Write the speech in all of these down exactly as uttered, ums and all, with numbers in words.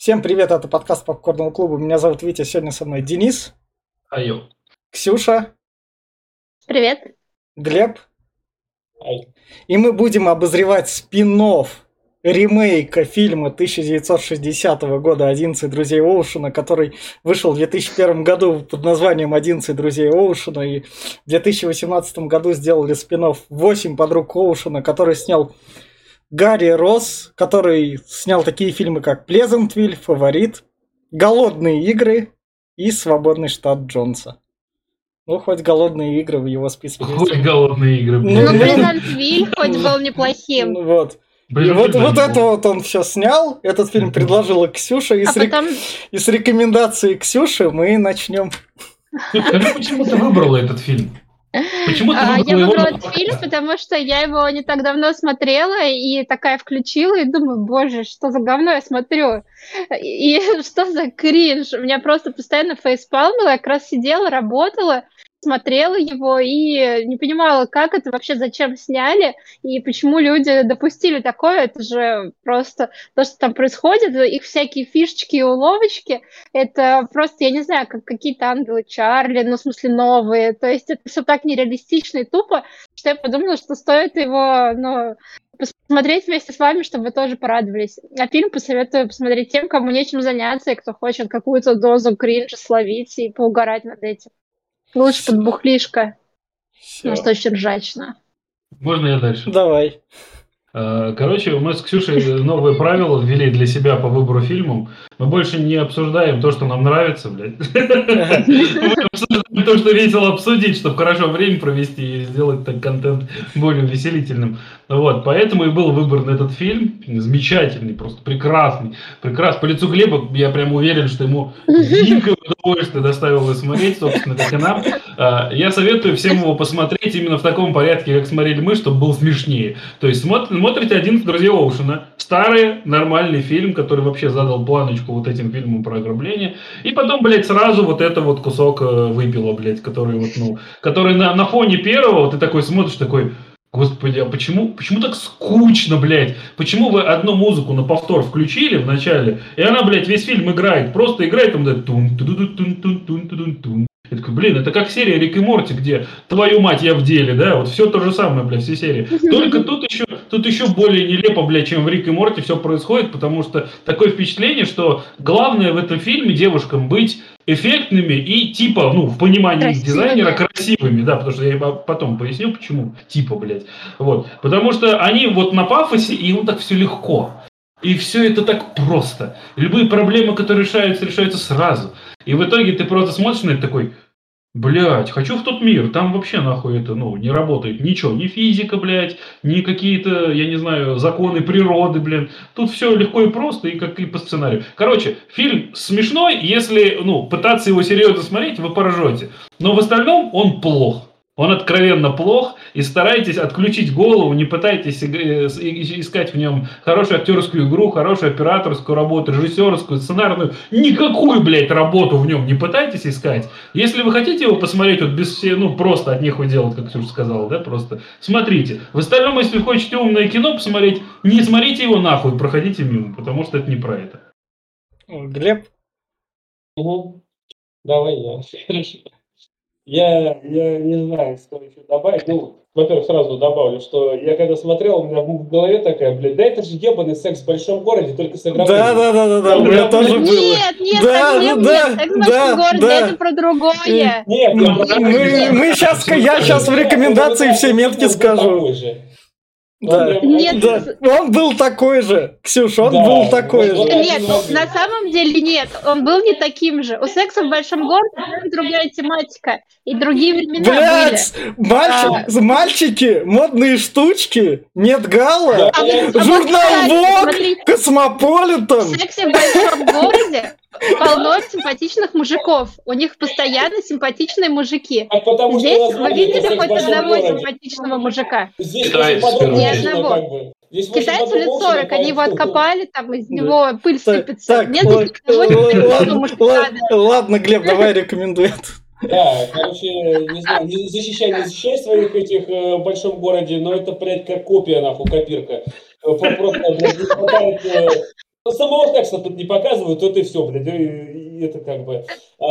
Всем привет, это подкаст Попкорного клуба. Меня зовут Витя, сегодня со мной Денис. Айо. Ксюша. Привет. Глеб. Ай. И мы будем обозревать спин-офф ремейка фильма тысяча девятьсот шестидесятого года «одиннадцать друзей Оушена», который вышел в две тысячи первом году под названием «одиннадцать друзей Оушена», и в две тысячи восемнадцатом году сделали спин-офф «восемь подруг Оушена», который снял Гарри Росс, который снял такие фильмы, как «Плезантвиль», «Фаворит», «Голодные игры» и «Свободный штат Джонса». Ну, хоть «Голодные игры» в его списке есть. Хоть «Голодные игры». Ну, Ну, «Плезантвиль» хоть был неплохим. Ну, вот. И Блин, вот, блин, вот блин. это вот он все снял, этот фильм предложила Ксюша, и, А с, рек- потом... и с рекомендацией Ксюши мы начнем. Скажи, почему ты выбрала этот фильм? Почему ты а, выбрала я его выбрала на этот подкаст? фильм, потому что я его не так давно смотрела, и такая включила, и думаю, боже, что за говно я смотрю? И что за кринж? У меня просто постоянно фейспалм было, я как раз сидела, работала, смотрела его и не понимала, как это вообще, зачем сняли, и почему люди допустили такое. Это же просто то, что там происходит, их всякие фишечки и уловочки, это просто, я не знаю, как какие-то ангелы Чарли, ну, в смысле, новые. То есть это все так нереалистично и тупо, что я подумала, что стоит его, ну, посмотреть вместе с вами, чтобы вы тоже порадовались. А фильм посоветую посмотреть тем, кому нечем заняться, и кто хочет какую-то дозу кринжа словить и поугарать над этим. Лучше под бухлишко. Всё. Может, очень ржачно. Можно я дальше? Давай. А, Короче, мы с Ксюшей новые правила ввели для себя по выбору фильмов. Мы больше не обсуждаем то, что нам нравится, блядь. Мы обсуждаем то, что весело обсудить, чтобы хорошо время провести и сделать так контент более увеселительным. Вот, поэтому и был выбран этот фильм. Замечательный, просто прекрасный. Прекрасный. По лицу Глеба я прям уверен, что ему дикое удовольствие доставило смотреть, собственно, как и нам. А, Я советую всем его посмотреть именно в таком порядке, как смотрели мы, чтобы был смешнее. То есть смотр- смотрите «одиннадцать друзей Оушена». Старый, нормальный фильм, который вообще задал планочку вот этим фильмам про ограбление. И потом, блядь, сразу вот это вот кусок э, выпила, блядь, который вот, ну, который на, на фоне первого ты такой смотришь, такой... Господи, а почему, почему так скучно, блядь? Почему вы одну музыку на повтор включили в начале, и она, блядь, весь фильм играет, просто играет там, да, тун тун тун тун тун тун тун. Я такой, блин, это как серия Рик и Морти, где твою мать я в деле, да, вот все то же самое, блядь, все серии. Только тут еще, тут еще более нелепо, блядь, чем в Рик и Морти все происходит, потому что такое впечатление, что главное в этом фильме девушкам быть эффектными и типа, ну, в понимании их дизайнера, красивыми, да, потому что я потом поясню, почему, типа, блядь, вот, потому что они вот на пафосе, и им так все легко, и все это так просто, любые проблемы, которые решаются, решаются сразу, и в итоге ты просто смотришь на это такой, блядь, хочу в тот мир, там вообще нахуй это, ну, не работает ничего, ни физика, блядь, ни какие-то, я не знаю, законы природы, блин. Тут все легко и просто, и как и по сценарию. Короче, фильм смешной, если, ну, пытаться его серьезно смотреть, вы поржете. Но в остальном он плох. Он откровенно плох, и старайтесь отключить голову, не пытайтесь искать в нем хорошую актерскую игру, хорошую операторскую работу, режиссерскую, сценарную. Никакую, блядь, работу в нем не пытайтесь искать. Если вы хотите его посмотреть, вот без всей, ну, просто от нехуй делать, как Ксюша сказала, да, просто смотрите. В остальном, если вы хотите умное кино посмотреть, не смотрите его нахуй, проходите мимо, потому что это не про это. Глеб? Угу. Давай я. Хорошо. Я, я не знаю, что еще добавить. Ну, во-первых, сразу добавлю, что я когда смотрел, у меня в голове такая, блядь, да это же ебаный секс в большом городе, только с ограблением. Да, да, да, да, да, у меня тоже было. Нет, нет, Да, совсем да, нет. Секс в да, большом городе, да. это про другое. Нет, я Мы, про- мы, мы сейчас, я сейчас в рекомендации все метки скажу. Такой же. Да, Он прям- Нет. да. Он был такой же, Ксюш, он Да, был такой вот- же. Нет, ну, на самом деле нет, он был не таким же. У секса в большом городе была другая тематика и другие времена Блять, мальчик, мальчики, модные штучки, Медгала, Да, я- были. журнал А вот, Vogue, кстати, смотри, Космополитен. в сексе в большом городе полно симпатичных мужиков. У них постоянно симпатичные мужики. А потому что Здесь вы название видели «Секс в хоть большом одного городе». симпатичного мужика? Здесь Китаец, очень подробно Ни описано, одного. как бы. Здесь очень Китайцу лет подробно сорок, они его поэтому- откопали, там из Да. него пыль Так, сыпется. так, Нет ла- ни одного ла- симпатичного ладно, мужика. ладно, ладно, Глеб, давай рекомендуй это. Да, короче, не знаю, не защищай, не защищай своих этих э, в большом городе, но это, блядь, как копия, нахуй, копирка. Э, по- Просто, блядь, не хватает, э, Самого секса тут не показывают, вот и все, блядь. И, и это как бы...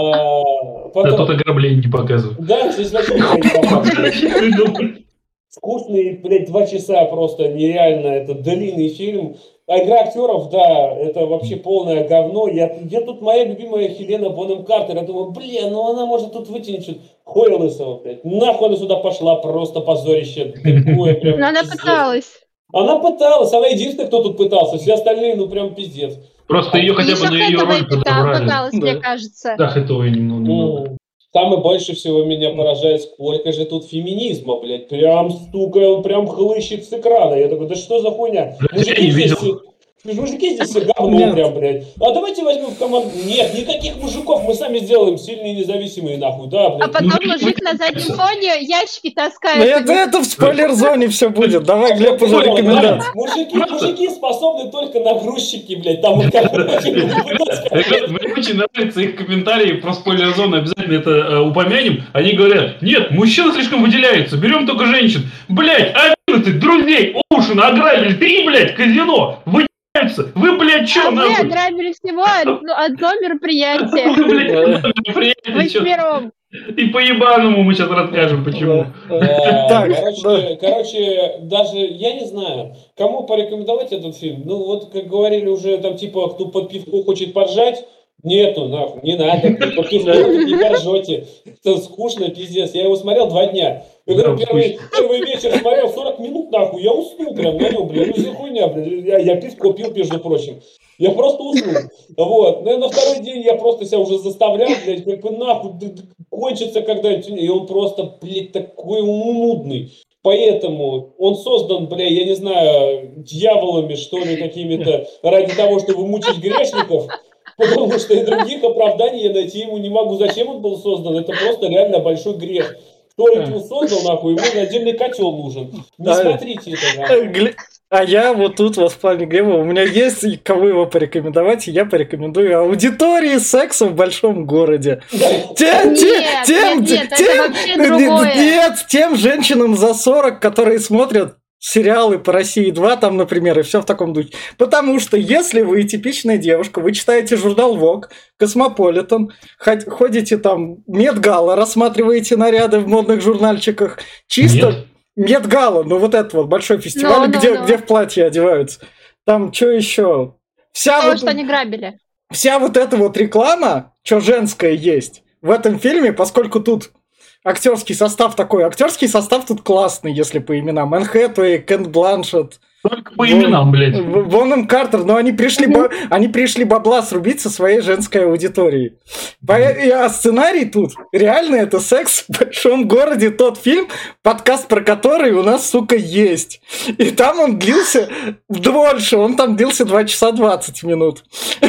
А, потом... Да тут ограбление не показывают. Да, здесь вообще ничего не показывают. Скучный, блядь, два часа просто нереально. Это длинный фильм. А игра актеров, да, это вообще полное говно. Я, где тут моя любимая Хелена Бонем Картер? Я думаю, блин, ну она может тут вытянуть что-то. Хуя лысого, блядь. Нахуй она сюда пошла, просто позорище. Такое, прям, Но она пиздец. пыталась. Она пыталась, она единственная, кто тут пытался. Все остальные, ну прям пиздец. Просто ее хотя бы на ее роль подобрали. Пыталась, Да. мне кажется. Да, этого немного. немного. Ну, самое больше всего меня поражает, сколько же тут феминизма, блядь. Прям, сука, он прям хлыщет с экрана. Я такой, да что за хуйня? Блядь, я Мужики не здесь... видел. Мужики здесь все говно Нет. прям, блядь. А давайте возьмем в команду... Нет, никаких мужиков, мы сами сделаем сильные независимые, нахуй, да, А блядь. потом Ну, мужик на заднем фоне ящики Ну таскает. это, это в спойлер-зоне все будет. Давай, Глеб, уже Понял, рекомендации. да? Мужики, мужики способны только на грузчики, блядь, там вот как... Ребят, мне очень нравятся их комментарии про спойлер-зону, обязательно это э, упомянем. Они говорят, нет, мужчины слишком выделяются, берем только женщин. Блять, одиннадцать друзей Оушена ограбили, три, блять, казино, выделяются. Вы, блять, чё, А вы нахуй? ограбили всего одно, одно мероприятие. Вы, блядь, Вы мероприятие, чё? вчетвером. И по ебаному мы сейчас расскажем, почему. Да, Так, да. короче, короче, даже, я не знаю, кому порекомендовать этот фильм. Ну, вот, как говорили уже, там, типа, кто под пивку хочет поржать, нету, нахуй, не надо, под пивку вы не поржете. Это скучно, пиздец. Я его смотрел два дня. Я говорю, Да, первый, первый вечер смотрел сорок минут, нахуй, я уснул прям на нем, блин, ну за хуйня, блин, я, я пивко пил, между прочим. Я просто уснул. Вот. Ну и на второй день я просто себя уже заставлял, блядь, как бы нахуй да, да, кончится когда-нибудь. И он просто, блядь, такой нудный. Поэтому он создан, бля, я не знаю, дьяволами, что ли, какими-то, ради того, чтобы мучить грешников. Потому что и других оправданий я найти ему не могу. Зачем он был создан? Это просто реально большой грех. Кто его создал, нахуй, ему отдельный котел нужен. Не Да. смотрите это, нахуй. Гле- А я вот тут вот в плане Глеба, у меня есть и кого его порекомендовать, и я порекомендую аудитории секса в большом городе. Тем, Нет, те- тем, нет, нет, это тем- вообще нет, другое. нет, тем женщинам за сорок, которые смотрят сериалы по России два, там, например, и все в таком духе. Потому что если вы типичная девушка, вы читаете журнал Vogue, Космополитен, ход- ходите там Медгала, рассматриваете наряды в модных журнальчиках, чисто... Нет. Медгала, ну вот это вот большой фестиваль, Ну, ну, где, ну. где в платье одеваются. Там что еще? Вся Потому вот, что они грабили. вся вот эта вот реклама, что женская есть в этом фильме, поскольку тут актерский состав такой. Актерский состав тут классный, если по именам. Энн Хэтэуэй, Кэт Бланшетт, Только по именам, блядь. Бонем Картер, но они пришли, бо- они пришли бабла срубить со своей женской аудиторией. По- и- А сценарий тут реально это секс в большом городе, тот фильм, подкаст про который у нас, сука, есть. И там он длился дольше, он там длился два часа двадцать минут.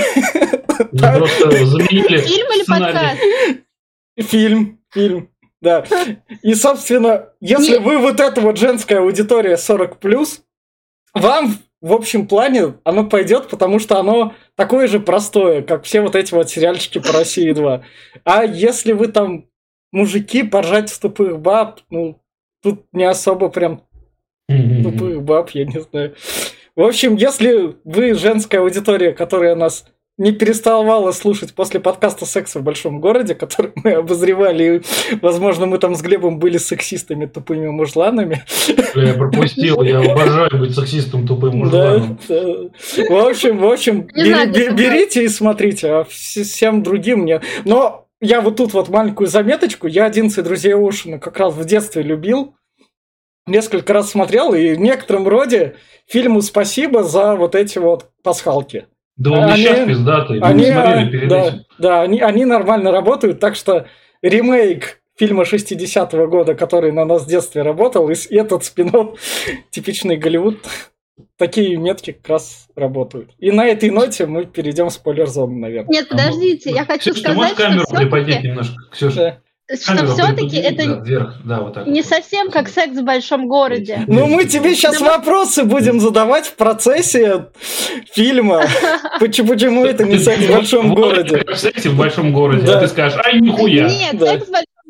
Ну, просто заменили Фильм или сценарий. подкаст? Фильм, фильм, да. И, собственно, если Не- вы вот эта вот женская аудитория сорок плюс, вам в общем плане оно пойдет, потому что оно такое же простое, как все вот эти вот сериальчики по России два. А если вы там мужики, поржать с тупых баб, ну, тут не особо прям Мгм. тупых баб, я не знаю. В общем, если вы женская аудитория, которая нас не переставала слушать после подкаста «Секса в большом городе», который мы обозревали, и, возможно, мы там с Глебом были сексистами, тупыми мужланами. Бля, я пропустил, я обожаю быть сексистом тупым Да, мужланом. да. В общем, в общем, Не бери- знаю, бе- как берите и смотрите, а вс- всем другим нет. Но я вот тут вот маленькую заметочку. Я «одиннадцать друзей Оушена» как раз в детстве любил. Несколько раз смотрел, и в некотором роде фильму спасибо за вот эти вот пасхалки. Да он и Они- сейчас пиздатый, мы Они, смотрели а, перед да, этим. да, они, они нормально работают, так что ремейк фильма шестидесятого года, который на нас в детстве работал, и с- и этот спин-офф, типичный Голливуд, такие метки как раз работают. И на этой ноте мы перейдем в спойлер-зону, наверное. Нет, подождите, я хочу Ксюш, ты можешь сказать, камеру что приподнять все-таки, немножко? Ксюша, Да. что камеру все-таки приподними, это да, вверх, да, вот так. не вот. совсем как секс в большом городе. Ну, мы тебе сейчас Давай. вопросы будем задавать в процессе фильма. Почему, почему это не секс в большом Вот городе? как в сексе в большом городе, Да. а ты скажешь, ай, нихуя. Нет, Да. секс в большом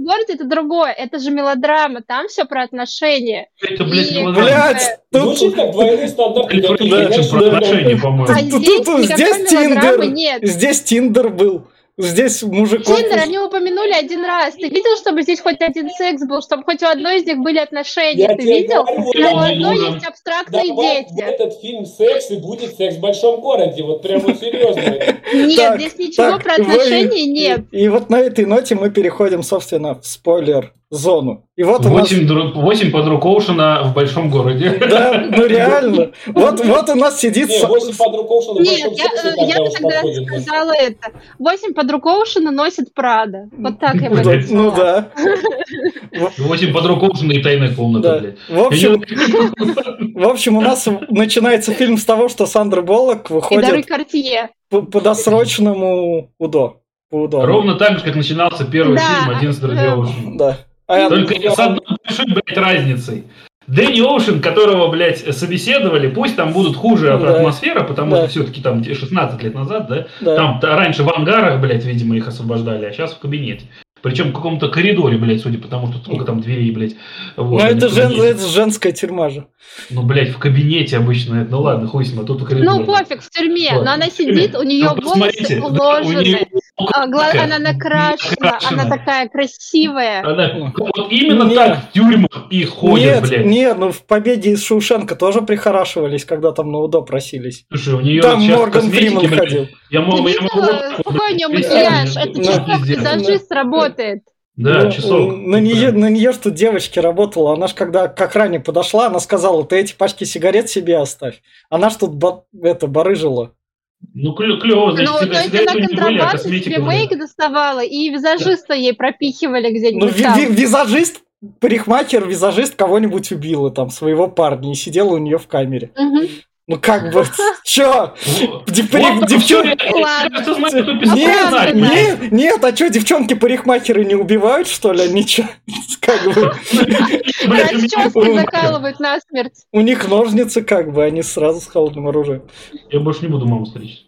в городе» — это другое. Это же мелодрама, там все про отношения. Это, блядь, И- мелодрама. Блядь, тут, Звучит как двойные стандарты. Калифорния какие-то, Экшн знаешь, про да, отношения, А по-моему. тут- здесь тут- никакой здесь мелодрамы Тиндер, нет. здесь Тиндер был, здесь мужиков. Тиндер они упомянули один раз. Ты видел, чтобы здесь хоть один секс был, чтобы хоть у одной из них были отношения? Я Ты тебе видел? говорю, Там у он не одной нужен. есть абстрактные добавь в дети. этот фильм секс, и будет секс в большом городе. Вот прям вот серьезно. Нет, Так, здесь ничего так, про вы- отношения нет. И, и вот на этой ноте мы переходим, собственно, в спойлер-зону. И вот у нас... Восемь, дру- восемь подруг Оушена в большом городе. Да, ну реально. Вот, вот у нас сидит... Не, со- восемь подруг Оушена в Нет, большом я, сексе э, я тогда бы уж тогда подходит. сказала это. Восемь подруг Оушена носит Прада. Вот так я бы Ну, это ну назвала. да. Восемь подруг Оушена и тайная комната, Да. блядь. В общем, в общем, у нас начинается фильм с того, что Сандра Боллок И дары выходит Кортье. по, по досрочному УДО. По УДО. Ровно так же, как начинался первый Да, фильм «одиннадцать друзей э, Оушена». Да. А, Только с одной большой, блядь, разницей. Дэнни Оушен, которого, блядь, собеседовали, пусть там будут хуже от Да. атмосфера, потому Да. что все-таки там шестнадцать лет назад, да? да. Там раньше в ангарах, блядь, видимо, их освобождали, а сейчас в кабинете. Причем в каком-то коридоре, блядь, судя по тому, что сколько там дверей, блядь. Вот, Ну, а не это, в жен- кабинете. это женская тюрьма же. Ну, блядь, в кабинете обычно, это, ну ладно, хуй с ним, а тут в коридоре. Ну, пофиг, в тюрьме. Вот. Но она сидит, у нее Ну, посмотрите, волосы да, у уложены. нее а, гла- такая Она накрашена, накрашена. она такая красивая. Она- вот именно Нет. так в тюрьмах и ходят, Нет, блядь. нет, ну в «Победе из Шоушенка» тоже прихорашивались, когда там на УДО просились. Слушай, у нее Там сейчас Морган косметики, Фриман блядь, ходил. Я Ты могу, я могу видела, вот- какой у нее вот- макияж? да, Это да, часов пиздец. визажист работает. Да, Ну, часок. На нее, на нее что девочки работала. Она ж когда к охране подошла, она сказала: ты эти пачки сигарет себе оставь. Она ж тут ба- это, барыжила. Ну, клё- клево, значит, Ну, сига- то есть сигареты она у них были, а контрабанду косметика, себе блядь. мейк доставала, и визажиста ей пропихивали Ну, где-нибудь ви- там. ви- визажист, парикмахер, визажист кого-нибудь убила, там, своего парня, и сидела у нее в камере. Мгм. Ну как бы, чё? Вот. Дев- Вот парик- так девчон- всё, я- Ладно. я, кажется, знаю, кто писал Нет, сценарий. Оправданно. нет, нет, а что, девчонки-парикмахеры не убивают, что ли? Ничего, как бы, Блядь, у меня- Расческой закалывают насмерть. у них ножницы, как бы, они сразу с холодным оружием. Я больше не буду маму стричь.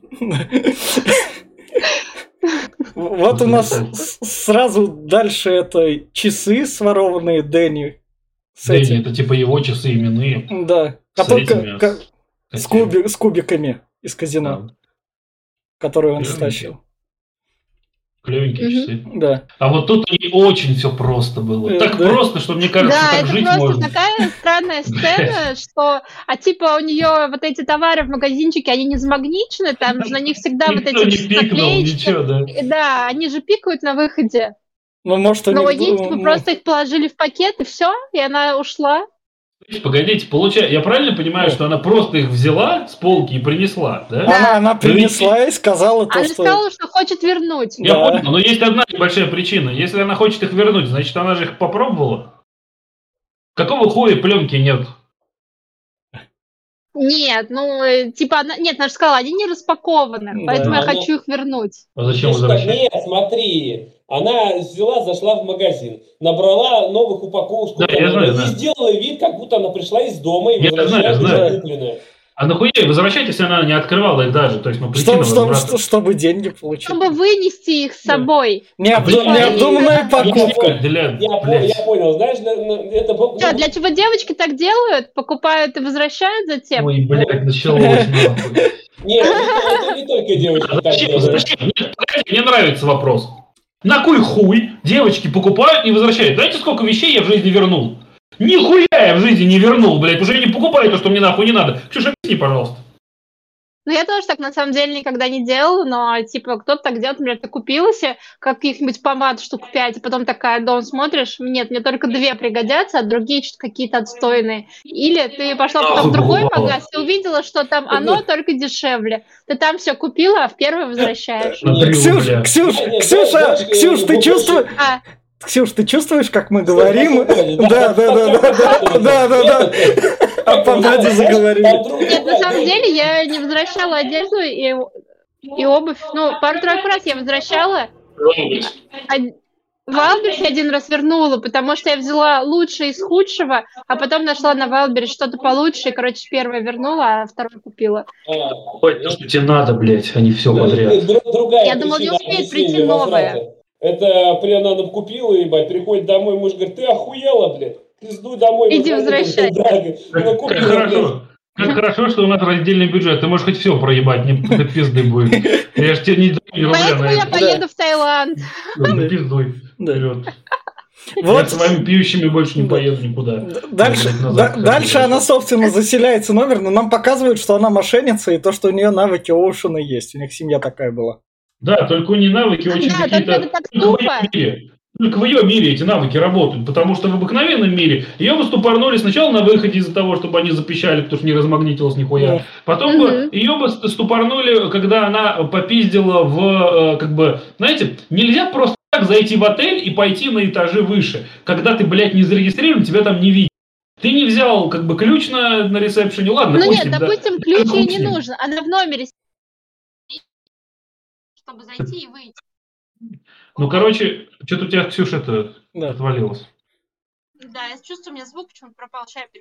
Вот у нас с- сразу дальше это часы, сворованные Дэнни. С Дэнни, этим. это типа его часы именные. Да. С Который этими, ка- с с, куби- с кубиками из казино, Да. которые он Клевенькие. стащил. Клевенькие Мгм. часы. Да. А вот тут не очень все просто было. Э, Так да. просто, что мне кажется, Да, так это жить просто можно. такая странная сцена, что, а типа у нее вот эти товары в магазинчике, они не замагничены, там же на них всегда вот Никто эти не пикнул, наклеечки. ничего, да. И Да, они же пикают на выходе. Ну, может, у Но них... ей ну, типа просто их положили в пакет, и все, и она ушла. Погодите, получается, я правильно понимаю, Да. что она просто их взяла с полки и принесла, да? Она, она принесла и сказала то, Она что... сказала, что хочет вернуть. Я Да. понял, но есть одна небольшая причина. Если она хочет их вернуть, значит, она же их попробовала. Какого хуя пленки нет? Нет, ну, э, типа, она... нет, она же сказала, они не распакованы, Да. поэтому я Она- хочу их вернуть. А зачем Ну что, возвращать? нет, смотри. Она взяла, зашла в магазин, набрала новых упаковок, Да, сколько я надо, знаю, и да. сделала вид, как будто она пришла из дома и Я возвращает знаю, знаю. уже купленное. А нахуя возвращать, если она не открывала их даже? То есть, ну, Чтобы, причина чтобы, возврата. чтобы деньги получить. Чтобы вынести их с Да. собой. Необду- Блин, Необдуманная я- покупка. Для, Я, по- блядь. я понял, знаешь, на- на- это был- Что, для чего девочки так делают? Покупают и возвращают затем? Ой, блядь, началось, нахуй. Нет, это, это не только девочки так Зачем? делают. Зачем? Нет, погоди, мне нравится вопрос. На кой хуй девочки покупают и возвращают? Знаете, сколько вещей я в жизни вернул? Нихуя я в жизни не вернул, блядь. Уже не покупаю то, что мне нахуй не надо. Ксюша, объясни, пожалуйста. Ну, я тоже так, на самом деле, никогда не делала, но, типа, кто-то так делает, например, ты купила себе каких-нибудь помад штук пять, и потом такая, дом смотришь, нет, мне только две пригодятся, а другие что-то какие-то отстойные. Или ты пошла потом в другой магаз и увидела, что там оно только дешевле. Ты там все купила, а в первый возвращаешь. Смотри, Ксюш, бля. Ксюш, Нет, нет, Ксюша, знаешь, Ксюш, ты э, чувствуешь... А, Ксюш, ты чувствуешь, как мы говорим? Да, Да, да, да, да, да, да, да, да. О помаде заговорили. нет, на самом деле, я не возвращала одежду и, и обувь. Ну, пару-тройку раз я возвращала. А Валберс я один раз вернула, потому что я взяла лучшее из худшего, а потом нашла на Валбере что-то получше, и, короче, первое вернула, а второе купила. Хоть то, что тебе надо, блядь, а не все подряд. Другая Я думала, не причина успеет объяснения прийти новая. возврата. Это при она нам купила, ебать, приходит домой, муж говорит, ты охуела, блядь, пиздуй домой. Иди возвращайся. Да, как, как хорошо. Как хорошо, что у нас раздельный бюджет. Ты можешь хоть все проебать, не до пизды будет. Я же тебе не даю ни рубля Поэтому на я это. поеду Да. в Таиланд. Да пиздуй. Да. Вперед. Вот. Я с вами пьющими больше не Да. поеду никуда. Дальше, Я, блядь, назад да- хочу дальше она, возвращаться. собственно, заселяется номер, но нам показывают, что она мошенница, и то, что у нее навыки Оушена есть. У них семья такая была. Да, только у нее навыки очень Да, какие-то... только это так Только в тупо. ее мире. Только в ее мире эти навыки работают, потому что в обыкновенном мире ее бы ступорнули сначала на выходе из-за того, чтобы они запищали, потому что не размагнитилось нихуя. Ну. Потом бы Мгм. ее бы ступорнули, когда она попиздила в, э, как бы, знаете, нельзя просто так зайти в отель и пойти на этажи выше. Когда ты, блядь, не зарегистрирован, тебя там не видят. Ты не взял, как бы, ключ на, на ресепшене, ладно, Ну хуй с нет, ним, да. допустим, ключ Хуй ей с не ним. нужен. Она в номере сидит, чтобы зайти и выйти. Ну, короче, что-то у тебя, Ксюша-то Да. отвалилось. Да, я чувствую, у меня звук почему-то пропал. Сейчас я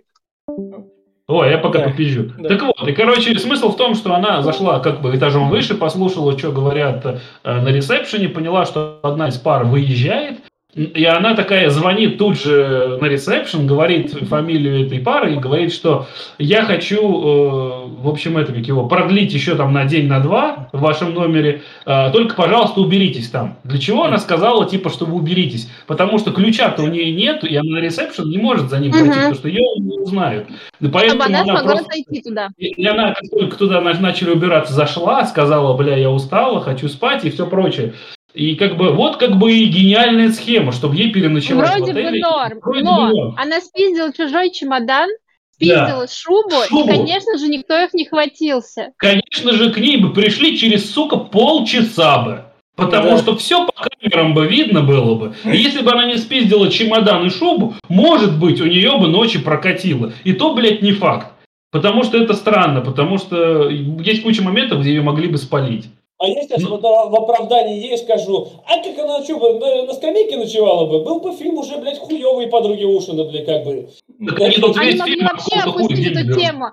Ой, я пока Да, попизжу. да. Так вот, и, короче, смысл в том, что она зашла как бы этажом выше, послушала, что говорят э, на ресепшене, поняла, что одна из пар выезжает, и она такая звонит тут же на ресепшен, говорит фамилию этой пары и говорит, что я хочу, э, в общем, это как его, продлить еще там на день, на два в вашем номере, э, только, пожалуйста, уберитесь там. Для чего она сказала, типа, что вы уберитесь? Потому что ключа-то у нее нет, и она на ресепшен не может за ним Мгм. пройти, потому что ее не узнают. И поэтому Чтобы она она смогла просто... зайти туда. И и она, как только туда на- начали убираться, зашла, сказала, бля, я устала, хочу спать и все прочее. И как бы, вот как бы и гениальная схема, чтобы ей переночевать Вроде в бы отеле. норм, Вроде бы но норм. она спиздила чужой чемодан, спиздила шубу, Шубу. и, конечно же, никто их не хватился. Конечно же, к ней бы пришли через, сука, полчаса бы. Потому Да. что все по камерам бы видно было бы. И если бы она не спиздила чемодан и шубу, может быть, у нее бы ночи прокатило. И то, блядь, не факт. Потому что это странно, потому что есть куча моментов, где ее могли бы спалить. А я сейчас Ну. вот в оправдании ей скажу, а как она что, бы, на, на скамейке ночевала бы? Был бы фильм уже, блядь, хуёвые подруги Ушина, блядь, как бы. Так Да, они тут Они весь могли фильм вообще откуда хуй опустить деньги эту берут. тему.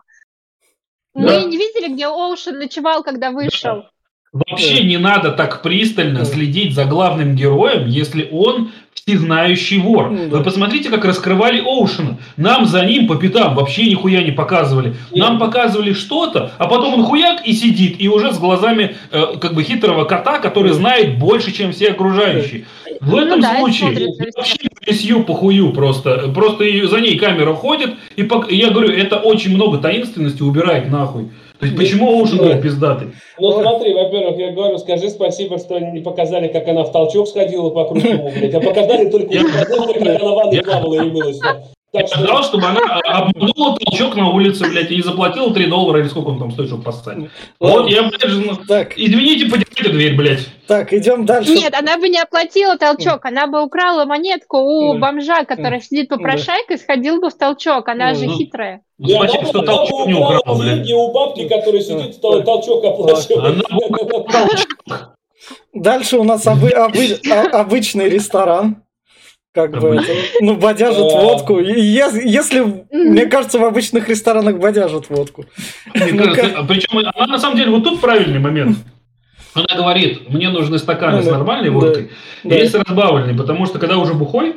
Да. Мы не видели, где Оушен ночевал, когда вышел. Вообще Да. не надо так пристально Да. следить за главным героем, если он всезнающий вор. Да. Вы посмотрите, как раскрывали Оушена. Нам за ним по пятам вообще нихуя не показывали. Нам показывали что-то, а потом он хуяк и сидит, и уже с глазами э, как бы хитрого кота, который Да. знает больше, чем все окружающие. В Ну этом да, это случае смотрится вообще пресью по хую просто. Просто и за ней камера ходит, и пок- и я говорю, это очень много таинственности убирает нахуй. То есть почему Оушен Да. такой пиздатый? Ну Ой. смотри, во-первых, я говорю, скажи спасибо, что они не показали, как она в толчок сходила по кругу, блядь, а показали только Я- как она в ванной я- плавала и мылась. Я Так что... ждал, чтобы она обманула толчок на улице, блядь, и заплатила три доллара или сколько он там стоит, чтобы поссать. Вот я, блядь, же, ну, Так, извините, подержите дверь, блядь. так, идем дальше. Нет, она бы не оплатила толчок, она бы украла монетку у Да. бомжа, который сидит по Да. прошайке, сходил бы в толчок, она Ну, же ну. хитрая. Ну, И спасибо, она что бы- она бы толчок не украла, блядь. деньги у бабки, которая сидит, тол- толчок оплачивает. Она бы украла толчок. Дальше у нас обы- обы- а- обычный ресторан. Как бы Обычный. это, ну, бодяжат Да. водку. И ес- если, мне кажется, в обычных ресторанах бодяжат водку. Мне Ну, кажется, причем она на самом деле, вот тут правильный момент. Она говорит, мне нужны стаканы Ну, с да. нормальной Да. водкой, Да. есть с разбавленной, потому что когда уже бухой,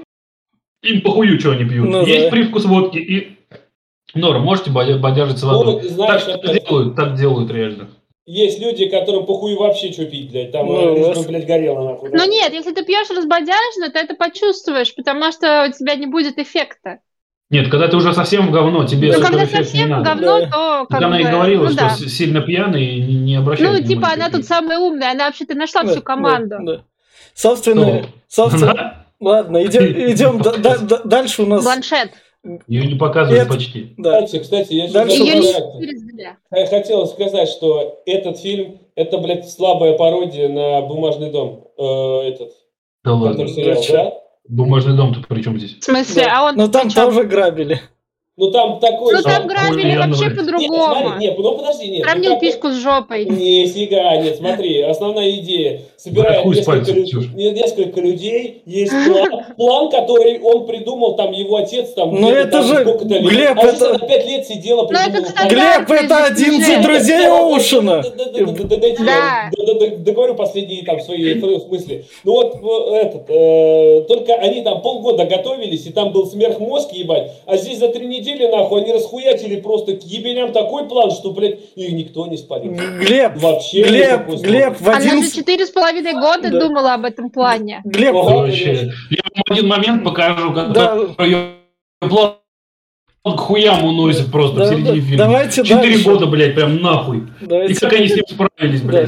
им похую, что они пьют. Ну, Есть да. привкус водки и норм, можете бодя- бодяжить с водой. Ну, знаешь, так опять- делают, так делают реально. Есть люди, которым похуй вообще что пить, блядь, там, Ну, э, лишь вас- бы, блядь, горело, нахуй. Но нет, если ты пьешь разбодяжно, то это почувствуешь, потому что у тебя не будет эффекта. Нет, когда ты уже совсем в говно, тебе Ну, суперэффект когда не совсем надо. говно, Да. то Так как она и бы, говорила, ну что да. с- сильно пьяный и не, не обращает Ну, внимания. типа, она какие. тут самая умная, она вообще-то нашла Да, всю команду. да, да. Собственно, Кто? собственно, Она? ладно, идем, идем да- да- да- дальше у нас. Бланшет. Ее не показывают Это- почти. Да. Кстати, кстати, я Дальше что-то Ее у нас- не хотел- перезря. Я хотел сказать, что этот фильм, это, блядь, слабая пародия на «Бумажный дом». Э, этот, Да ладно. который сериал, Да, да? Бумажный дом тут при чем здесь? В смысле, Да. а он Но там причём? тоже грабили. Ну там такой Ну же... там грабили Охуенно, вообще блядь. Нет, по-другому. смотри, нет, ну подожди, нет. Сравнил ну, как- письку с жопой. Не, фига, нет, смотри, основная идея. Брать Собирает хуй с несколько, пальцев, лю- Ксюш. не- несколько людей, есть план, план, который он придумал, там его отец, там, Ну, где-то это там же, сколько-то лет. Глеб, а здесь это- она пять лет сидела, Ну, это придумала кстати, план. Глеб, это Стандартный одиннадцать сюжет. друзей Да, Оушена. да, да, да, да, да, дайте я Да. д- д- д- договорю последние там свои фры- мысли. Ну вот э, этот, э, только они там полгода готовились, и там был сверхмозг, ебать, а здесь за три недели, нахуй, они расхуятили просто к ебеням такой план, что, блядь, их никто не спалил. Глеб, Вообще Глеб, никакой Глеб, в Она же одиннадцать... четыре с половиной года Да. думала об этом плане. Глеб, Ага. Вообще. Я вам один момент покажу, Да. когда ее план к хуям уносит просто Да, в середине да, фильма. давайте Четыре дальше. года, блядь, прям нахуй. И давайте. как они с ним справились, блядь.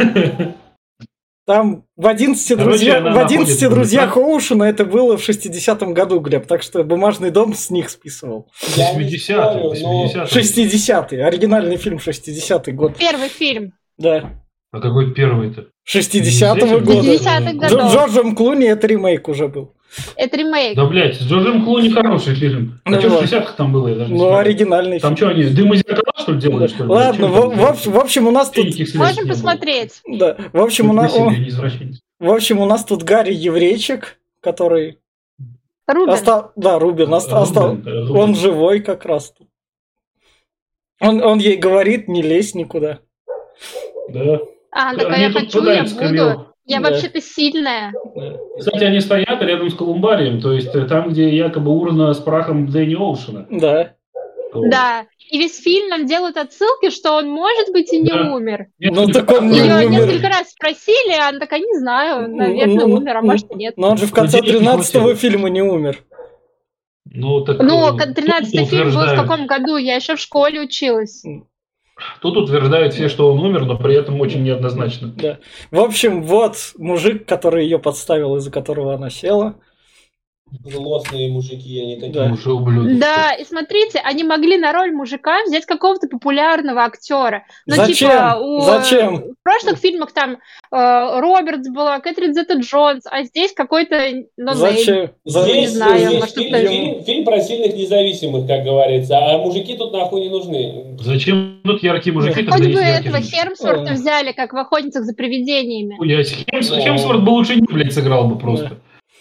Там в одиннадцати Короче, друзья, она в одиннадцати находит друзьях друзья. Оушена это было в шестидесятом году, Глеб, так что «Бумажный дом» с них списывал. Я не восьмидесятый, спорю, но- восьмидесятый. шестидесятый, оригинальный фильм шестидесятый год. Первый фильм. Да. А какой первый-то? шестидесятого года. шестидесятых Джо- годов. Джорджем Клуни это ремейк уже был. Это ремейк. Да, блядь, с Джорджем Клуни хороший фильм. А Ну что в вот. шестидесятых там было? Я даже не Ну, смотрел. оригинальный Там фильм. что, они дым и зеркала, что ли, делали, что ли? Ладно, Чем в, там в делали? общем- в общем, у нас тут... Никаких следствий Можем не было. посмотреть. Да, в общем, у нас, Мысли, я не извращенец. в общем, у нас тут Гарри Еврейчик, который... Рубин. Оста... Да, Рубин, оста- Рубин, оста- да, Рубин. он живой как раз тут. Он, он ей говорит, не лезь никуда. Да. А, она такая, Они я тут хочу, я пытаются буду. камео. Я Да. вообще-то сильная. Да. Кстати, они стоят рядом с колумбарием, то есть э, там, где якобы урна с прахом Дэнни Оушена. Да. Вот. Да. И весь фильм нам делают отсылки, что он, может быть, и не Да. умер. Нет, Ну, это так он не Ее умер. несколько раз спросили, а она такая, не знаю, наверное, Ну, умер, а ну, может и нет. Но он же в конце Ну, денег не тринадцатого хватило. фильма не умер. Ну, так, Ну, э, тринадцатый тут фильм был в утверждают- каком году? Я еще в школе училась. Тут утверждают все, что он умер, но при этом очень неоднозначно. Да. В общем, вот мужик, который ее подставил, из-за которого она села. Злостные мужики, они такие. Да. Уже ублюдок. Да, и смотрите, они могли на роль мужика взять какого-то популярного актера. Ну, Зачем? типа, у, Зачем? в прошлых фильмах там э, Робертс была, Кэтрин Зета-Джонс, а здесь какой-то no name. Зачем? За- Не Здесь, знаю, здесь может, фильм, это- фильм- фильм про сильных независимых, как говорится, а мужики тут нахуй не нужны. Зачем тут яркие мужики? тогда Хоть бы есть яркие этого женщины? Хемсворта Э. взяли, как в «Охотницах за привидениями». Блядь, Хемс- Да. Хемсворт бы лучше не, блядь, сыграл бы просто.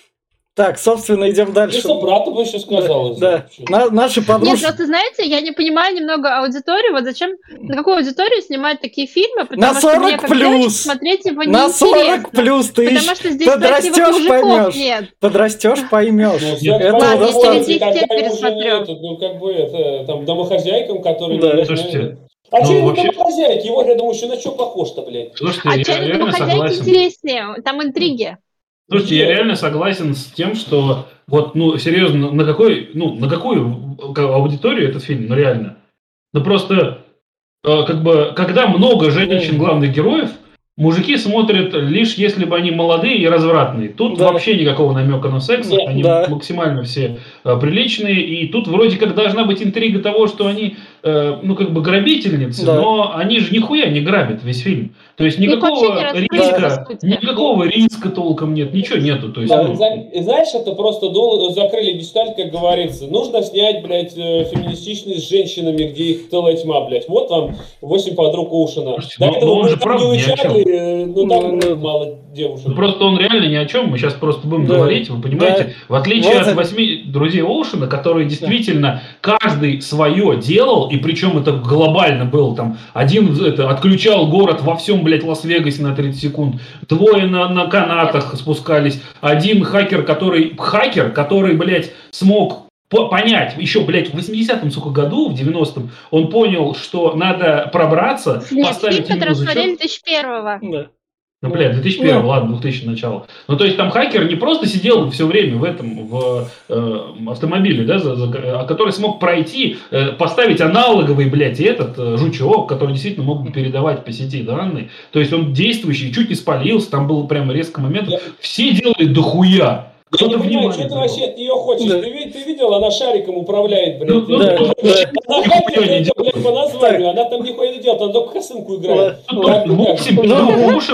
Так, собственно, идем Ну, дальше. что, брата бы еще сказал. Да. На- наши Нет, подружки. просто, знаете, я не понимаю немного аудиторию. Вот зачем, на какую аудиторию снимать такие фильмы? Потому На что мне, сорок как плюс. девочке, смотреть его На сорок неинтересно. плюс ты Потому ещё что здесь красивых подрастешь, мужиков поймешь. нет. Подрастешь, поймешь. Ну, Нет, Этого ладно, если достаточно. людей когда всех ему уже пересмотрю. нет, ну, как бы, это, там, домохозяйкам, которые... Да. не Слушайте, знают. А ну, че ему вообще- домохозяйки? Его рядом еще на что похож-то, блядь? Слушайте, А я чайник реально домохозяйки согласен. интереснее, там интриги. Слушайте, я реально согласен с тем, что вот, ну, серьезно, на какой, ну, на какую аудиторию этот фильм, ну, реально. Ну, просто, э, как бы, когда много женщин главных героев, мужики смотрят лишь если бы они молодые и развратные. Тут Да. вообще никакого намека на секс, Нет, они да. максимально все э, приличные, и тут вроде как должна быть интрига того, что они, э, ну, как бы грабительницы, Да. но они же нихуя не грабят весь фильм. То есть Их вообще никакого не раскрыли, риска, по сути. никакого риска толком нет, ничего нету. То есть, Да. ну, За- Знаешь, это просто дол- закрыли гештальт, как говорится. Нужно снять, блядь, э, феминистичные с женщинами, где их целая тьма, блядь. Вот вам восемь подруг Оушена. Слушайте, До ну, этого ну, он мы же там правда не ни о чем. уезжали, э, ну там Ну, ну, мало девушек. Ну, просто он реально ни о чем. Мы сейчас просто будем Да. говорить, вы понимаете, в отличие Вот от это- восьми друзей Оушена, которые действительно каждый свое делал, и причем это глобально было там. Один это, отключал город во всем, блядь, Лас-Вегасе на тридцать секунд. Двое на, на канатах спускались. Один хакер, который хакер, который, блядь, смог по- понять, еще, блядь, в восьмидесятом, сука, году, в девяностом, он понял, что надо пробраться, Нет, поставить фильм, который именно за смотрели счет... две тысячи первого. Да. Ну, блядь, две тысячи первый, Ну. ладно, двухтысячный начало. Ну, то есть там хакер не просто сидел все время в этом, в э, автомобиле, да, за- за- а который смог пройти, э, поставить аналоговый, блядь, и этот э, жучок, который действительно мог бы передавать по сети данные. То есть он действующий, чуть не спалился, там был прямо резко момент. Я- Все делали дохуя. Я Кто-то не понимаю, внимание что ты забыл. вообще от нее хочешь? Да. Ты, ви- ты видел, она шариком управляет, блядь. Ну, ну, Да, ну, да. Она нихуя хакер, не это, блядь, по названию, она там нихуя не делает, она только косынку играет. Ну, Как тут бы, восемь Ну, друзей Оушена,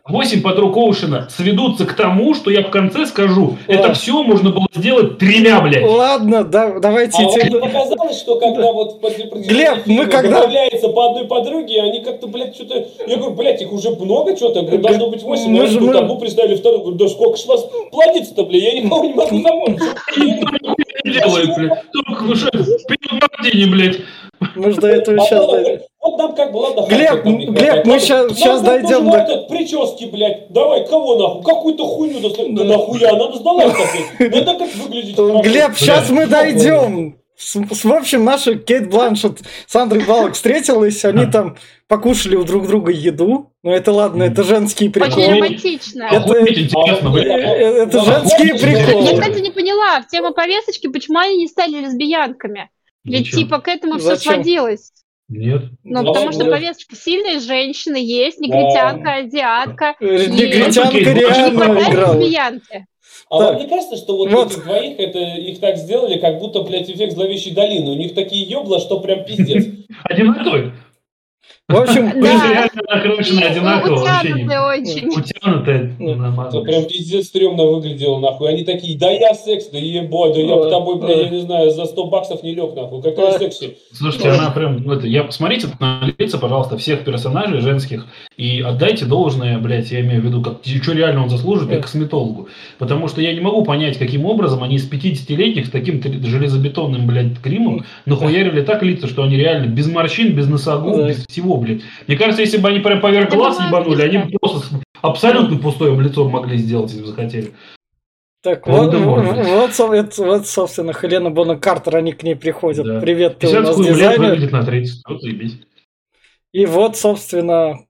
восемь подруг Оушена сведутся к тому, что я в конце скажу. Ладно. Это все можно было сделать тремя, блядь. Ладно, да, давайте... А вам эти- не показалось, что когда вот после Глеб, мы когда- добавляется по одной подруге, они как-то, блядь, что-то... Я говорю, блядь, их уже много что-то, говорю, должно быть восемь, Мы а же- тут мы- одну представили, вторую, говорю, да сколько ж вас плодится-то, блядь, я никого не могу замолвить. Не делает, блядь. Только ну что, при рождении, блядь. Мы же до этого А сейчас потом, дойдем. вот нам как бы, ладно, Глеб, хатя там не Глеб, хватает. мы Ладно, щас- нам щас тут дойдем нужно до- этот, прически, блядь, давай, кого нахуй, какую-то хуйню достать, да нахуя, надо сдалась так, надо как выглядеть. Глеб, сейчас мы Блядь, дойдем. С, с- в общем, наша Кейт Бланшетт с Андрей Баллок встретилась, они там покушали у друг друга еду. Ну это ладно, это женские Очень приколы. романтично. Это- Охуеть интересно, Э, блядь. э, Это женские Я, приколы. кстати, не поняла, в тему повесточки, почему они не стали лесбиянками. Ведь Зачем? типа к этому все Зачем? сводилось. Нет. Ну, Да, потому что да. повесточка сильные женщины есть, негритянка, азиатка. Э, И- Негритянка Окей, Не реально хватает играла. лесбиянки. А Так. вам не кажется, что вот, Вот. этих двоих, это их так сделали, как будто, блядь, эффект зловещей долины. У них такие ёбла, что прям пиздец. Одинаковый. В общем, Да. Реально накрашены И одинаково. Вообще не- утянутые очень. Утянутые. Ну, Это намазаны. прям пиздец стрёмно выглядело, нахуй. Они такие, да я секс, да ебать, да я Ой, по тобой, блядь, ой. я не знаю, за сто баксов не лег, нахуй. Какая Ой. секси. Слушайте, она прям, ну, это, я, посмотрите на лица, пожалуйста, всех персонажей женских и отдайте должное, блядь, я имею в виду, как, что реально он заслуживает, как косметологу. Потому что я не могу понять, каким образом они из пятидесятилетних с таким три- железобетонным, блядь, гримом нахуярили так лица, что они реально без морщин, без носогуб, Да. без всего, блядь. Мне кажется, если бы они прям поверх Это глаз было ебанули, они отлично. бы просто с абсолютно пустым лицом могли сделать, если бы захотели. так, вот, Волдеморт. вот, вот, со- это- вот, собственно, Хелена Бонем Картер, они к ней приходят. Да. Привет, ты у пятьдесят нас с хуем лет дизайнер. выглядит на тридцать. Вот заебись. И вот, собственно,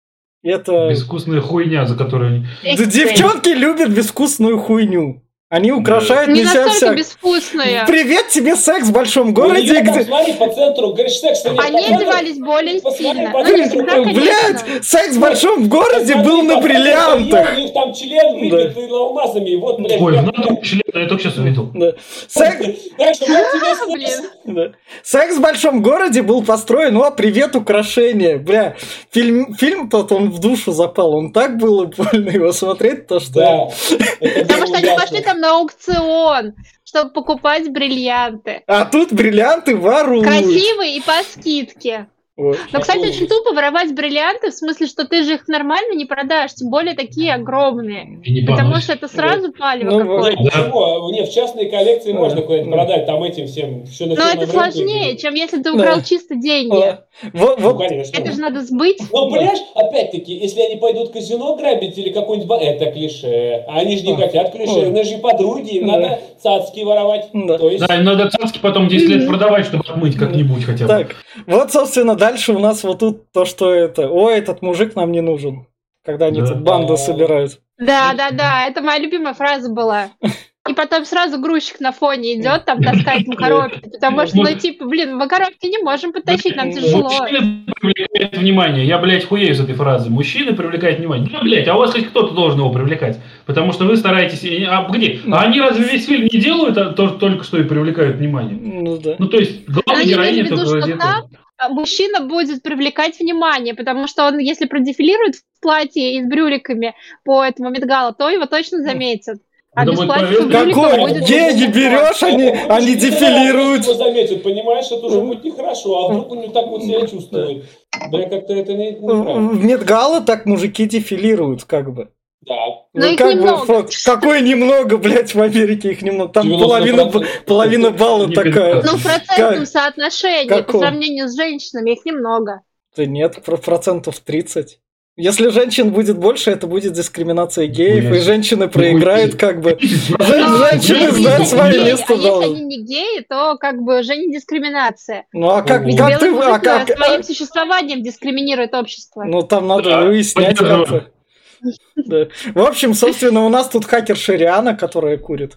это... Безвкусная хуйня, за которую они... Да девчонки любят безвкусную хуйню. Они украшают Не нельзя настолько всяк. безвкусные. Привет тебе, секс в большом У городе. неё там, где- смотри, по центру, говоришь, секса нет. Они по центру- одевались более Посмотри, стильно. по Ну, не центру, всегда, конечно. Блядь, секс в большом городе Посмотри, был на по центру бриллиантах. стоял, У них там член выбитый алмазами. Вот, блядь, Ой, прям- надо член, я только сейчас увидел. Да. Секс, Так что вот тебе Блин. секс. да. Секс в большом городе был построен. О, привет, украшение. Бля, фильм, фильм тот, он в душу запал. Он так было больно его смотреть, то что... Да. это Потому было что они ужасно. пошли там на аукцион, чтобы покупать бриллианты. А тут бриллианты воруют. Красивые и по скидке. Вот. Но, кстати, Охуеть. очень тупо воровать бриллианты, в смысле, что ты же их нормально не продашь, тем более такие огромные. И не Потому понос. что это сразу палево Ну, какое-то. Нет, почему? Не, в частной коллекции Да. можно куда-нибудь Да. продать там этим всем. Еще на Но это черном рынке. сложнее, чем если ты Да. украл чисто деньги. А, Вот, Ну, вот, конечно. Это же надо сбыть. Ну, понимаешь, опять-таки, если они пойдут казино грабить или какой-нибудь... ба- Это клише. А они же не А. хотят клише. Ой. У нас же подруги, им Да. надо цацки воровать. Да. То есть... Да, им надо цацки потом десять лет продавать, чтобы отмыть как-нибудь хотя бы. так, вот, собственно, дальше у нас вот тут то, что это... Ой, этот мужик нам не нужен. Когда они Да. тут банду А. собирают. Да, да, да, это моя любимая фраза была. И потом сразу грузчик на фоне идет, там таскать на коробке. Потому что, ну, типа, блин, мы коробки не можем потащить, нам тяжело. Мужчины привлекают внимание. Я, блядь, хуею с этой фразы. Мужчины привлекают внимание. Ну, блядь, а у вас хоть кто-то должен его привлекать. Потому что вы стараетесь... А где? А они разве весь фильм не делают, а то, только что и привлекают внимание? Ну да. Ну, то есть, главная Они героиня имели в виду, только что ради там этого. а, мужчина будет привлекать внимание, потому что он, если продефилирует в платье и с брюликами по этому Медгала, то его точно заметят. А Это без будет платья с повестка. брюликом Какой? будет... Деньги берешь, они, они дефилируют. Его заметят, понимаешь, это уже будет нехорошо. А вдруг он не так вот себя чувствует? Бля, как-то это не, неправильно. В Медгала так мужики дефилируют, как бы. Да. Но их как бы, немного. фак- какое немного, блядь, в Америке их немного. Там девяносто половина, процентов. половина балла Не такая. Ну, в процентном Как? соотношении, по Каком? сравнению с женщинами, их немного. Да нет, про- процентов тридцать. Если женщин будет больше, это будет дискриминация геев, Нихуя и себе. женщины проиграют, как бы. Жен- Но Женщины если знают они свое геи, место а если должны. они не геи, то как бы уже не дискриминация. Ну а как, Ведь как Белый ты... мужик А как, своим существованием дискриминирует общество. ну там надо Да, выяснять поддерживаю. как-то. Да. В общем, собственно, у нас тут хакер Шариана, которая курит.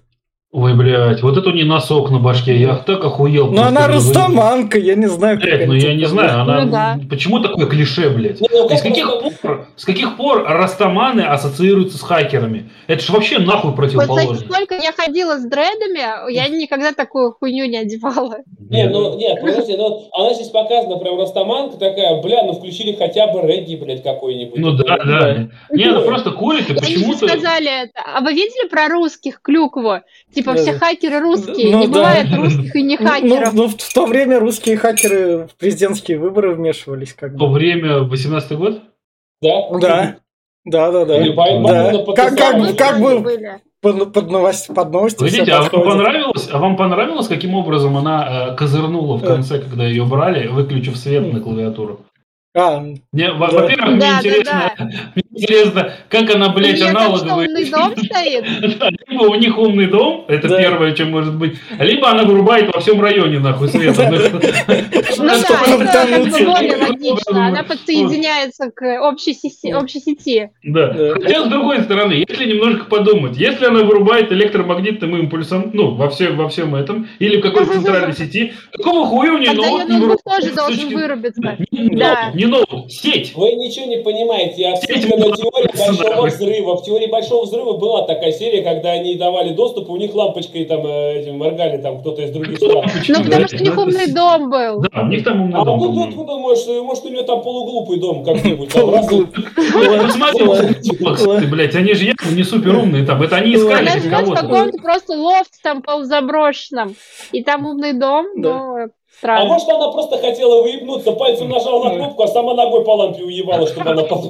Ой, блядь, вот это не носок на башке, я так охуел. Ну она растаманка, я не знаю, как Блядь, ну я не знаю, она... Ну да. Почему такое клише, блядь? Не, ну И с как каких просто- пор, с каких пор растаманы ассоциируются с хакерами? Это же вообще нахуй Вот, кстати, противоположно. сколько я ходила с дредами, я никогда такую хуйню не одевала. Не, ну, нет, подожди, ну, она здесь показана прям растаманка такая, бля, ну включили хотя бы регги, блядь, какой-нибудь. Ну да, да. Не, ну Ой. просто курит, и Они же почему-то... сказали это. А вы видели про русских клюкву? Типа Да. все хакеры русские, Ну не да. бывает русских и не Ну, хакеров. ну, в то время русские хакеры в президентские выборы вмешивались, как В то бы. время, восемнадцатый год? Да? Да. Да, да, да. Или Байден Да. именно Как, как, потусовал. как бы были. под, под, новость, под новости Погодите, всё а вам подходит. понравилось, а вам понравилось, каким образом она э, козырнула в конце, когда ее брали, выключив свет на клавиатуру? А, Мне, во- Да. Во-первых, мне, Да, да, интересно, да. мне интересно, как она, У блядь, неё там что, аналоговый... умный дом стоит? Да, либо у них умный дом, это Да. первое, чем может быть, либо она вырубает во всем районе, нахуй, свет. Ну да, Чтобы это как бы утонуть. более логично. Она подсоединяется к общей сети. Общей сети. Да. Да. Хотя, с другой стороны, если немножко подумать, если она вырубает электромагнитным импульсом, ну, во всем, во всем этом, или в какой-то центральной сети, какого хуя у нее Тогда ее ноут не ноутбук вырубает? тоже с должен точки- вырубиться. Не Да. ноут, не ноут, сеть. Вы ничего не понимаете, Сеть особенно теория большого нахуй. взрыва. В теории большого взрыва была такая серия, когда они давали доступ, у них лампочкой там э, этим моргали там кто-то из других стран. Ну, потому что у них умный дом был. Да, у них там умный А дом, вот по-моему. откуда можешь, может у него там полуглупый дом как-нибудь там раз. Посмотри, типа, кстати, блядь, они же явно не супер умные там, это они искали Она хоть живет в кого-то. каком-то просто лофте там полузаброшенном. И там умный дом, Да. ну, А странно. может она просто хотела выебнуться, пальцем нажала на кнопку, а сама ногой по лампе уебала, чтобы она потом...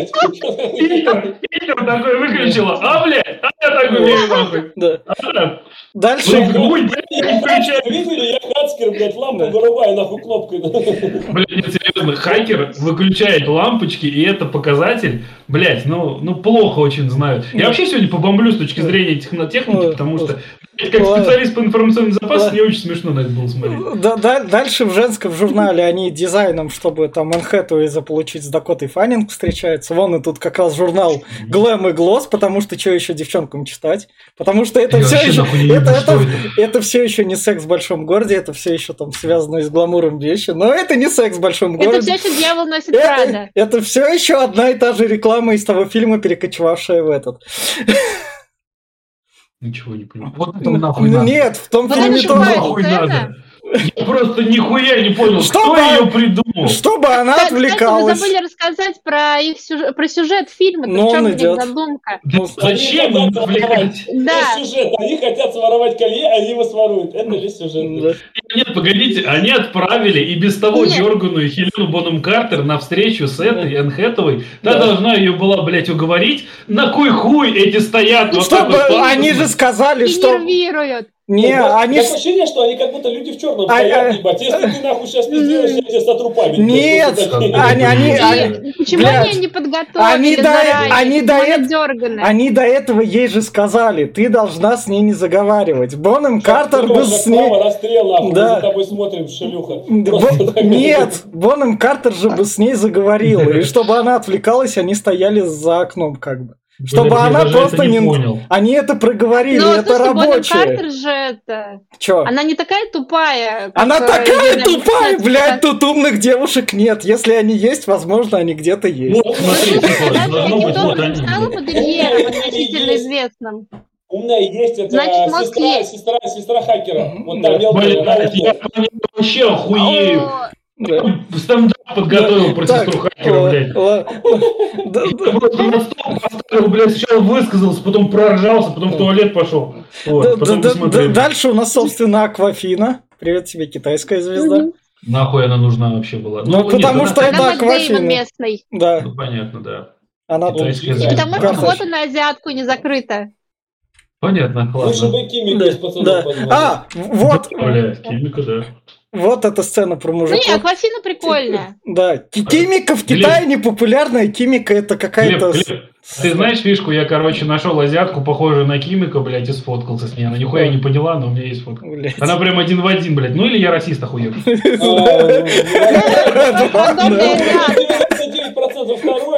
Питер, Питер такой выключила, а, блядь, а я такой, блядь, нахуй. да. А, Дальше. ой, блядь, не включай. Видели, я хацкер, блядь, лампу вырубаю нахуй кнопкой. Блядь, нет, серьезно, хакер выключает лампочки, и это показатель, блядь, ну, ну плохо очень знаю. Я вообще сегодня побомблю с точки зрения технотехники, потому что, блядь, как специалист по информационной безопасности, мне очень смешно на это было смотреть. Да- да- дальше в женском журнале они дизайном, чтобы там Энхэтуэй заполучить с Дакотой Фаннинг встречаются. Вон и тут как раз журнал Глэм и Глосс, потому что что еще девчонкам читать? Потому что это Я все вообще еще нахуй не это, вижу, что это, это. это все еще не секс в большом городе, это все еще там связанные с гламуром вещи. Но это не секс в большом Это городе. все еще дьявол носит Это, Прада. это все еще одна и та же реклама из того фильма, перекочевавшая в этот. Ничего не понимаю. Вот это нахуй надо. Нет, в том Вот фильме это тоже. шикарно. Нахуй сцена. надо. Я просто нихуя не понял, Что кто бы- ее придумал. Чтобы она Кстати, кстати, вы отвлекалась. забыли рассказать про их сюжет, про сюжет фильма. Но в чем он у них идет. задумка? Ну, Зачем им отвлекать? Да. Это сюжет, они хотят своровать колье, они его своруют. Это же сюжет. да. Нет, погодите, они отправили и без того Нет. дерганую Хелену Бонем Картер на встречу с этой Энн Хэтэуэй. Та Да. должна ее была, блядь, уговорить. На кой хуй эти стоят вот так Чтобы вот? они же сказали, И что... нервируют. Не, Ну, они... Такое ощущение, что они как будто люди в черном А, стоят, а- ебать. Если ты нахуй сейчас не сделаешь, я тебе сотру память. Нет, Блядь, вот они- они- И они- почему блядь, они не подготовили они до- заранее? они до Почему эт- дёрганые? Они до этого ей же сказали, ты должна с ней не заговаривать. Бонем Картер Ты бы тоже с ней... справа расстрел, нахуй, мы Да. за тобой смотрим, шлюха. Бо- Просто так. Нет, Бонем Картер же бы с ней заговорил. И чтобы она отвлекалась, они стояли за окном как бы. Чтобы Блядь, я она даже просто это не... понял. Они это проговорили, Ну, это слушай, Бонем рабочие. Картер же это... Чё? Она не такая тупая. как, Она э, такая Елена тупая, Александровна. блядь, тут умных девушек нет. Если они есть, возможно, они где-то есть. Вот, смотри, типа, Она должно быть вот никто не они. стала модельером относительно известным. Умная есть, это Значит, мозг сестра, есть. сестра, сестра хакера. Мгм. Вот там мелкая, Блядь, она я умная. по ней вообще охуею. О, Да. Стендап подготовил про Так, сестру хакера, ла- блядь. ла- да, Я да, просто на стол поставил, блядь, сначала высказался, потом проржался, потом в туалет пошел. Вот, да, потом да, посмотрели. да, дальше у нас, собственно, Аквафина. Привет тебе, китайская звезда. Мгм. Нахуй она нужна вообще была? Ну, нет, потому она- что это Она Мэтт Аквафина. Дэймон местный. Да, Ну, понятно, да. она Ну, тут. Китайская И И звезда. потому что Как квота на азиатку не закрыта. Понятно, Лучше ладно. бы Кимик Да, из пацанов да. позвонил. А, вот, Да, блядь, химика, да. вот эта сцена про Ну не, мужиков. Аквафина прикольная. Да, ки- кимика в Китае не популярная, кимика это какая-то... Глеб, Глеб, ты знаешь фишку? Я, короче, нашел азиатку, похожую на Кимика, блядь, и сфоткался с ней. Она нихуя не поняла, но у меня есть фотка. Блядь. Она прям один в один, блядь. Ну или я расист охуел. Подобная азиатка. девяносто девять процентов второе, но восемь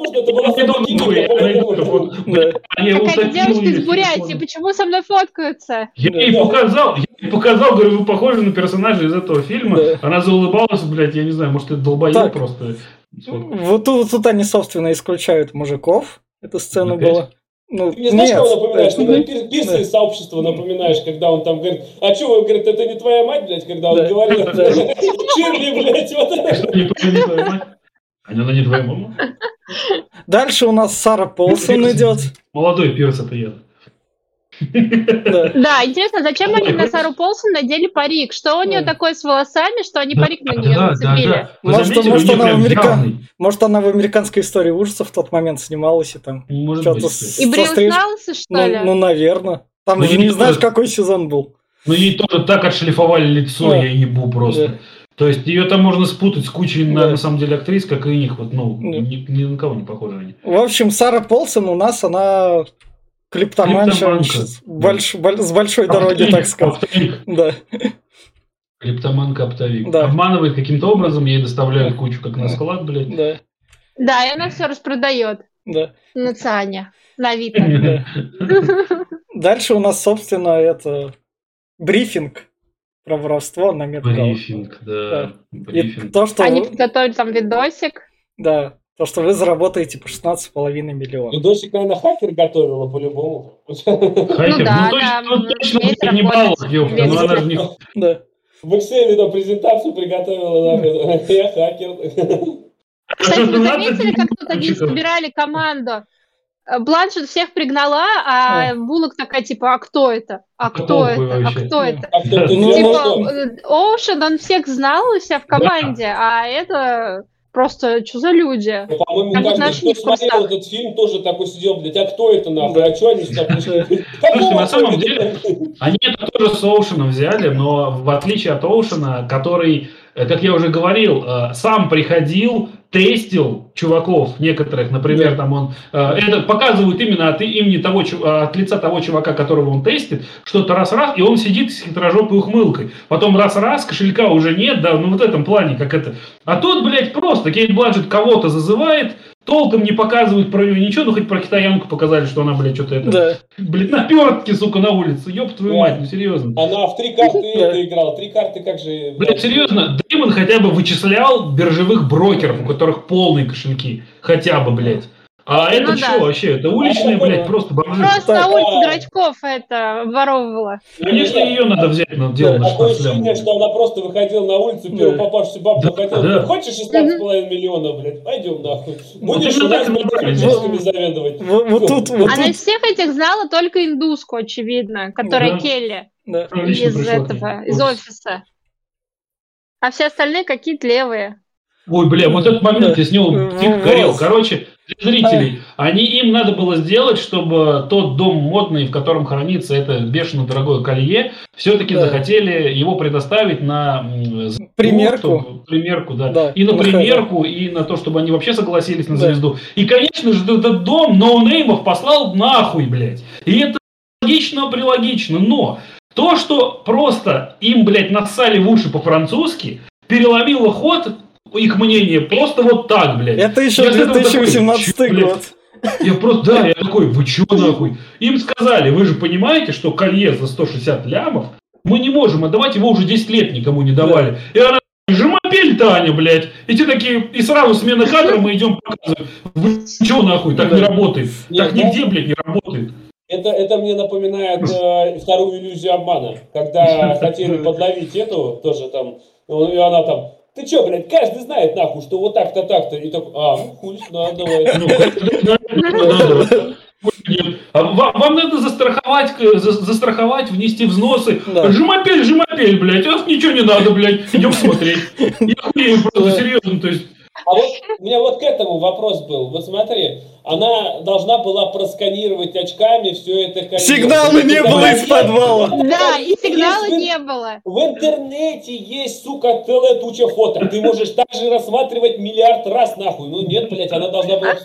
что это была самая Кикимора, поэтому... Они Какая-то утопили девушка из их Бурятии, телефоном. почему со мной фоткаются? Я ей показал, я ей показал, говорю, вы похожи на персонажа из этого фильма. Да. Она заулыбалась, блядь, я не знаю, может, это долбоёб Так. просто. Вот тут, тут они, собственно, исключают мужиков. Эта сцена Опять? была. Ну, Ты мне знаешь, нет, кого напоминаешь? Ты это- мне пир- пирсы из сообщества напоминаешь, когда он там говорит, а что, он говорит, это не твоя мать, блядь, когда он Да. говорил, Да. Ширли, блядь, вот это. Что, не твоя- не твоя мать? Она не твоя мама? Дальше у нас Сара Полсон идет. Молодой пирс это я. Да. Да, интересно, зачем они на Сару Полсон надели парик? Что у нее Да. такое с волосами, что они Да, парик на да, нее да, нацепили? да. Вы Может, заметили, может, у неё она прям в Америка- явный. Может, она в американской истории ужасов в тот момент снималась и там. Может Что-то быть, с- кстати. И со Брюс стриж- Найлса, что Ну, ли? ну, наверное. Там Ну, же не не знаешь, просто- какой сезон был. Ну, ей тоже так отшлифовали лицо, Да. я ебу просто. Да. То есть ее там можно спутать с кучей, на, Да. на самом деле, актрис, как и них. Вот, ну, Да. ни, ни на кого не похожи они. В общем, Сара Полсон у нас, она клиптоманша Клиптоманка. с, больш- боль- с большой дороги, Оптовик, так сказать. оптовик. Да. Криптоманка оптовик. Да. Обманывает каким-то образом, ей доставляют кучу, как на Да. склад, блядь. Да. Да, и она все распродает Да. на Циане, на Авито. Да. Дальше у нас, собственно, это брифинг про воровство на Медгала. Брифинг, да. И Брифинг. то, что Они вы- подготовили там видосик. да, то, что вы заработаете по шестнадцать с половиной миллионов. Видосик, наверное, хакер готовила по-любому. Хакер, Ну да, точно, там ну, точно, умеет блядь, не работать. баллов, ёпта, ну она же не... Да. В Excel там презентацию приготовила, нахуй. Я хакер. Кстати, вы Надо заметили, как тут они мальчиков. собирали команду? Э, Бланшет всех пригнала, а А. Буллок такая, типа, а кто это? А Кто кто такой это? А вообще? кто это? А кто ты Ну, делал, Типа, что? э, Оушен, он всех знал у себя в команде, а это просто, что за люди? Ну, по-моему, Как каждый, нашли кто в курсах. смотрел этот фильм, тоже такой сидел, блядь, а кто это нахуй? Да. А что они сюда пришли? Слушайте, Какого на самом хуя? деле, они это тоже с Оушена взяли, но в отличие от Оушена, который, э, как я уже говорил, э, сам приходил, тестил чуваков некоторых, например, Да. там он, э, это показывают именно от имени того, чу- э, от лица того чувака, которого он тестит, что-то раз-раз, и он сидит с хитрожопой ухмылкой. Потом раз-раз, кошелька уже нет, да, ну вот в этом плане, как это. А тут, блядь, просто Кейт Бланшетт кого-то зазывает, толком не показывают про нее ничего, ну хоть про китаянку показали, что она, блядь, что-то это... Да. Блин, напертки, сука, на улице. Ёб твою Да. мать, ну серьезно. Она в три карты Да. это играла. Три карты как же... Блядь, серьезно, Дэймон хотя бы вычислял биржевых брокеров, у которых полные кошельки. Хотя бы, блядь. А это Ну что да. вообще? Это уличные, это блядь, было. просто бомжи. Просто Так. на улице Да. дурачков это воровывала. Конечно, ее надо взять на дело на Такое шестнадцать ощущение, лямов. что она просто выходила на улицу, первую Да. попавшуюся бабку Да, хотела. да. Хочешь шестнадцать с половиной миллионов, блядь? Пойдем нахуй. Вот Будешь именно у нас так и набрали. бабушками заведовать. Вот, вот тут, вот Она тут, из всех этих знала только индуску, очевидно, которая Да. Келли да. Лично из пришла к ней. этого, из Вот. офиса. А все остальные какие-то левые. Ой, бля, вот этот момент, Да. я с него Вот. тихо горел. Короче, для зрителей, они, им надо было сделать, чтобы тот дом модный, в котором хранится это бешено дорогое колье, все-таки Да. захотели его предоставить на м, звезду, Примерку. чтобы- примерку, да. Да, И на на примерку, и на то, чтобы они вообще согласились на Да. звезду. И, конечно же, этот дом ноунеймов послал нахуй, блядь. И это логично-прилогично, но то, что просто им, блядь, нассали в уши по-французски, переломило ход их мнение просто вот так, блядь. Это еще Я с этого две тысячи восемнадцатый такой, чё, год. Я просто, да, я такой, вы чё нахуй? Им сказали, вы же понимаете, что колье за сто шестьдесят лямов мы не можем отдавать, его уже десять лет никому не давали. И она, жемопель, Таня, блядь. И те такие, и сразу смена кадра, мы идем показывать. Вы чё нахуй, так не работает. Нет, Так нигде, блядь, не работает. Это, это мне напоминает э, вторую иллюзию обмана. Когда хотели подловить эту, тоже там, ну, и она там, ты чё, блядь, каждый знает нахуй, что вот так-то, так-то. И так, а, ну хуй, да, давай. Ну, да, да. Нет. А вам, вам надо застраховать, к- за- застраховать, внести взносы. Да. Жемопель, жемопель, блядь. А ничего не надо, блядь. Идем смотреть. Я хуею просто, Да. серьезно. То есть, А вот у меня вот к этому вопрос был. Вот смотри, она должна была просканировать очками все это колье. Сигнала не было из подвала. Да, и сигнала Есть в- не было. В интернете есть, сука, целая туча фото. Ты можешь также рассматривать миллиард раз, нахуй. Ну нет, блядь, она должна была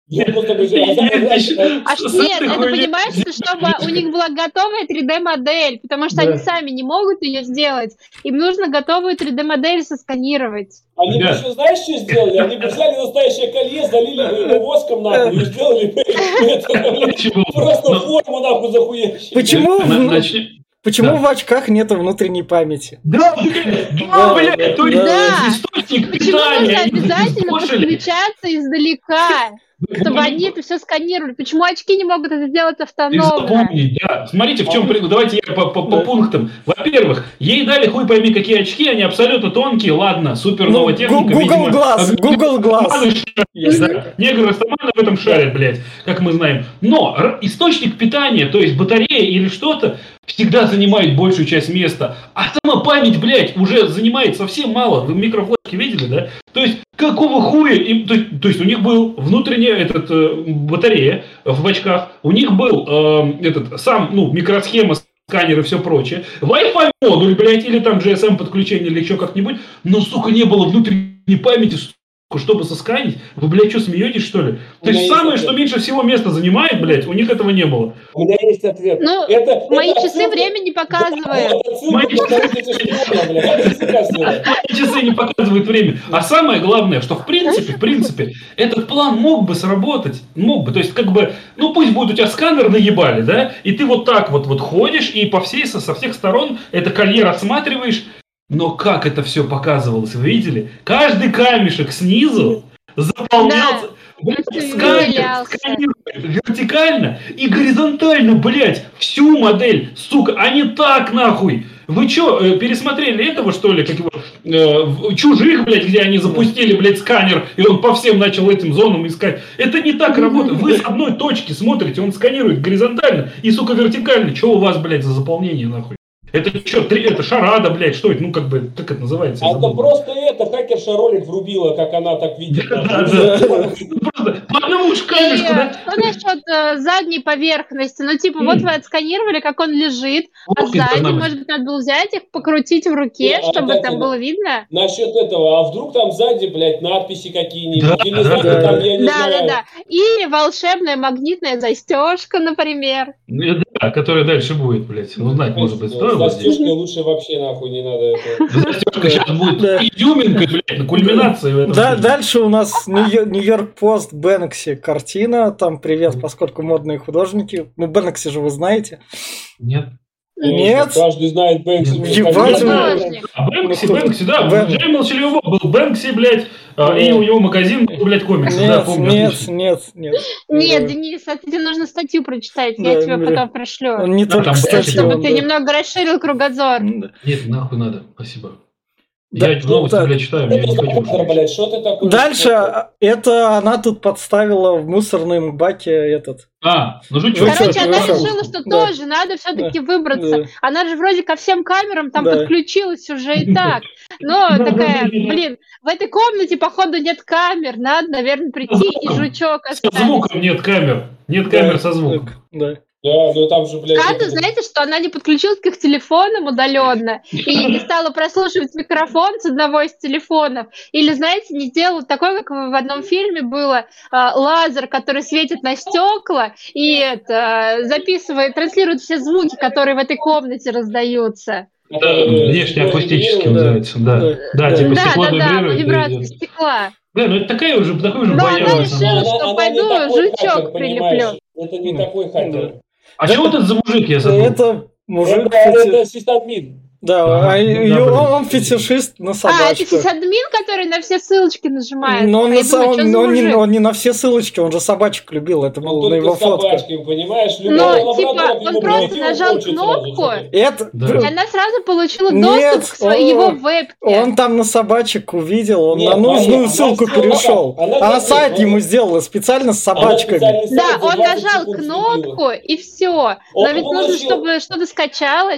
Я просто говорю, а за- А что, нет, это понимаешь, что чтобы у них была готовая три дэ-модель, потому что Да. они сами не могут ее сделать. Им нужно готовую три дэ-модель сосканировать. Они бы Ребят. еще, знаешь, что сделали? Они бы взяли настоящее колье, залили бы его воском, нахуй, и сделали бы это, блядь, Чего? просто Но- форму, нахуй, захуящую. Почему, На- в- начни- почему Да. в очках нету внутренней памяти? Да, блядь, Да, да, блядь, да, то есть да. источник Почему питания, нужно они обязательно слушали. подключаться издалека, чтобы они это все сканировали? Почему очки не могут это сделать Ты автономно? запомни, да. Смотрите, в чем прикол. Давайте я по, по- по Да. пунктам. Во-первых, ей дали хуй пойми какие очки, они абсолютно тонкие, ладно, супер новая Ну, техника. Google видимо. Glass, А, Google Glass. Растаманы Есть да. такое. Негры растаманы в этом шарят, блядь, как мы знаем. Но р- источник питания, то есть батарея или что-то, всегда занимает большую часть места. А сама память, блядь, уже занимает совсем мало. Вы микрофлешки видели, да? То есть, какого хуя им... То, есть- то есть, у них был внутренняя этот, э, батарея в очках, у них был э, этот, сам, ну, микросхема, сканер и все прочее, Wi-Fi модуль, блядь, или там джи эс эм подключение, или еще как-нибудь, но, сука, не было внутренней памяти, сука, чтобы сосканить. Вы, блядь, что, смеетесь, что ли? У То меня есть, есть самое, ответ. что меньше всего места занимает, блядь, у них этого не было. У меня есть ответ. Ну, это, Мои это часы отсылка- время не показывают. Вот отсылка Мои к Маргарите Шпионовне, блядь. Это языка сделала. Часы не показывают время. А самое главное, что в принципе, в принципе, этот план мог бы сработать. Мог бы. То есть, как бы, ну пусть будет у тебя сканер наебали, да, и ты вот так вот, вот ходишь и по всей, со, со всех сторон это колье рассматриваешь. Но как это все показывалось, вы видели? Каждый камешек снизу заполнялся. Блядь, Просто сканер выделялся. сканирует вертикально и горизонтально, блядь, всю модель, сука, а не так нахуй. Вы чё, э, пересмотрели этого, что ли, как его, э, в- чужих, блядь, где они запустили, блядь, сканер, и он по всем начал этим зонам искать? Это не так работает. Вы с одной точки смотрите, он сканирует горизонтально и, сука, вертикально. Чё у вас, блядь, за заполнение, нахуй? Это что, это шарада, блядь, что это, ну, как бы, как это называется? Я А это забыл. просто это, хакерша ролик врубила, как она так видит. Да, да, да. Просто по одному ж И камешку, да? что насчет э, задней поверхности? Ну, типа, вот вы отсканировали, как он лежит, а Вот и должна сзади, быть. может быть, надо было взять их, покрутить в руке, Не, а чтобы как там это? было видно? Насчет этого, а вдруг там сзади, блядь, надписи какие-нибудь, Да, или да, сзади да. там, я не Да, знаю. да, да. Или волшебная магнитная застежка, например. Ну, да, которая дальше будет, блядь. Ну, знать, может быть, С стоило здесь. застежкой лучше вообще нахуй не надо это. Застежка сейчас будет Да. изюминкой, блядь, на кульминации в этом. Да, фильме. дальше у нас Нью- Нью-Йорк Пост, Бэнкси, картина. Там привет, поскольку модные художники. Ну, Бэнкси же вы знаете. Нет. Нет. Каждый знает Бэнкси. Ебать вы. А Бэнкси, Ну, Бэнкси, да. Бэн- У Джей Молчаливого был Бэнкси, блядь, а, и у него магазин был, блядь, комиксы. Да, Нет, помню. нет, отлично. нет, нет. Нет, Э, Денис, а тебе нужно статью прочитать, Да, я тебе бля. потом пришлю. Он не Да, только, там, кстати, чтобы Чтобы он, ты да. немного расширил кругозор. Да. Нет, нахуй надо. Спасибо. Да, Я новости, да. блядь, читаю, я не хочу. Кадр, блядь, что ты такой? Дальше а, это она тут подставила в мусорном баке этот. А, ну жучок. Жучок, Короче, она жучок. решила, что Да. тоже надо все-таки Да. выбраться. Да. Она же вроде ко всем камерам там Да. подключилась уже и так. Но Да, да, такая, да, да. блин, в этой комнате, походу, нет камер. Надо, наверное, прийти и звуком. жучок Со оставить. звуком нет камер. Нет Да. камер со звуком. Да. Да, ну там же, блядь... Странно, это- знаете, что она не подключилась к их телефонам удаленно и не стала прослушивать микрофон с одного из телефонов. Или, знаете, не сделала такое, как в одном фильме было, а, лазер, который светит на стекла и это, записывает, транслирует все звуки, которые в этой комнате раздаются. Да, внешне акустически Да. называется. Да, Да. да, Да. типа Да, стекло да, да, вибрирует. и вибрация идет. стекла. Да, ну это такая уже, такой уже Но она боязнь. решила, самая. что Она- она пойду не такой жучок хакер, понимаешь? прилеплю. Это не Да. такой хакер. А чего это за мужик, я забыл? Это мужик, Это, фети- это сисадмин. да, А, а ну и- да, и блин. он, он фетишист на А, это собачках. сисадмин, который на все ссылочки нажимает. Но он, А на я думаю, самом- что за но он не, мужик? он не на все ссылочки, он же собачек любил, это Он было на только его с фотках. собачками, понимаешь? Ну, Любого типа, лабрадора он к нему просто подойти, нажал кончит сразу, кнопку, что-то. Это Да. и она сразу получила Нет, доступ к своей он- его вебке. он там на собачек увидел, он Нет, на нужную она ссылку сделала перешел. так, она Она сделала- сайт ему сделала специально с Она собачками. специальный сайт Да, за он двадцать нажал секунд кнопку, слепила. и все. Но Он ведь нужно, получил. чтобы что-то скачалось. А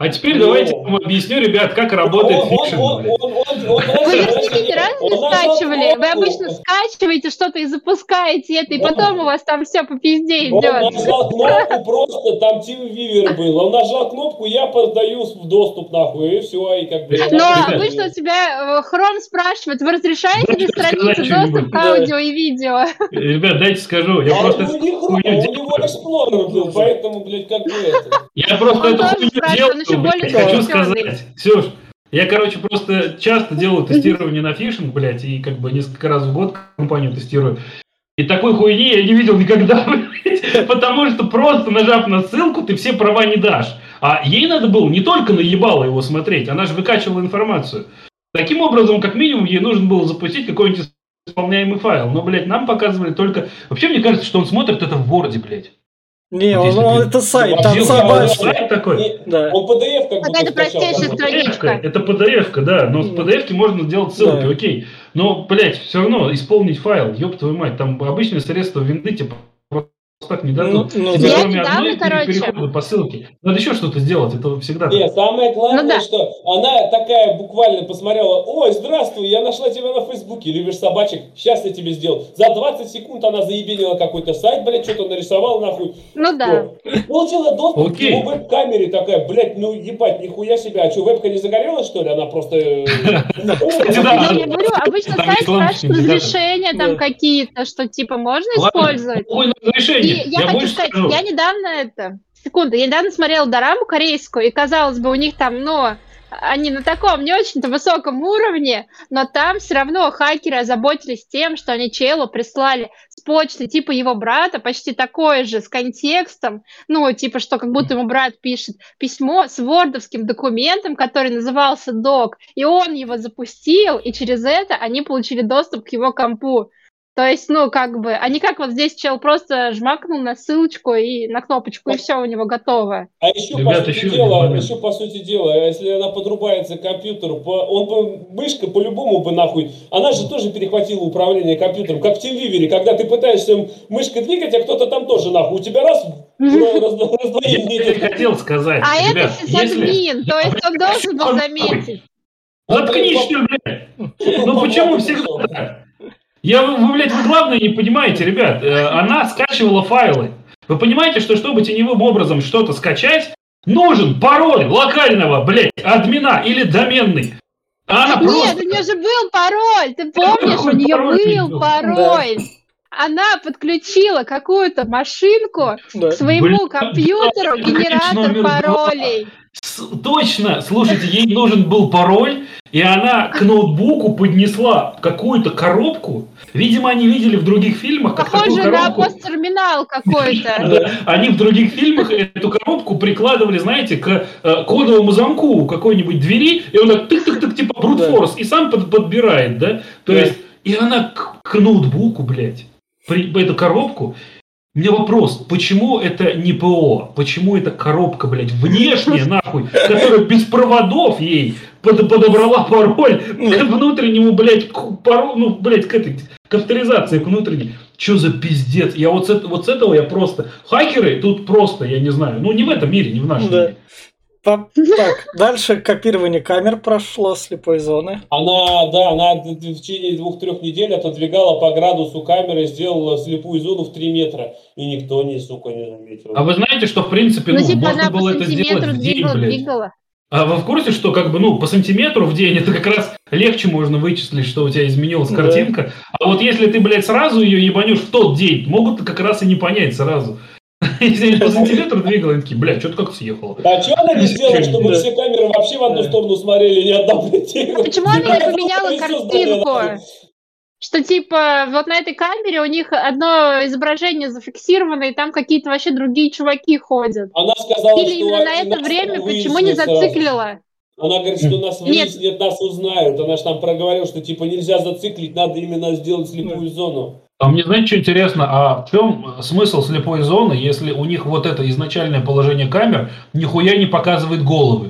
А теперь Ну. давайте я вам объясню, ребят, как работает Он- он- фишинг, он- блядь. он- он- он- Вы знаешь, же знаешь, все ни разу не он нажал скачивали. Вы кнопку. обычно скачиваете что-то и запускаете это, и Он- потом у вас там все по пизде Он идет. нажал кнопку просто, там TeamViewer был. Он нажал кнопку, я подаю в доступ нахуй, и все, и как бы... я Но нахуй не обычно у знаю. тебя э, Chrome спрашивает, вы разрешаете Дайте без сказать страницы что-нибудь. доступ к Да. аудио и видео? Ребят, дайте скажу, я А просто у эту него хуйню у делаю. него Explorer был, поэтому, блядь, как бы это... Я просто Он эту тоже хуйню спрашивает, делаю, он еще блядь, более хочу заключенный. сказать. Ксюш, я, короче, просто часто делаю тестирование на фишинг, блядь, и как бы несколько раз в год компанию тестирую. И такой хуйни я не видел никогда, блядь, потому что просто нажав на ссылку, ты все права не дашь. А ей надо было не только наебало его смотреть, она же выкачивала информацию. Таким образом, как минимум, ей нужно было запустить какой-нибудь исполняемый файл. Но, блядь, нам показывали только... Вообще, мне кажется, что он смотрит это в Word, блядь. Не, Вот он, если он- ты- это сайт, Ну, там вообще, сам он- башня. Сайт такой? Не, Да. Он пи ди эф как будто Какая-то скачал. простейшая там. страничка. Это пи ди эф-ка, да, но с Мгм. пи ди эф-ки можно сделать ссылки, Да. окей. Но, блядь, все равно исполнить файл, ёб твою мать, там обычные средства винды типа просто так не дадут. Ну, ну Тебе да. Я кроме недавно, одной короче- перехода по ссылке. Надо еще что-то сделать, это всегда так. Нет, самое главное, Ну да. что она такая буквально посмотрела: ой, здравствуй, я нашла тебя на Фейсбуке, любишь собачек, сейчас я тебе сделал. За двадцать секунд она заебенила какой-то сайт, блядь, что-то нарисовала нахуй. Ну да. Всё. Получила доступ Окей. к его веб-камере, такая, блядь, ну ебать, нихуя себе. А что, вебка не загорелась, что ли? Она просто... э, Кстати, да. Ну, я говорю, обычно Там сайт есть лампочки, спрашивает индикаторы. разрешения там Да. какие-то, что типа можно Ладно, использовать. похуй на И разрешение. я, хочу больше сказать, скажу. я недавно это... Секунду, я недавно смотрела дораму корейскую, и, казалось бы, у них там, ну, они на таком не очень-то высоком уровне, но там все равно хакеры озаботились тем, что они челу прислали с почты типа его брата, почти такое же, с контекстом, ну, типа, что как будто ему брат пишет письмо с вордовским документом, который назывался док, и он его запустил, и через это они получили доступ к его компу. То есть, ну, как бы, а не как вот здесь чел просто жмакнул на ссылочку и на кнопочку, и все у него готово. А еще, Ребят, по еще сути один дела, момент. еще, по сути дела, если она подрубается к компьютеру, по- он бы, мышка по-любому бы нахуй, она же тоже перехватила управление компьютером, как в TeamViewer, когда ты пытаешься мышкой двигать, а кто-то там тоже нахуй, у тебя раз, раз- раз- раздвоение Я идет. не хотел сказать, А это ребят, если... сисадмин, то есть он должен был заметить. Заткнись, что ли, блядь. Ну почему всегда так? Я, вы, вы, блядь, вы главное не понимаете, ребят. Э, она скачивала файлы. Вы понимаете, что чтобы теневым образом что-то скачать, нужен пароль локального, блядь, админа или доменный. А она Нет, просто... у нее же был пароль, ты помнишь, у какой нее пароль у неё был был? пароль. Она подключила какую-то машинку Да. к своему Блин, компьютеру, да, ключ генератор номер два. паролей. С- Точно, слушайте, ей нужен был пароль, и она к ноутбуку поднесла какую-то коробку. Видимо, они видели в других фильмах, как такую Похоже на коробку... посттерминал какой-то. Да, они в других фильмах эту коробку прикладывали, знаете, к э, кодовому замку у какой-нибудь двери, и он так тык-тык-тык, типа брутфорс, и сам под- подбирает, да? То Да. есть, и она к, к ноутбуку, блядь, при, эту коробку. У меня вопрос, почему это не ПО? Почему это коробка, блядь, внешняя, нахуй, которая без проводов ей под- подобрала пароль к внутреннему, блядь, к паролю, ну, блядь, к этой, к авторизации, к внутренней. Че за пиздец? Я вот с, это- вот с этого я просто... Хакеры тут просто, я не знаю, ну, не в этом мире, не в нашем Да. мире. По- Так, дальше копирование камер прошло слепой зоны. Она, да, она в течение двух-трех недель отодвигала по градусу камеры, сделала слепую зону в три метра, и никто не, сука, не заметил. А вы знаете, что, в принципе, ну, Ну, типа можно она по было это сделать сантиметру в день, двигала, блядь. двигала. А вы в курсе, что как бы, ну, по сантиметру в день это как раз легче можно вычислить, что у тебя изменилась Да. картинка. А вот если ты, блядь, сразу ее ебанешь в тот день, могут как раз и не понять сразу. Если они по сантиметру двигала, они такие, блядь, что-то как съехало. А что она не сделала, чтобы Да. все камеры вообще в одну Да. сторону смотрели, ни одна, блядь? А почему она не поменяла картинку? Что типа вот на этой камере у них одно изображение зафиксировано, и там какие-то вообще другие чуваки ходят. Она сказала, Или что именно на они это нас время там почему не выяснят сразу. зациклила? Она говорит, что нас Нет. выяснят, нас узнают. Она же нам проговорила, что типа нельзя зациклить, надо именно сделать слепую зону. А мне, знаете, что интересно, а в чем смысл слепой зоны, если у них вот это изначальное положение камер нихуя не показывает головы?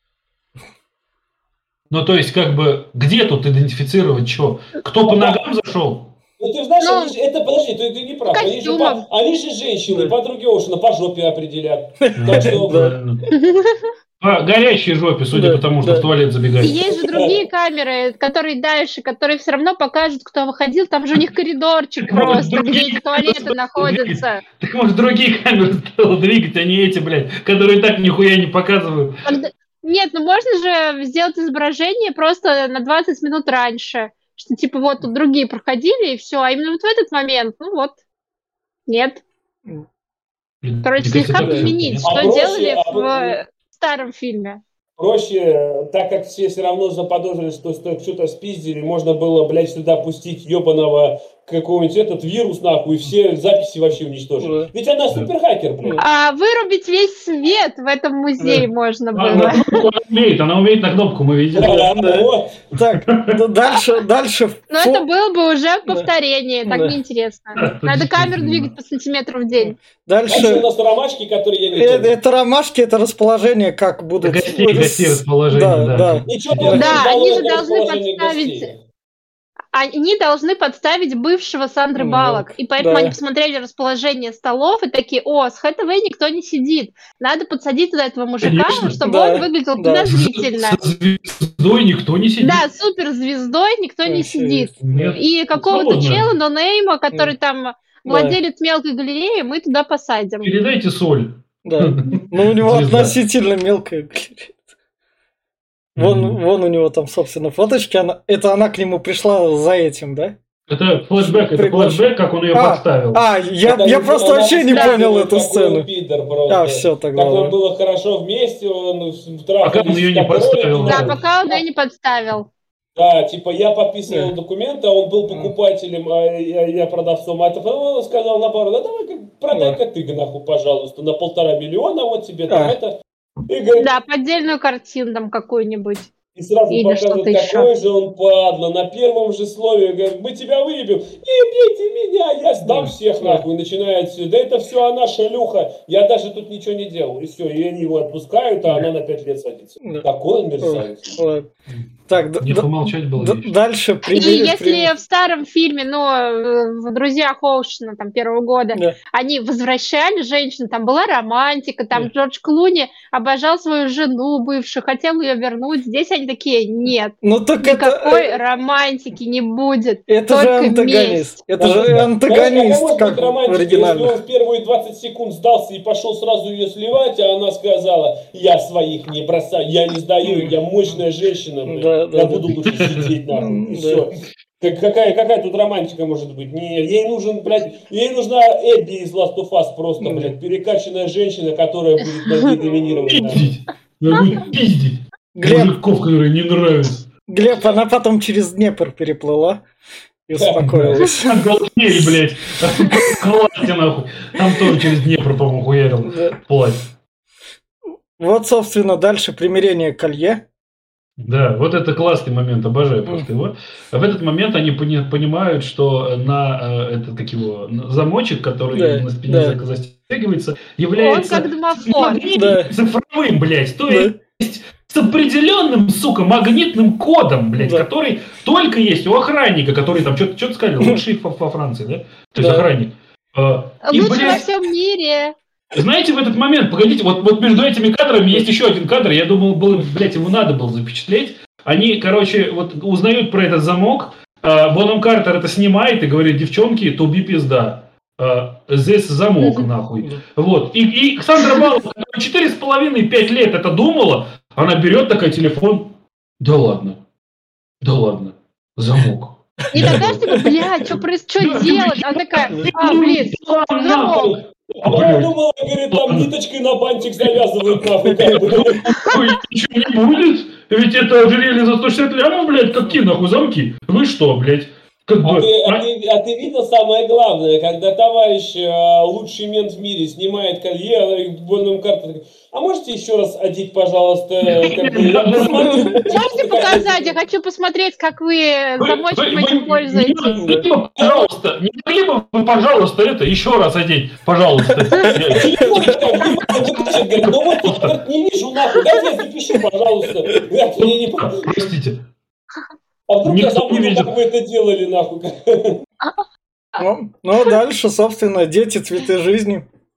Ну, то есть, как бы, где тут идентифицировать что? Кто по ногам зашел? Ну ты знаешь, Ну, они же, это подожди, ты, ты не прав. Они же, костюмом. по- они же женщины, Да. подруги Оушена по жопе определят. Так что, Да. По горящей жопе, судя Да, по тому, что да. в туалет И забегает. есть же другие камеры, которые дальше, которые все равно покажут, кто выходил. Там же у них коридорчик Так, может, просто, где другие эти камеры туалеты стоило находятся. Так может другие камеры стоило двигать, а не эти, блядь, которые так нихуя не показывают. Когда- Нет, ну можно же сделать изображение просто на двадцать минут раньше. Что типа вот тут другие проходили и все. А именно вот в этот момент, ну вот, нет. Блин, Короче, мне кажется, слегка так всё изменить, понятно. А что проще, делали а в вот, э, старом фильме. проще, так как все все равно заподозрили, что что- что-то спиздили, можно было, блядь, сюда пустить ебаного какого-нибудь этот вирус, нахуй, и все записи вообще уничтожить. Да. Ведь она Да. суперхакер, блядь. А вырубить весь свет в этом музее можно А, было. на кнопку она умеет, она умеет на кнопку, мы видели. Да, да. вот. Так, д- дальше, дальше. Но фо- это было бы уже Да. повторение, так Да. неинтересно. Да, это Надо камеру действительно. двигать по сантиметру в день. Дальше у Дальше. нас ромашки, которые я не э, помню. Это ромашки, это расположение, как будут. Гостей, рас- гостей расположение, Да, да. да. Ничего Да, не Да, было они же для должны расположения подставить- гостей. Они должны подставить бывшего Сандры Ну, Баллок. И поэтому да. они посмотрели расположение столов и такие: о, с Хэтэуэй никто не сидит. Надо подсадить туда этого мужика, Конечно. чтобы Да, он выглядел да. подозрительно. Со звездой никто не сидит. Да, суперзвездой никто не Вообще, сидит. Нет. И какого-то Свободно. чела, нонейма, который там владелец мелкой галереи, мы туда посадим. Передайте соль. Да. Ну, у него Звезда. относительно мелкая галерея. Вон, Мгм. вон у него там, собственно, фоточки. Она, это она к нему пришла за этим, да? Это флешбэк, это Приглаш- флешбэк, как он ее А, подставил. А, я, Это я не- просто она вообще не рассказывает, понял эту какой сцену. он пидор просто. А, все тогда. Как да. нам было хорошо вместе, он Пока он её не подставил, Да, Да. пока он ее не подставил. Да, типа я подписывал Да. документы, а он был покупателем, а я, я продавцом. А это он сказал наоборот: да давай продай-ка ты, нахуй, пожалуйста, на полтора миллиона, вот тебе там А. это. И, говорит, Да, поддельную картину там какую-нибудь. и сразу или показывает, что-то ещё. какой же он падла. На первом же слове говорит: мы тебя выебем. Не бейте меня, я сдам Да. всех, Да. нахуй. Начинает все. Да это все она шлюха. Я даже тут ничего не делал. И все, и они его отпускают, а она на пять лет садится. Да. Такой он мерзавец. Ладно. Так, д- Не д- помолчать было д- вечно. дальше И пример. если в старом фильме, ну, э, в «Друзьях Оушена» там первого года, Да. они возвращали женщину, там была романтика, там Да. Джордж Клуни обожал свою жену бывшую, хотел ее вернуть. Здесь они такие: нет, Ну так никакой это, романтики не будет. это же только антагонист. месть. Это Да, же да. антагонист, Знаешь, а как быть в романтика, оригинале. если он в первые двадцать секунд сдался и пошел сразу ее сливать, а она сказала: я своих не бросаю, я не сдаю, я мощная женщина, блядь. Да, да, я да. буду лучше сидеть, нахуй, и Да. все. Так какая, какая тут романтика может быть? Не, ей нужен, блядь, ей нужна Эбби из Last of Us просто, Да. блядь, перекачанная женщина, которая будет над ней доминировать. нахуй. Пиздить. Надо будет пиздить. Глеб, Мужиков, которые не нравятся. Глеб, она потом через Днепр переплыла и успокоилась. Оголтели, блядь. Классе, нахуй. Там тоже через Днепр, по-моему, хуярил. Да. Платье. Вот, собственно, дальше примирение колье. Да, вот это классный момент, обожаю просто его. В этот момент они пони- понимают, что на э, этот, как его, на замочек, который Да, на спине да. за- застегивается, Он является как домофон. Да. цифровым, блядь, то Да. есть с определенным, сука, магнитным кодом, блядь, Да. который только есть у охранника, который там что-то что-то сказал, лучший во, во Франции, да? То есть Да. охранник. Э, и, Лучше во блядь, всем мире. знаете, в этот момент, погодите, вот, вот между этими кадрами есть еще один кадр, я думал, было, блядь, ему надо было запечатлеть. Они, короче, вот узнают про этот замок, э, Бонном Картер это снимает и говорит: девчонки, туби пизда. Э, здесь замок, Мгм. нахуй. Вот. И, и Сандра Баллок, которая четыре с половиной пять лет это думала, она берет такой телефон. Да ладно. Да ладно. Замок. И тогда типа: блядь, что происходит, что делать? Она такая: а, блин, Да, замок. нахуй. А, Она блядь, думала, говорит, там ниточкой на бантик завязывают, нахуй, как бы. ой, ничего не будет. Ведь это ожерелье за сто шестьдесят лямов, блядь, какие нахуй замки? Вы что, блядь? Как А бы... ты, а, а? ты, а ты видел самое главное, когда товарищ, э, лучший мент в мире, снимает колье, и Бонном Картер говорит: а можете еще раз одеть, пожалуйста, как бы, я посмотрю, Можете показать? Я хочу посмотреть, как вы Вы- замочком вы- вы этим не пользуетесь. могли бы, пожалуйста, не могли бы вы, пожалуйста, это еще раз одеть, пожалуйста. телефон так внимательно держит, говорит: ну вот тут, говорит, не вижу, нахуй, дайте я запишу, пожалуйста. Говорит, мне не по- Простите. А вдруг я Никто не забуду, видел. как вы это делали, нахуй. Ну, ну, дальше, собственно, дети, цветы жизни.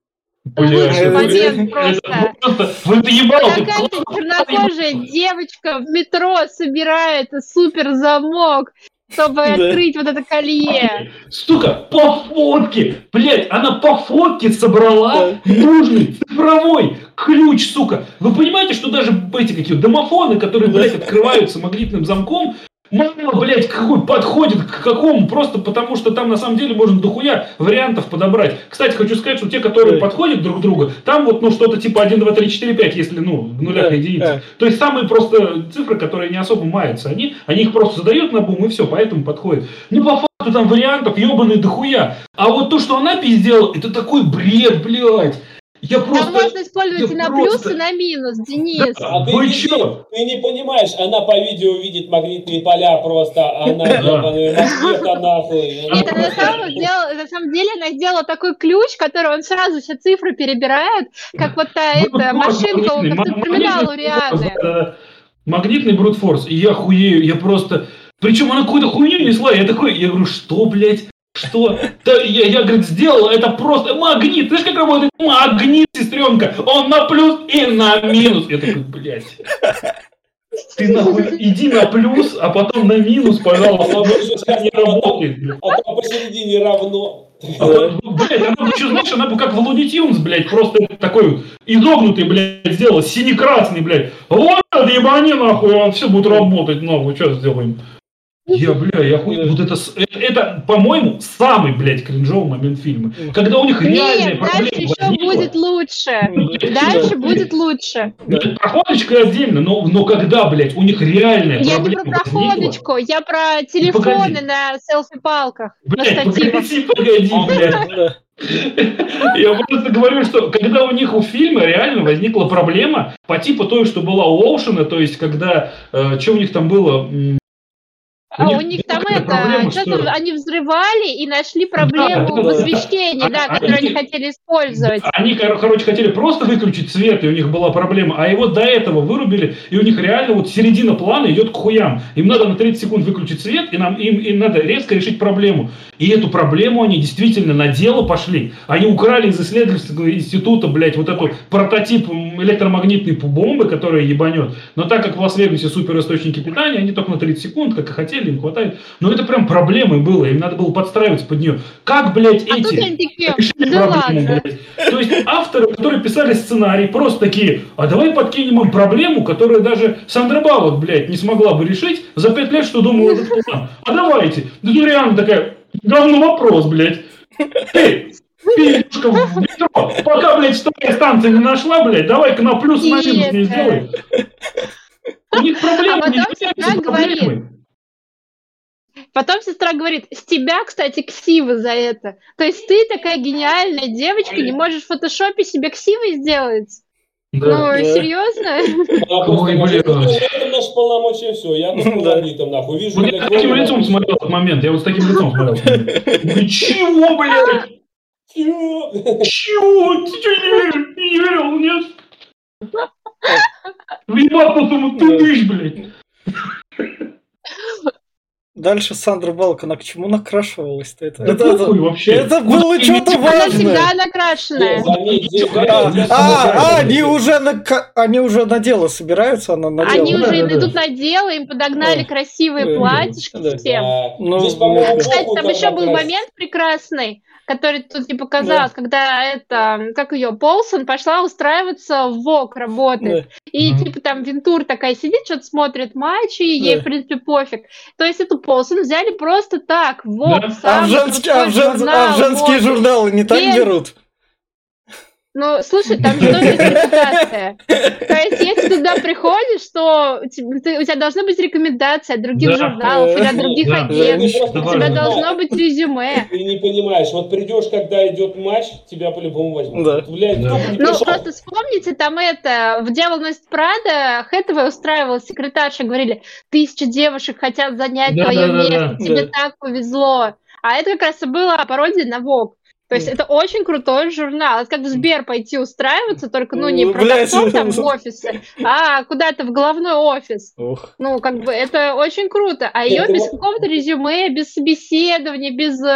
Лучший это- момент Это просто. просто... Вы это ебало, ты Какая-то чернокожая девочка в метро собирает супер замок, чтобы Да. открыть вот это колье. Сука, по фотке, блядь, она по фотке собрала нужный цифровой ключ, сука. Вы понимаете, что даже эти какие домофоны, которые, блядь, открываются магнитным замком, мало, блядь, какой подходит к какому, просто потому что там на самом деле можно дохуя вариантов подобрать. Кстати, хочу сказать, что те, которые Да. подходят друг к другу, там вот, ну, что-то типа один, два, три, четыре, пять, если, ну, в нулях Да, и единицах. да. То есть самые просто цифры, которые не особо маются, они, они их просто задают на бум и все, поэтому подходит. Ну, по факту там вариантов ебаные дохуя. А вот то, что она пиздела, это такой бред, блядь. Я Там просто... можно использовать я и на просто- плюс, и на минус, Денис. А ты, Вы не, чё? ты не понимаешь, она по видео видит магнитные поля просто, она Да. ебаная Москве-то нахуй. Нет, она на самом, деле, на самом деле она сделала такой ключ, который он сразу все цифры перебирает, как вот та Ну, эта вот машинка, магнитный, как ма- терминал у магнитный брутфорс, Рианы. да-да-да. Магнитный брутфорс. И я хуею, я просто... Причем она какую-то хуйню несла, я такой, я говорю, что, блядь? Что? Да, я, я, говорит, сделала, это просто магнит. Знаешь, как работает магнит, сестренка? Он на плюс и на минус. Я такой, блядь. Ты нахуй иди на плюс, а потом на минус, пожалуйста. Она бы еще Это не сказала, работает, блядь. а там посередине равно. А вот, блядь, она бы еще, знаешь, она бы как в Луни Тюнс, блядь, просто такой изогнутый, блядь, сделала, синий-красный, блядь. Вот это ебани, нахуй, он все будет работать, нахуй, что сделаем? Я, бля, я хуй, вот это, с- это, это, по-моему, самый, блядь, кринжовый момент фильма. Когда у них реальные Нет, дальше проблемы еще возникла. будет лучше. Да. Дальше будет лучше. Ну, это проходочка отдельно, но, но когда, блядь, у них реальная Я не про проблема возникла. проходочку, я про телефоны погоди. на селфи-палках, на Блядь, штативах. погоди, погоди, блядь. Да. Я просто говорю, что когда у них у фильма реально возникла проблема по типу той, что была у Оушена, то есть когда, э, что у них там было... м, А них у них там была это, проблема, что-то что- они взрывали и нашли проблему да, в да. освещении, да, А- которую они- они хотели использовать. Они, кор- короче, хотели просто выключить свет, и у них была проблема, а его до этого вырубили, и у них реально вот середина плана идет к хуям. Им надо на тридцать секунд выключить свет, и нам, им, им надо резко решить проблему. И эту проблему они действительно на дело пошли. Они украли из исследовательского института, блядь, вот эту прототип электромагнитной бомбы, которая ебанет. Но так как в Лас-Вегасе супер источники питания, они только на тридцать секунд, как и хотели, им хватает. Но это прям проблемой было, им надо было подстраиваться под нее. Как, блядь, А тут эти... они такие, решили да проблему, ладно. блядь. То есть авторы, которые писали сценарий, просто такие, а давай подкинем им проблему, которую даже Сандра Баллок, блядь, не смогла бы решить за пять лет, что думал этот план. А давайте. Да ну реально такая, говно вопрос, блядь. Ты, пиздюшка в метро, пока, блядь, вторая станция не нашла, блядь, давай-ка на плюс на минус не Нет. сделай. У них проблема А потом не является сестра говорит, проблемой. Потом сестра говорит, с тебя, кстати, ксивы за это. То есть ты такая гениальная девочка, не можешь в фотошопе себе ксивы сделать? Да. Ну, Да. серьезно? Она просто Ой, говорит, блядь. «Ну, это наше полномочия, все, я тут Да. магнитом, нахуй, вижу, Вот я как с таким Рома, лицом нахуй, смотрел этот момент, я вот с таким лицом смотрел. Вы чего, блядь? чё? Чего? Ты что, не верил? Не верил, нет? Въебал потом, ты Да. дышь, блядь. Дальше Сандра Балк, она к чему накрашивалась-то? Это, Да это, это, похуй вообще. это было Вот что-то именно- Она важное. всегда накрашенная. Нет, заметь, здесь, А, заметь, А, а, заметь, они уже на, ка- они уже на дело собираются, она на Они дело. Да, уже да, да. идут на дело, им подогнали Да. красивые Да. платьишки Да. всем. Да. Ну, Здесь, по-моему, Кстати, похуй, там когда еще был крас- момент прекрасный, который тут не показалось, когда это, как ее, Полсон пошла устраиваться в ВОК работать. Да. И Мгм. типа там Вентур такая сидит, что-то смотрит матчи, и ей, Да. в принципе, пофиг. То есть эту Полсон взяли просто так, в ВОК, Да. А в, самый женские, а, в крутой жен- а в журнал женские моды. журналы не так Без- берут? Ну, слушай, там же тоже есть репутация. То есть, если ты туда приходишь, то у тебя, ты- у тебя должна быть рекомендация от других Да. журналов или от других Да. агентств. Ты просто У Давай, тебя да. должно быть резюме. Ты не понимаешь, вот придешь, когда идет матч, тебя по-любому возьмут. Да. Вот, блядь, Да. только не Ну, пришел. просто вспомните, там это, в «Дьявол носит Прада» Хэтэуэй устраивала секретарша, говорили, тысяча девушек хотят занять Да, твое да, да, место, да. тебе Да. так повезло. А это как раз и была пародия на ВОГ. То есть Мгм. это очень крутой журнал. Это как в Сбер пойти устраиваться, только ну не Ну, блядь. продавцом там в офисе, а куда-то в головной офис. Ох. Ну, как бы это очень круто. А Нет, ее ты без вот- какого-то резюме, без собеседования, без э,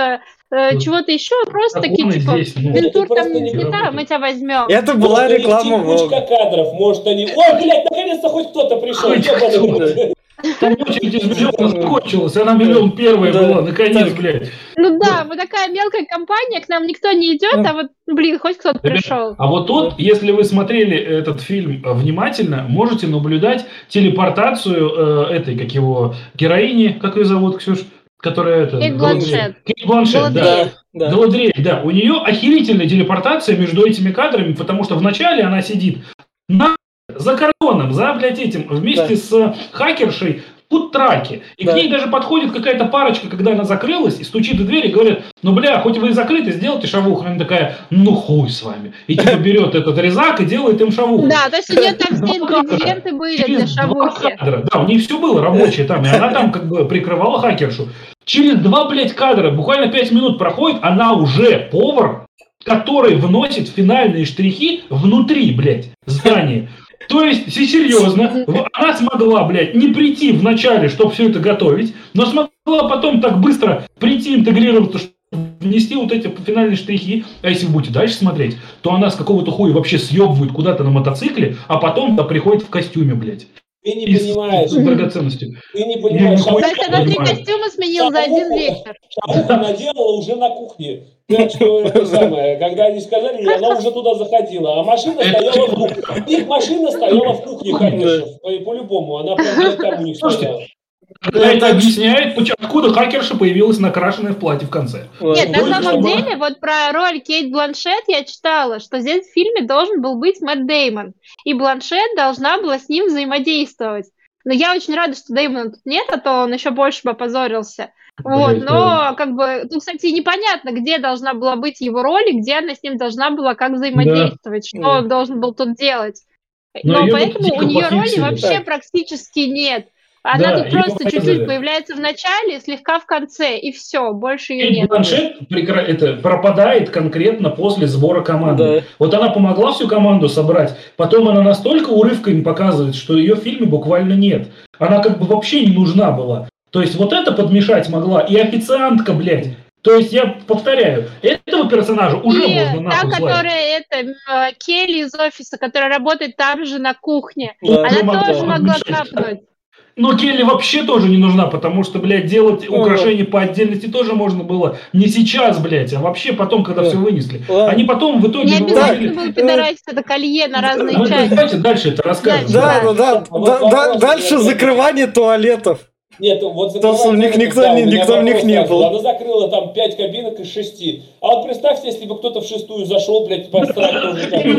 э, Вот. чего-то еще, просто такие, Законы типа, здесь, ну, Вентур Это там просто не не та, работает. мы тебя возьмем. Это была Может, у них реклама текучка Вога. кадров, может, они... Ой, блядь, наконец-то хоть кто-то пришел. Хоть ёбаный. Там очередь из миллиона закончилась, она миллион первая Да. была, наконец, Так. блядь. Ну да, мы такая мелкая компания, к нам никто не идет, а вот, блин, хоть кто-то Ребят, пришел. А вот тут, если вы смотрели этот фильм э, внимательно, можете наблюдать телепортацию э, этой, как его, героини, как ее зовут, Ксюш? Которая это... Кейт Галадриэль. Бланшетт. Кейт Бланшетт, да. Галадриэль. Да, да. Галадриэль, да. У нее охерительная телепортация между этими кадрами, потому что вначале она сидит на за кордоном, за, блядь, этим, вместе Да. с хакершей в фудтраке. И Да. к ней даже подходит какая-то парочка, когда она закрылась, и стучит в дверь и говорит: ну, бля, хоть вы и закрыты, сделайте шавуху. Она такая: ну, хуй с вами. И типа берет этот резак и делает им шавуху. Да, то есть у нее там все ингредиенты были для Через два шавухи. кадра, да, у нее все было рабочее там, и она там как бы прикрывала хакершу. Через два, блядь, кадра, буквально пять минут проходит, она уже повар, который вносит финальные штрихи внутри, блядь, здания. То есть, если серьезно, в- она смогла, блядь, не прийти в начале, чтобы все это готовить, но смогла потом так быстро прийти, интегрироваться, чтобы внести вот эти финальные штрихи. А если вы будете дальше смотреть, то она с какого-то хуя вообще съебывает куда-то на мотоцикле, а потом приходит в костюме, блядь. Ты не И с- понимаешь. с драгоценностью. Ты не понимаешь. Я То Шавуху есть она три Понимаю. костюма сменила за один вечер. шавуху наделала уже на кухне. Так что это самое, когда они сказали, ей, она уже туда заходила. А машина стояла в кухне. Их машина стояла в кухне, конечно. по- По-любому. Она прям где-то там у них Слушайте, стояла. Когда это объясняет, поч- откуда хакерша появилась накрашенная в платье в конце. Нет, на Ну, самом чтобы- деле, вот про роль Кейт Бланшетт я читала, что здесь в фильме должен был быть Мэтт Дэймон, и Бланшетт должна была с ним взаимодействовать. Но я очень рада, что Дэймона тут нет, а то он еще больше бы опозорился. Вот, Блядь, но как бы тут, кстати, непонятно, где должна была быть его роль и где она с ним должна была как взаимодействовать, что Да. он должен был тут делать. Но Но её тут поэтому дико у нее роли пофиксили. вообще Так. практически нет. Она Да, тут её просто порезали. чуть-чуть появляется в начале, слегка в конце, и все, больше ее Кейт нет. Бланшетт прекра- это, пропадает конкретно после сбора команды. Да. Вот она помогла всю команду собрать, потом она настолько урывками показывает, что ее в фильме буквально нет. Она как бы вообще не нужна была. То есть вот это подмешать могла и официантка, блядь. То есть я повторяю, этого персонажа уже И можно та, нахуй слать. которая это, э, Келли из офиса, которая работает там же на кухне, Да. она могла тоже могла подмешать. капнуть. Но Келли вообще тоже не нужна, потому что, блядь, делать Ну, украшения по отдельности тоже можно было не сейчас, блядь, а вообще потом, когда Да. все вынесли. Ладно. Они потом в итоге Не обязательно наложили- было пидорасить это колье на разные Мы части. давайте дальше это расскажем. Да, да, да. А вот Да- да- вопрос, Дальше я- закрывание туалетов. Нет, вот То, что у них закрывать никто да, не- у меня никто в них вопрос не сразу. был. Она закрыла там пять кабинок из шести. А вот представьте, если бы кто-то в шестую зашел, блядь, посрать тоже как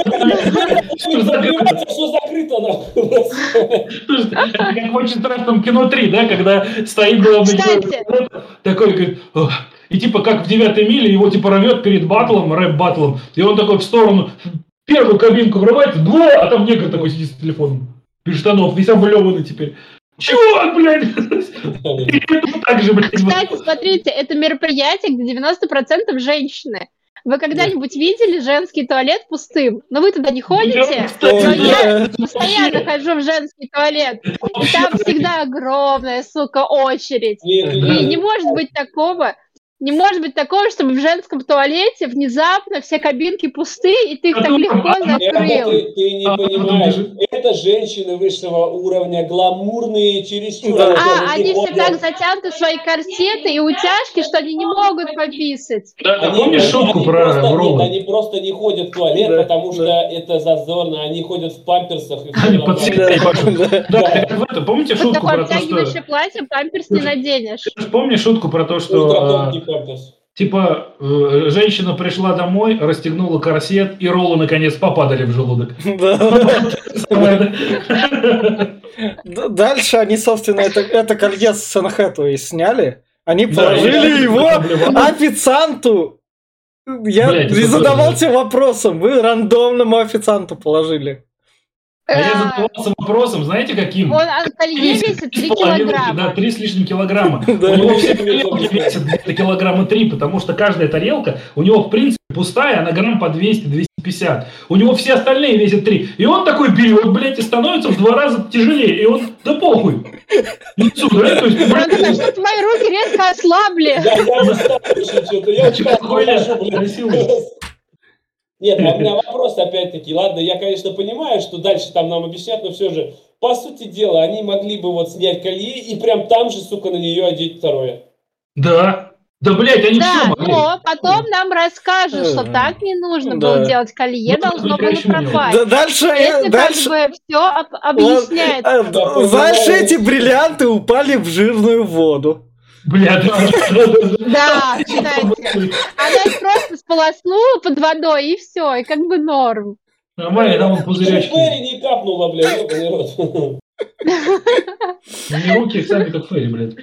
бы. Закрывается, все закрыто, нахуй. Слушай, это как в очень страшном кино три, да, когда стоит главный Кстати. герой, такой говорит: «Ох». И типа как в девятой миле его типа рвет перед батлом, рэп-батлом, и он такой в сторону, в первую кабинку врывается, два, а там негр такой сидит с телефоном, без штанов, весь облеванный теперь. Чего, блядь? И тут так же, блядь. Кстати, смотрите, это мероприятие, где девяносто процентов женщины. Вы когда-нибудь видели женский туалет пустым? Но вы туда не ходите? Я, кстати, Но да. я постоянно хожу в женский туалет. И там всегда огромная, сука, очередь. Нет, И Да. не может быть такого, не может быть такого, чтобы в женском туалете внезапно все кабинки пусты, и ты их так легко это закрыл. ты, ты не А, понимаешь. подожди. Это женщины высшего уровня, гламурные, чересчур. Да. А, они все ходят. так затянуты в свои корсеты и утяжки, что они не могут пописать. Да, Они- помнишь они- шутку они про просто, нет, Врова? они просто не ходят в туалет, Да, потому что да. это зазорно. Они ходят в памперсах и все Они нормально. подсекли. Да, да. Да, это как в этом. Помните Вот шутку такое про то, что... обтягивающее платье, памперс не наденешь. Ты же помнишь шутку про то, что... а, Ультратонкий памперс. Типа, э, женщина пришла домой, расстегнула корсет, и роллы наконец попадали в желудок. Да. Самое, да? Д- Дальше они, собственно, это, это колье с Сэн Хэтэуэй сняли. Они Да, положили я- его я- официанту. Я Блядь, не это задавался вопросом. Вы рандомному официанту положили. А я А, задавался вопросом, знаете, каким? Он а, колье весит три с половиной, килограмма. Да, три с лишним килограмма. Да. У него все тарелки весят где-то килограмма три, потому что каждая тарелка у него, в принципе, пустая, она грамм по двести - двести пятьдесят. У него все остальные весят три. И он такой берет, блядь, и становится в два раза тяжелее. И он, да похуй. Лицу, да? То есть, Он такой, что-то мои руки резко ослабли. Да, я устал еще что-то. Я устал, хожу, блядь. Нет, а у меня вопрос опять-таки. Ладно, я, конечно, понимаю, что дальше там нам объяснят, но все же, по сути дела, они могли бы вот снять колье и прям там же, сука, на нее одеть второе. Да. Да, блядь, они Да, все могли. но потом нам расскажут, что так не нужно было Да. делать. Колье Ну, должно было почему нет? пропасть. Да, дальше, Это дальше. как бы все объясняет. А, д- Знаешь, эти бриллианты упали в жирную воду. Бля, да. Да, кстати. Она их просто сполоснула под водой, и все, и как бы норм. Нормально, там он Ферри пузырячки. не капнула, блядь, ёбаный рот. У меня руки сами как Ферри, блядь.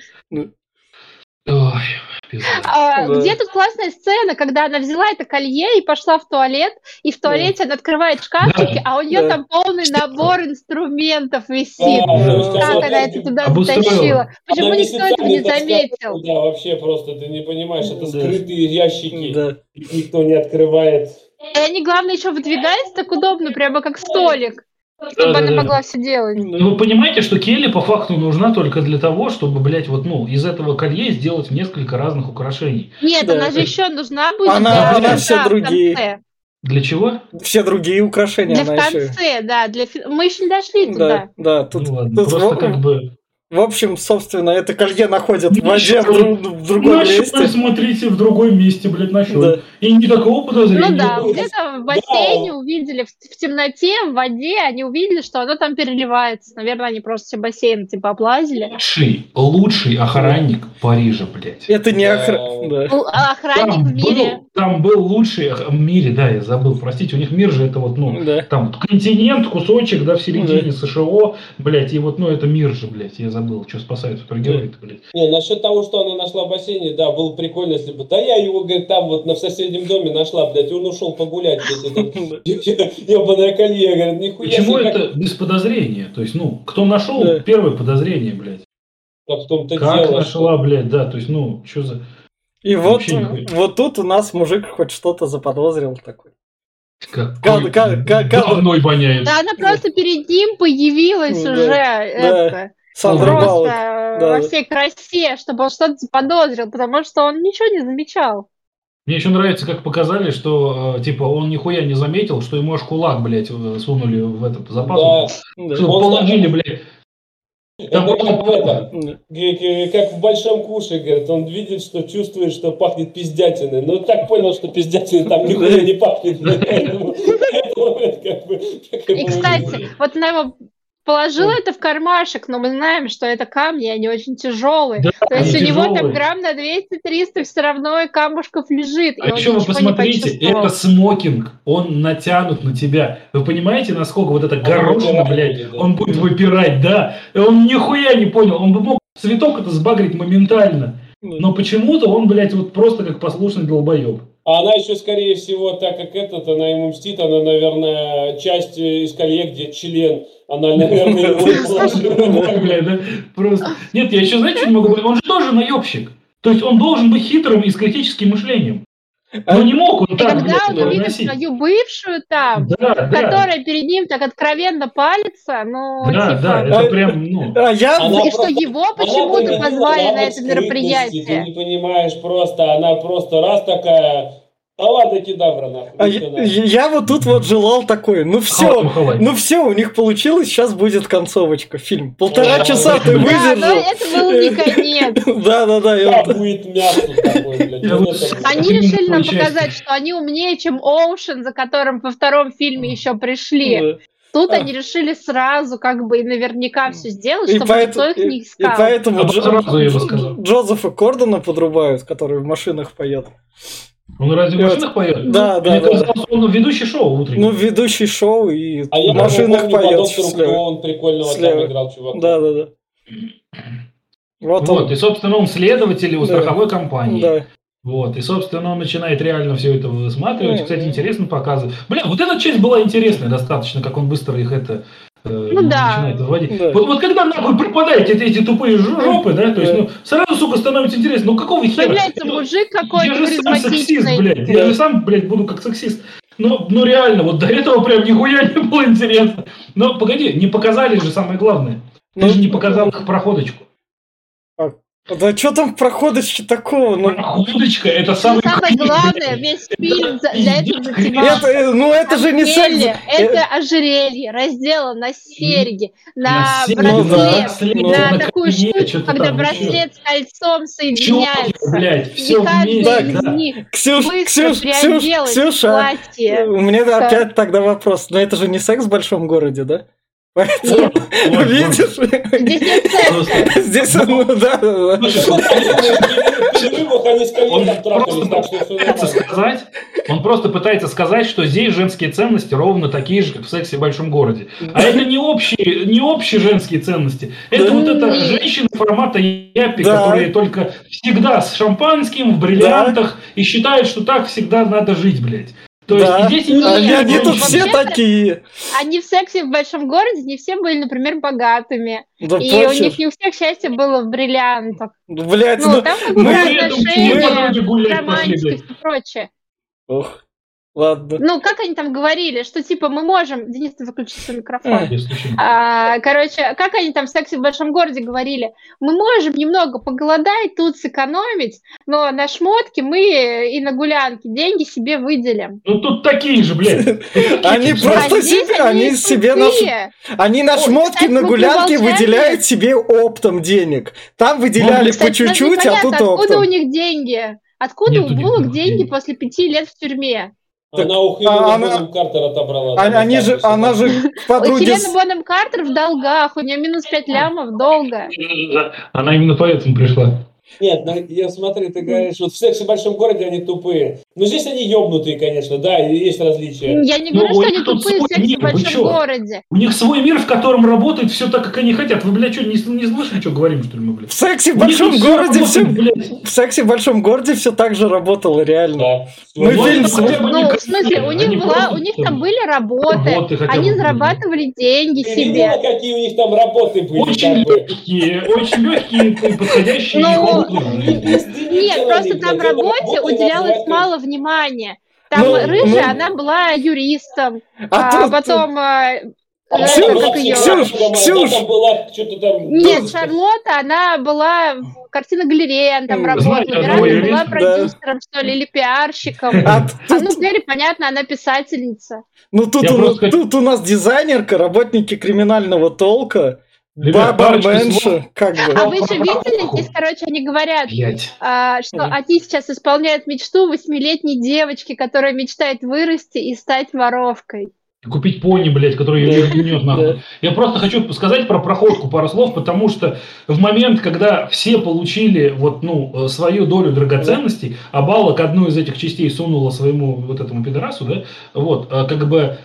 Ой, пиздец. А, Да. Где тут классная сцена, когда она взяла это колье и пошла в туалет, и в туалете она открывает шкафчики, а у нее Да. там полный набор инструментов висит. Да, то есть Как она она это туда обустроила. затащила? Почему Она никто этого не месяцами таскала заметил? туда, вообще просто, ты не понимаешь, это Да. скрытые ящики, Да. их никто не открывает. И они, главное, еще выдвигаются так удобно, прямо как столик, чтобы Да-да-да. она могла все делать. Ну, вы понимаете, что Келли по факту нужна только для того, чтобы, блядь, вот, ну, из этого колье сделать несколько разных украшений. Нет, Да. она же еще нужна будет Она- для она конца, все в другие. конце. Для чего? Все другие украшения Для в она еще. конце, да. Для... фи- Мы еще не дошли туда. Да, да. Тут, Ну ладно, тут просто в, как бы... в общем, собственно, это колье находят в Ну, воде в, что? друг- в другом Нащупали, месте. смотрите, в другом месте, блядь, нашел. Да. И никакого подозрения. Ну да, было. где-то в бассейне увидели, в, в темноте, в воде, они увидели, что оно там переливается. Наверное, они просто все бассейны типа облазили. Лучший, лучший охранник Парижа, блядь. Это не Да. охрана. Да. Ну, а охранник Там в мире. был, там был лучший ох- в мире, да, я забыл, простите, у них мир же это вот, ну, Да. там континент, кусочек, да, в середине Да. США, блядь, и вот, ну, это мир же, блядь, я забыл, что спасают супергерои-то, блядь. Не, насчет того, что она нашла в бассейне, да, было прикольно, если бы, да я его, говорит, там вот на в соседнем доме нашла, блядь, и он ушел погулять, блядь, это ебаное колье, говорит, нихуя Почему себе, как- это без подозрения? То есть, ну, кто нашел, Да. первое подозрение, блядь. как в том-то Как дело, нашла, блядь, да, то есть, ну, что за... И вот, Вообще нихуя. вот тут у нас мужик хоть что-то заподозрил такой. Какой Как- как- как- говной воняет. Да, она просто перед ним появилась Да. уже. Да. Это, Сандра просто Баллок. э, Да. во всей красе, чтобы он что-то заподозрил, потому что он ничего не замечал. Мне еще нравится, как показали, что, э, типа, он нихуя не заметил, что ему аж кулак, блядь, э, сунули в этот запас. Да, Да. Что Он положили, блядь. это как в этом, Да. г- г- как в большом куше, говорит, он видит, что чувствует, что пахнет пиздятиной, но так понял, что пиздятиной там нихуя не пахнет, блядь, поэтому- поэтому, блядь, как бы, так И, было кстати, видно. вот она его положила это в кармашек, но мы знаем, что это камни, они очень тяжелые. Да, То есть у они него там тяжелые. грамм на двести-триста все равно и камушков лежит, и А он еще вы ничего не посмотрите, почувствовал. это смокинг, он натянут на тебя. Вы понимаете, насколько вот это горошина, выпирает, блядь, да. он будет выпирать, да. И он нихуя не понял, он бы мог цветок это сбагрить моментально. Но почему-то он, блядь, вот просто как послушный долбоеб. А она еще, скорее всего, так как этот, она ему мстит, она, наверное, часть э, из колье, где член, она, наверное, его и положила. Да, блядь, да, просто. Нет, я еще, знаете, что не могу говорить? Он же тоже наебщик. То есть он должен быть хитрым и с критическим мышлением. Но не мог он И так, когда блядь, он это увидит выносить. свою бывшую там, Да, да, которая перед ним так откровенно палится, ну, да, типа... да, это прям, ну... А я... Она И что просто- его Она почему-то проявила позвали на навык это скрытности, мероприятие. Ты не понимаешь просто, она просто раз такая, а ладно, кедавра, нахуй. А всё я, нахуй. я вот тут вот желал такой, ну все, Халатом хавать. ну все, у них получилось, сейчас будет концовочка, фильм. Полтора Да, часа да, ты Да, но выдержал. это был не конец. Да, да, да. Да, я- будет мясо такое, блядь. Я вот вот- это будет. Они Это решили нам часть. показать, что они умнее, чем Оушен, за которым во втором фильме еще пришли. Да. Тут А. они решили сразу как бы и наверняка все сделать, И чтобы поэтому, никто их не и- и искал. поэтому А Джо- сразу я бы Джо- сказал. Джозефа Кордона подрубают, который в машинах поет. Он разве в Вот. машинах поет? Да, да, Мне да. казалось, он ведущий шоу утренний. Ну, ведущий шоу и А я в машинах помню, по поет. доктору слева. Кто он прикольного Слева. там играл, чувак. Да, да, да. Вот, Вот, он. и, собственно, он следователь у Да. страховой компании. Да. Вот, и, собственно, он начинает реально все это высматривать. Мгм. Кстати, интересно показывает. Бля, вот эта часть была интересная достаточно, как он быстро их это Ну да. начинает выводить. Да. Вот, вот когда нахуй пропадаете эти, эти тупые жопы, да, то есть, ну, сразу, сука, становится интересно, ну какого хера? Появляется мужик Я какой-то же сам сексист, харизматичный. блядь, я же сам, блядь, буду как сексист. Ну, ну реально, вот до этого прям нихуя не было интересно. Но погоди, не показали же самое главное. Ты Ну, же не показал их проходочку. Да что там в проходочке такого? Ну, Проходочка, это Ну, самый самое кринж, главное, блядь. весь фильм за- для этого пиздец, затевался. это, ну это же не секс. Ожерелье, это ожерелье, разделано на серьги, на серьги, ну да, браслет, браслет, ну, на на такую колье, штуку, что-то когда там еще. браслет с кольцом Чёрт, соединяется. блядь, И все каждый вместе, из да. них Ксюш, быстро Ксюш, Ксюш, переоделась в Ксюша, платье. у меня Так. опять тогда вопрос. Но это же не секс в большом городе, да? Поэтому, Нет. Ой, видишь, Здесь нет секса. здесь, ну да, да, да. В перерывах они с Он коллегами просто трахались, так что все пытается нормально. сказать, он просто пытается сказать, что здесь женские ценности ровно такие же, как в сексе в большом городе. А это не общие, не общие женские ценности. Это Да. вот это Нет. женщины формата япи, Да. которые только всегда с шампанским, в бриллиантах, и считают, что так всегда надо жить, блядь. То есть Да. и здесь и Нет, Они, они тут вообще-то- все такие. Они в сексе в большом городе не все были, например, богатыми. Да И у похер. них не у всех счастье было в бриллиантах. Блять, Ну, ну, там как бы мы- Поэтому все по отношения, дороге гулять пошли, романтика и блядь. все прочее. Ох, ладно. Ну, как они там говорили, что типа мы можем... Денис, ты выключи свой микрофон. А. Я случайно. А, короче, как они там в сексе в большом городе говорили, мы можем немного поголодать, тут сэкономить, но на шмотки мы и на гулянки деньги себе выделим. Ну тут такие же, блядь. Они просто а здесь себе, они они себе на, ш- тупые. они на Ой, шмотки, кстати, на мы гулянки промолчали. выделяют себе оптом денег. Там выделяли Ну, по Кстати, даже чуть-чуть, а непонятно, тут откуда у оптом. них деньги. Откуда Нет у у них булок денег. деньги после пяти лет в тюрьме? Она у а Хелена она- Бонем Картер отобрала. А- там Они же, остатки, она всё. же к У подруге... Хелены с- Бонем Картер в долгах, у нее минус пять лямов долга. Она именно поэтому пришла. Нет, ну, я смотри, ты говоришь, вот в сексе в большом городе они тупые. Но здесь они ёбнутые, конечно, да, и есть различия. Я не Ну, говорю, у что них они тут тупые в свой сексе мир, в вы большом чё? городе. У них свой мир, в котором работает все так, как они хотят. Вы, блядь, что, не, не слышали, что говорим, что ли, мы, блядь? В сексе в У них большом тут всё городе работает, все... блядь. В сексе в большом городе все так же работало, реально. Да. Мы Вот фильм это смотрели. хотя бы Ну, не в смысле, у них, они была, просто у них там там были работы, работы хотя бы они были. зарабатывали деньги Ты себе. видела, какие у них там работы были? Очень как бы? легкие, очень легкие, и подходящие. Ну, и удобные. Пизды не Нет, делали, просто там блядь, это работе работой уделялось назвать, мало внимания. Там Ну, рыжая, ну. она была юристом, А а тут- потом... а, А э, Ксюш, она была как ее? Ксюш, психологом, Ксюш. она там была что-то там... Нет, Шарлотта, она была в картиногалерее, она там М, работала. знаете одного Миранда была юриста? продюсером, что ли, или пиарщиком. А А тут, ну, Гэри, понятно, она писательница. ну, тут, Я у, просто хочу- тут у нас дизайнерка, работники криминального толка, Ребят, ба- парочку барменша, слов. как бы. А вы еще видели, здесь, короче, они говорят, Блядь. а, что Мгм. они сейчас исполняют мечту восьмилетней девочки, которая мечтает вырасти и стать воровкой. И купить пони, блядь, который ее ебнет нахуй. Да. Я просто хочу сказать про проходку пару слов, потому что в момент, когда все получили вот, ну, э, свою долю драгоценностей, а Балок одну из этих частей сунула своему вот этому пидорасу, да, вот, э, как бы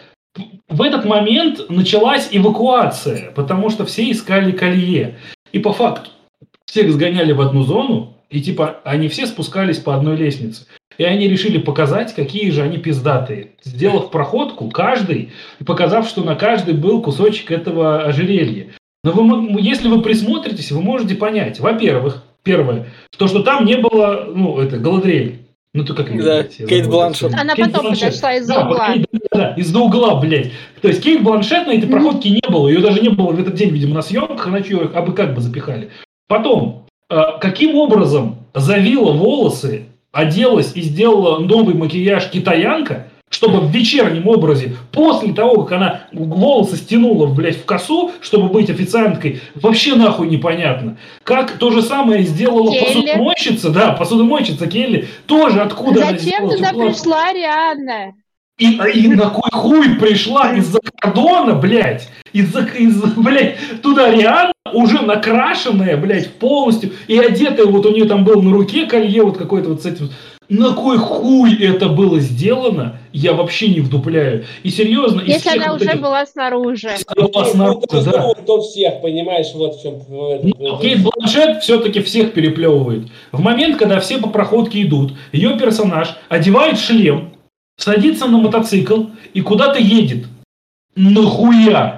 в этот момент началась эвакуация, потому что все искали колье. И по факту всех сгоняли в одну зону, и типа они все спускались по одной лестнице. И они решили показать, какие же они пиздатые. Сделав проходку, каждый, и показав, что на каждой был кусочек этого ожерелья. Но вы, мо- если вы присмотритесь, вы можете понять. Во-первых, первое, то, что там не было, ну, это, Галадриэль. Ну, то как ее, Да, блядь, я Кейт забыл, Бланшетт. как Она Кейт потом Бланшетт. подошла из-за Да, угла. вот, да, да, из-за угла, блядь. То есть Кейт Бланшетт на этой проходке не было. Ее даже не было в этот день, видимо, на съемках, иначе ее абы как бы запихали. Потом, э, каким образом завила волосы, оделась и сделала новый макияж китаянка, чтобы в вечернем образе, после того, как она волосы стянула, блядь, в косу, чтобы быть официанткой, вообще нахуй непонятно. Как то же самое сделала Келли. посудомойщица, да, посудомойщица Келли, тоже откуда она Зачем сделала туда всё классно. пришла Рианна? И, а, и на кой хуй пришла из-за кордона, блядь, из-за, из блядь, туда Рианна, уже накрашенная, блядь, полностью, и одетая, вот у нее там был на руке колье вот какой-то вот с этим. На кой хуй это было сделано, я вообще не вдупляю. И серьезно, из Если всех она вот уже этих- была снаружи. была снаружи, кто, да. кто всех, понимаешь, вот в чем... Но Кейт Бланшетт все-таки всех переплевывает. В момент, когда все по проходке идут, ее персонаж одевает шлем, садится на мотоцикл и куда-то едет. Нахуя?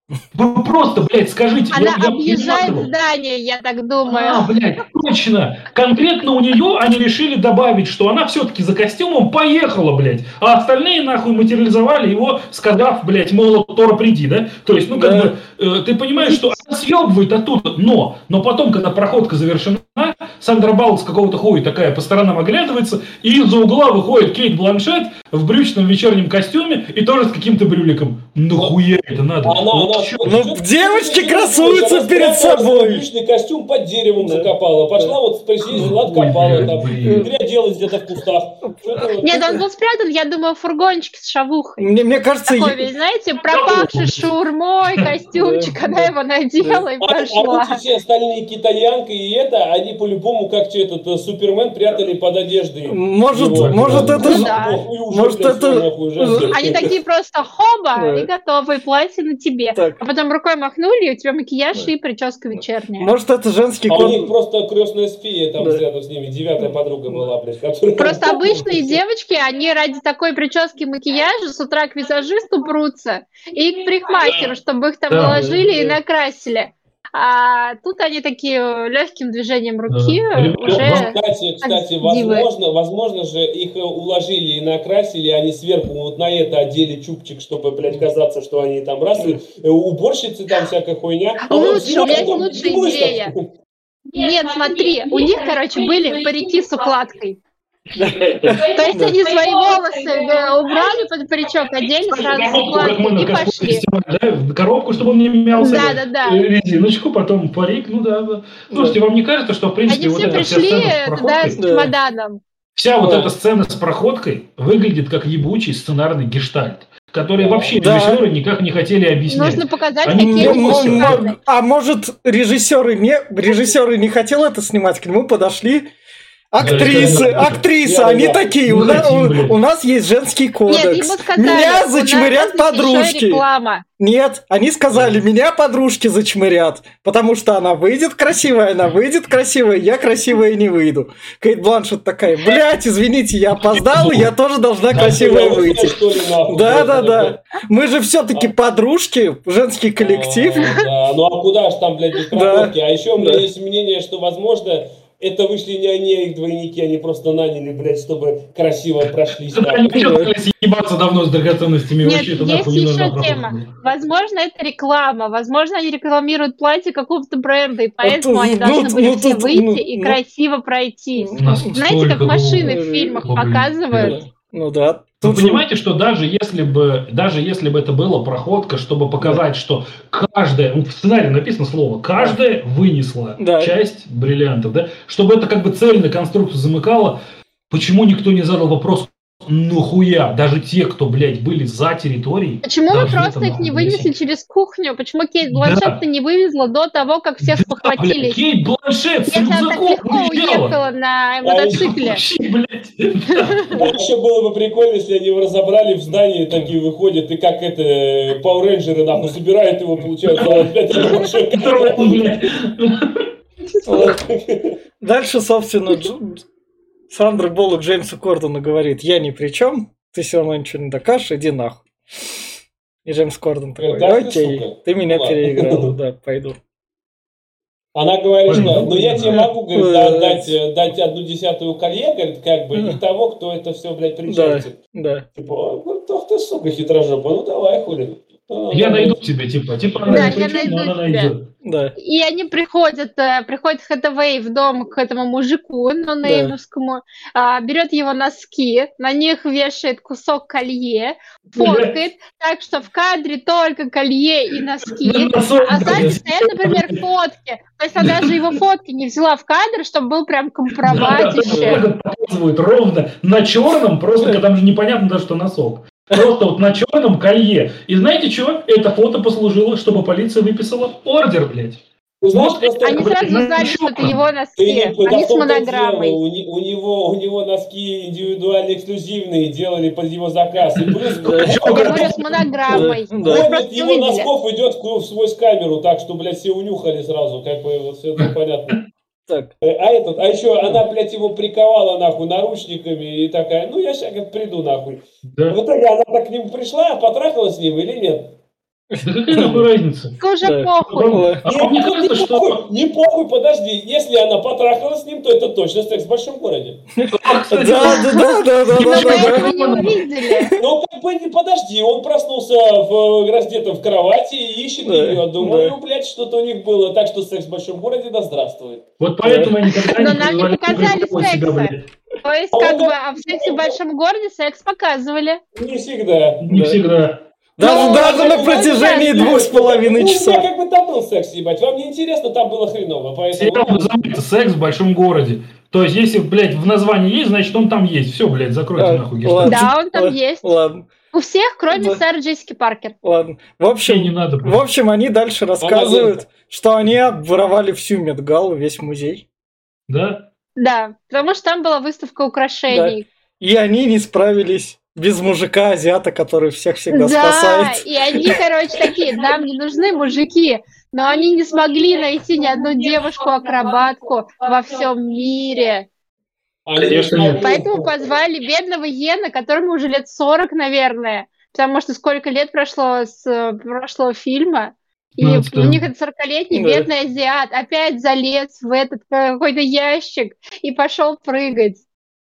Вы просто, блядь, скажите. Она я, я объезжает пересматривал. здание, я так думаю. А, блядь, точно. Конкретно у нее они решили добавить, что она все-таки за костюмом поехала, блядь. А остальные нахуй материализовали его, сказав, блядь, мол, Тора, приди, да? То есть, ну, как Да. бы, э, ты понимаешь, что она съебывает оттуда, но, но потом, когда проходка завершена, Сандра Баллок с какого-то хуя такая по сторонам оглядывается, и из-за угла выходит Кейт Бланшетт в брючном вечернем костюме и тоже с каким-то брюликом. Нахуя это надо? Она, Вот она, чё? Ну, девочки красуются перед собой. Личный костюм под деревом Да. закопала. Пошла вот съездила, откопала Ой, там. блин. Переоделась где-то в кустах. Что-то вот Нет, это- он был спрятан, я думаю, в фургончике с шавухой. Мне, мне кажется, Такой я- весь, знаете, пропавший шаурмой костюмчик, Да, она да. его надела и А, а пошла. вот все остальные китаянка и это, они по-любому, как этот э, Супермен, прятали под одеждой. может, его. может да. это Ну же- да. Ох, и уже, может, блядь, это- всё, нахуй, женское. Они такие просто хоба Да. и готовы, платье на тебе. Так. А потом рукой махнули, и у тебя макияж Да. и прическа вечерняя. может это женский А у код. них просто крестная фея там Да. рядом с ними, девятая подруга была, блядь, которая... Просто обычные девочки, они ради такой прически и макияжа с утра к визажисту прутся и к парикмахеру, чтобы их там Да, наложили и да. накрасили. А тут они такие легким движением руки Да. Ребята, уже... Кстати, кстати, дивы. возможно, возможно же их э, уложили и накрасили, они сверху вот на это одели чубчик, чтобы, блядь, казаться, что они там раз, и, э, уборщицы там всякая хуйня. А вот Лучше, сверху у меня есть там лучшая ебось там. идея. Нет, смотри, у них, короче, были парики с укладкой. То есть они свои волосы э, убрали под паричок, одели сразу с Коробку, как мы укладкой на и косплей пошли. фестивале, да? В коробку, чтобы он не мялся. Да, да, да. э, Резиночку, потом парик, ну да, да. Слушайте, вам не кажется, что в принципе Они вот все эта вся пришли сцена с туда проходкой, с Да. чемоданом. вся вот Да. эта сцена с проходкой выглядит как ебучий сценарный гештальт, который Да. вообще Да. режиссеры никак не хотели объяснять. Нужно показать, Они какие М- они м- шикарные. м- А может, режиссеры не, режиссеры не хотел это снимать, к нему подошли актрисы, Да, актрисы, да, они да. такие, Ну, у, на- хотим, у- блин. у нас есть женский Нет, кодекс, ему сказали, меня у нас зачмырят здесь еще подружки. реклама. Нет, они сказали, меня подружки зачмырят, потому что она выйдет красивая, она выйдет красивая, я красивая не выйду. Кейт Бланшетт такая, блядь, извините, я опоздала, я тоже должна красивая Нахуй, выйти. что ли, нахуй, Да, просто, да, да. блядь. Мы же все-таки подружки, женский коллектив. А, да. Ну а куда ж там, блядь, без Да. проходки? А еще у меня Да. есть мнение, что, возможно, это вышли не они, а их двойники, они просто наняли, блядь, чтобы красиво прошлись. Да, они нахуй. вообще пытались ебаться давно с драгоценностями. Нет, вообще это есть нахуй не нужна еще проходка тема. была. Возможно, это реклама. Возможно, они рекламируют платье какого-то бренда, и поэтому тут- они ну, должны были ну, все тут, выйти ну, и ну. красиво пройтись. Настолько Знаете, как машины долго. в фильмах Ой, блин. показывают. Ну да. Вы Тут же- понимаете, что даже если бы, даже если бы это была проходка, чтобы показать, что каждая, ну, в сценарии написано слово, каждая вынесла Да. часть бриллиантов, да, чтобы это как бы цельно конструкцию замыкало, почему никто не задал вопрос, нахуя, даже те, кто, блядь, были за территорией, Почему вы должны просто это их не нахуй вынесли выносить? через кухню? Почему Кейт Да. Бланшетт не вывезла до того, как все Да, блядь, спохватились? Кейт Бланшетт с Если она так рюкзаком легко уезжала. уехала на мотоцикле. Вообще, блядь. А еще было бы прикольно, если они его разобрали в здании, такие выходят, и как это, Power Rangers, нахуй, собирают его, получается, он опять Который он, блядь. Дальше, собственно, Дж- Сандра Буллок Джеймсу Кордону говорит, я ни при чем, ты все равно ничего не докажешь, иди нахуй. И Джеймс Кордон такой, Да ты, окей, сука. ты меня Ну ладно. переиграл, да, пойду. Она говорит, что, Блин, ну я тебе да. могу, говорит, Да. да, дать, э, дать одну десятую колье, говорит, как бы, и Да. того, кто это все, блядь, Да, причастен. да. Типа, «О, ну ах ты, сука, хитрожопа, ну давай, хули. Ну, Я давай». найду тебе, типа, типа, она Да, ни при я чем, но найду она тебя. найдет. Да. И они приходят, э, приходит Хэтэуэй в дом к этому мужику, ну, неймовскому, а, берет его носки, на них вешает кусок колье, фоткает, так что в кадре только колье и носки. А сзади стоят, например, фотки. То есть она даже его фотки не взяла в кадр, чтобы был прям компроматище. Показывают ровно на черном, просто когда там же непонятно даже, что носок. Просто вот на черном колье. И знаете что? Это фото послужило, чтобы полиция выписала ордер, блядь. Ну, знаешь, Вот просто... Они блядь, сразу на знали, что это чёрном. его Ты носки. не- да Они в с том-то и дело, монограммой. У, не- у него, у него носки индивидуально эксклюзивные делали под его заказ. И плюс Да. Я говорю, с монограммой. Да. Вы Да. просто Ходит, не его увидели. носков идет в в свой камеру, так что, блядь, все унюхали сразу, как бы вот все это понятно. Так, Э, А этот, а еще она, блядь, его приковала нахуй наручниками и такая, ну я сейчас приду нахуй. Да. В итоге она так к нему пришла, потрахалась с ним или нет? Да какая нахуй разница? Уже Да. похуй. А вам не кажется, не что... похуй, не похуй, подожди. Если она потрахалась с ним, то это точно секс в большом городе. А, Да, кстати, да, да, да, да, Но да, мы да. этого не увидели. Ну, как бы, не подожди, он проснулся в, раздетым в кровати и ищет Да, ее. Думаю, да. блядь, что-то у них было. Так что секс в большом городе, да здравствует. Вот поэтому я никогда Но не нам не позволяю показали прикалывать себя, секса. блядь. То есть, как бы, а в сексе в большом городе секс показывали. Не всегда. Не Да. всегда. Даже, Ну, даже на ну, протяжении ну, двух с половиной Ну, у меня часов. как бы там был секс, ебать. Вам не интересно, там было хреново. Сериал Поэтому... называется «Секс в большом городе». То есть, если, блядь, в названии есть, значит, он там есть. Все, блядь, закройте А, нахуй ладно. гештальт. Да, он там Л- есть. Ладно, У всех, кроме Да. Сары Джессики Паркер. ладно. В Вообще общем, не надо, в блядь. общем, они дальше рассказывают, что они обворовали всю Медгалу, весь музей. Да? Да, потому что там была выставка украшений. И они не справились без мужика-азиата, который всех всегда Да, спасает. и они, короче, такие, нам не нужны мужики, но они не смогли найти ни одну девушку-акробатку во всем мире. Они Конечно, не нет. смогли. Поэтому позвали бедного Йена, которому уже лет сорок, наверное, потому что сколько лет прошло с э, прошлого фильма, и пятнадцать, у да. них этот сорокалетний Да. бедный азиат опять залез в этот какой-то ящик и пошел прыгать.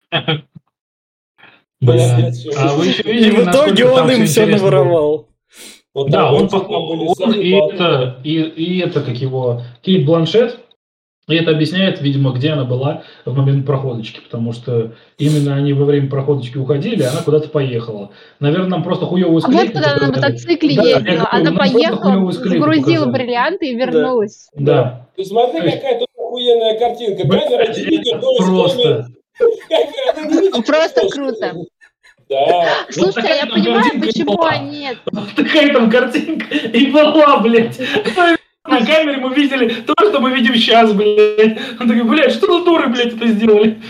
Бля. Молодец, А вы еще И видели, в итоге насколько там он им всё все интересно было? наворовал. Вот Да, там он, эти там похож, были он сами и, балки. это, и, и это, как его, Кейт Бланшетт, и это объясняет, видимо, где она была в момент проходочки, потому что именно они во время проходочки уходили, а она куда-то поехала. Наверное, нам просто хуевую А вот склейку куда она на показали. мотоцикле Да, я ездила. говорю, Она нам просто поехала, хуевую склейку загрузила показали. бриллианты и вернулась. Да. Ты смотри, То есть- какая тут охуенная картинка. Блядь, Камера не видит, то есть просто. Как она не видит, Просто что- круто. Да. Слушайте, а я такая там понимаю, картинка и почему была. они... Вот такая там картинка и была, блядь. На камере мы видели то, что мы видим сейчас, блядь. Он такой, блядь, что за дуры, блядь, это сделали?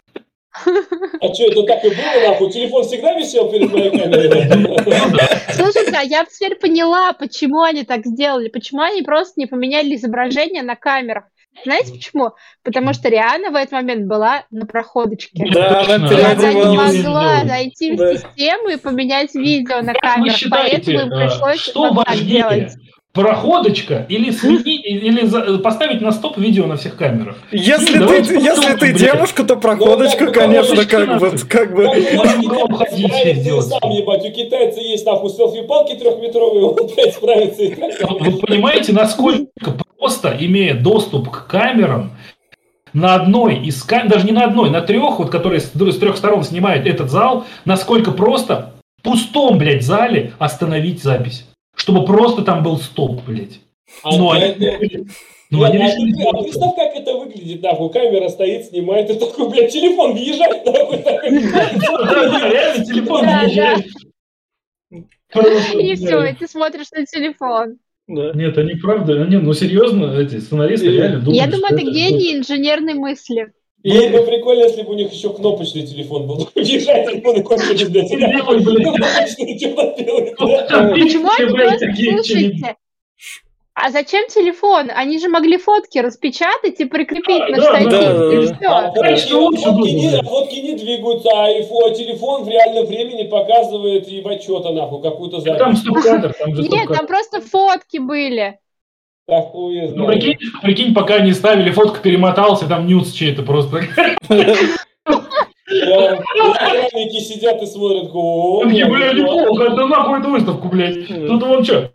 А что, это так и было, нахуй? Телефон всегда висел перед моей камерой? Слушайте, а я теперь поняла, почему они так сделали. Почему они просто не поменяли изображение на камерах. Знаете почему? Потому что Риана в этот момент была на проходочке. Да, она Точно. И она не переодевалась. могла Да. зайти в Да. систему и поменять видео на Как вы камерах, считаете, поэтому им э, пришлось что вот так важнее? делать. Проходочка или сменить, или за- поставить на стоп видео на всех камерах? Если Ну, давайте ты, если посмотрим, ты блядь. девушка, то проходочку, Ну, да, конечно, проходочка как бы, нахуй. как бы. Как у нас Можно было китайцы обходить справятся и сделать. сам, ебать. У китайца есть, нахуй, селфи-палки трехметровые, он, блядь, справится и так. Вы понимаете, насколько просто, имея доступ к камерам, на одной из камер, даже не на одной, на трех, вот, которые с, с трех сторон снимают этот зал, насколько просто в пустом, блядь, зале остановить запись. Чтобы просто там был стоп, блядь. А, Ну, да, они, да. ну, Я- они а решили ты- а сделать представь, как это выглядит, нахуй. Камера стоит, снимает, и такой, блядь, телефон въезжает, нахуй, такой. это. Да, да, реально, телефон Да, въезжает. Просто, И все, блядь. и ты смотришь на телефон. Да. Нет, они правда, не, ну серьезно, эти сценаристы И- реально думают, Я думаю, что это гений инженерной мысли. Было И, бы прикольно, если бы у них еще кнопочный телефон был. Въезжает телефон и кончились, блядь. и Делай, блядь. Ну, кнопочный что-то делает, да. Там Почему видите, они блядь, просто, такие что-нибудь. слушайте, а зачем телефон? Они же могли фотки распечатать и прикрепить Да, на да, штатив, да, да, и да. все. А Знаешь, фотки, что лучше фотки было, не, блядь? фотки не двигаются, а и фо- телефон в реальном времени показывает, ебать, что-то нахуй, какую-то запись. Там стоп-кадр, там же Нет, стоп-кадр. там просто фотки были. Так, хуй Ну, прикинь, прикинь, пока не ставили, фотка перемотался, там нюц чей-то просто. Охранники сидят и смотрят, о, Такие, бля, блядь, неплохо, да нахуй эту выставку, блядь. Тут вон что?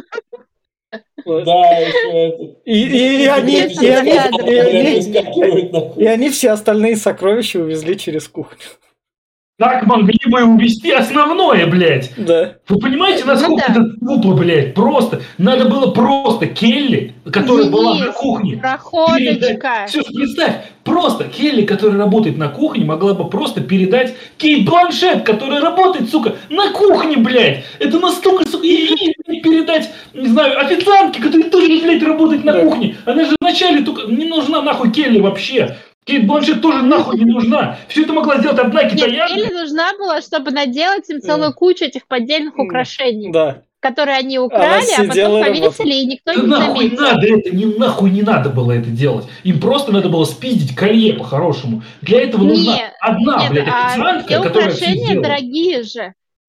да, еще это. и, и, и они, и, Эти они, кадры, и, они, выскакивают, нахуй. и они все остальные сокровища увезли через кухню. Так могли бы увести основное, блядь. Да. Вы понимаете, насколько Ну да. это тупо, блядь? Просто. Надо было просто Келли, которая Денис, была на кухне. проходочка. Все, представь, просто Келли, которая работает на кухне, могла бы просто передать Кейт Бланшетт, которая работает, сука, на кухне, блядь. Это настолько, сука, и, и- и передать, не знаю, официантке, которая тоже, блядь, работает на Да. кухне. Она же вначале только не нужна нахуй Келли вообще. Кейт Бланшетт тоже нахуй не нужна. Все это могла сделать одна Нет, китаянка. Элли нужна была, чтобы наделать им целую кучу этих поддельных М. украшений, Да. которые они украли, а сидела потом и повесили, и никто Да не нахуй заметил. надо это, не, нахуй не надо было это делать. Им просто надо было спиздить колье по-хорошему. Для этого нужна Нет, одна, Нет, блядь, а официантка, все которая все украшения сделала. дорогие же.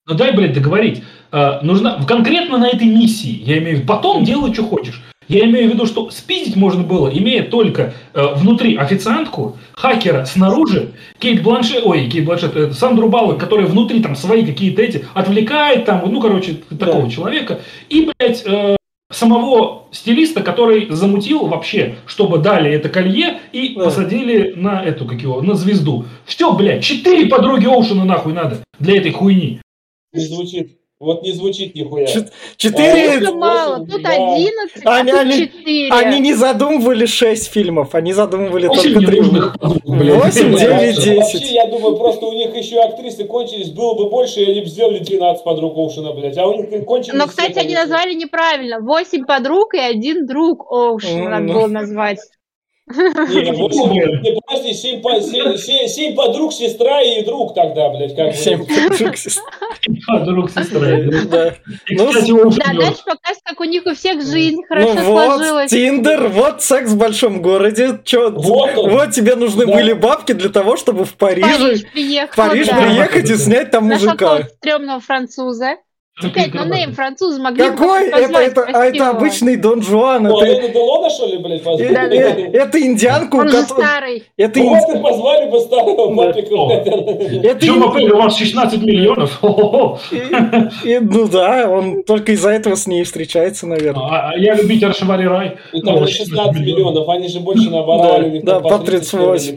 Ну дай, блядь, договорить. А, нужно конкретно на этой миссии, я имею в виду, потом делай, что хочешь. Я имею в виду, что спиздить можно было, имея только э, внутри официантку, хакера снаружи, Кейт Бланшет, ой, Кейт Бланшет, э, Сандру Баллок, которая внутри там свои какие-то эти, отвлекает там, ну, короче, такого да. человека, и, блядь, э, самого стилиста, который замутил вообще, чтобы дали это колье и да. посадили на эту, как его, на звезду. Все, блядь, четыре подруги Оушена нахуй надо для этой хуйни. Не звучит. Вот не звучит нихуя. Четыре... А, мало, тут одиннадцать, а они, тут четыре. Они не задумывали шесть фильмов, они задумывали восемь только три. восемь, девять, десять. Вообще, я думаю, просто у них еще актрисы кончились, было бы больше, и они бы сделали двенадцать подруг Оушена, блядь. А у них кончились... Но, кстати, они назвали неправильно. восемь подруг и один друг Оушена надо было назвать. Не, восемь, не, подожди, семь, семь, семь, семь подруг, сестра и друг тогда, блядь, как бы. Семь подруг, сестра. Подруг, сестра и друг. Да. Да, дальше показывает, как у них у всех жизнь хорошо ну сложилась. Вот, Тиндер, вот секс в большом городе. Чё, вот, вот тебе нужны да. были бабки для того, чтобы в Париже, Париж, приехал, в Париж да. приехать и снять там мужика. Нашел стрёмного француза. Опять, ну нейм французы могли Какой? Это, это, а это обычный Дон Жуан. О, это... это Делона, что ли, блядь, позвали? Это, это, это индианку. Он же который... старый. Это вот и позвали бы старого папика. Это Чем ин... у вас шестнадцать миллионов? И, и, ну да, он только из-за этого с ней встречается, наверное. А, а я любитель Швари Рай. И там шестнадцать миллионов, они же больше наворовали. Да, по тридцать восемь.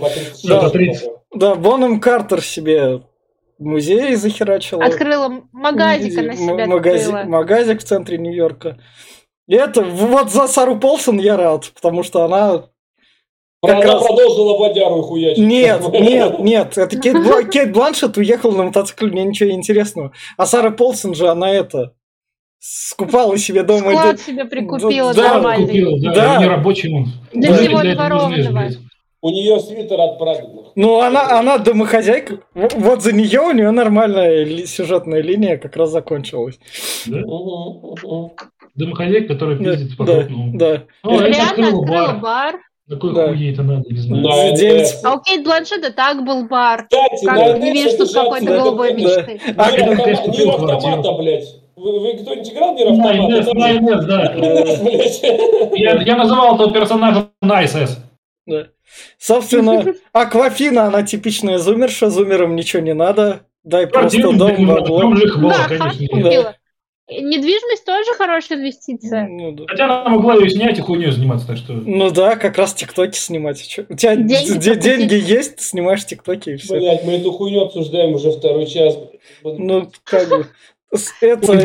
Да, Бонем Картер себе... Музей захерачила. Открыла магазик, она себя магазик, открыла. Магазик в центре Нью-Йорка. И это, вот за Сару Полсон я рад, потому что она... Как она раз... продолжила водяру хуячить. Нет, нет, нет. Это Кейт, Бла... Кейт Бланшетт уехала на мотоцикле, мне ничего интересного. А Сара Полсон же, она это... Скупала себе дома... Склад себе прикупила да, нормальный. Купила, да, да. Не рабочий он. Для да. всего наворованного. У нее свитер от праведных. Ну, она, она домохозяйка. Вот за нее у нее нормальная ли, сюжетная линия как раз закончилась. Да? Домохозяйка, которая пиздит по крупному. Да. Ну, Реально открыла бар. бар. Какой да. хуй ей это надо, не знаю. Да, девять... А у Кейт Бланшетта так был бар. Кстати, как не вижу тут какой-то да, голубой да, мечты. Да. Нир автомата, блядь. Вы, вы кто-нибудь играл Нир автомата? Да, Найс, да. Я, я называл этого персонажа Найс. Да. Собственно, Аквафина, она типичная зумерша, зумерам ничего не надо, дай просто дом, бабло. Да, да. Недвижимость тоже хорошая инвестиция. Ну, да. Хотя она могла ее снять и хуйней заниматься, так что... Ну да, как раз тиктоки снимать. У тебя деньги, д- деньги есть, ты снимаешь тиктоки и все. Блять, мы эту хуйню обсуждаем уже второй час. Ну, как бы... Это,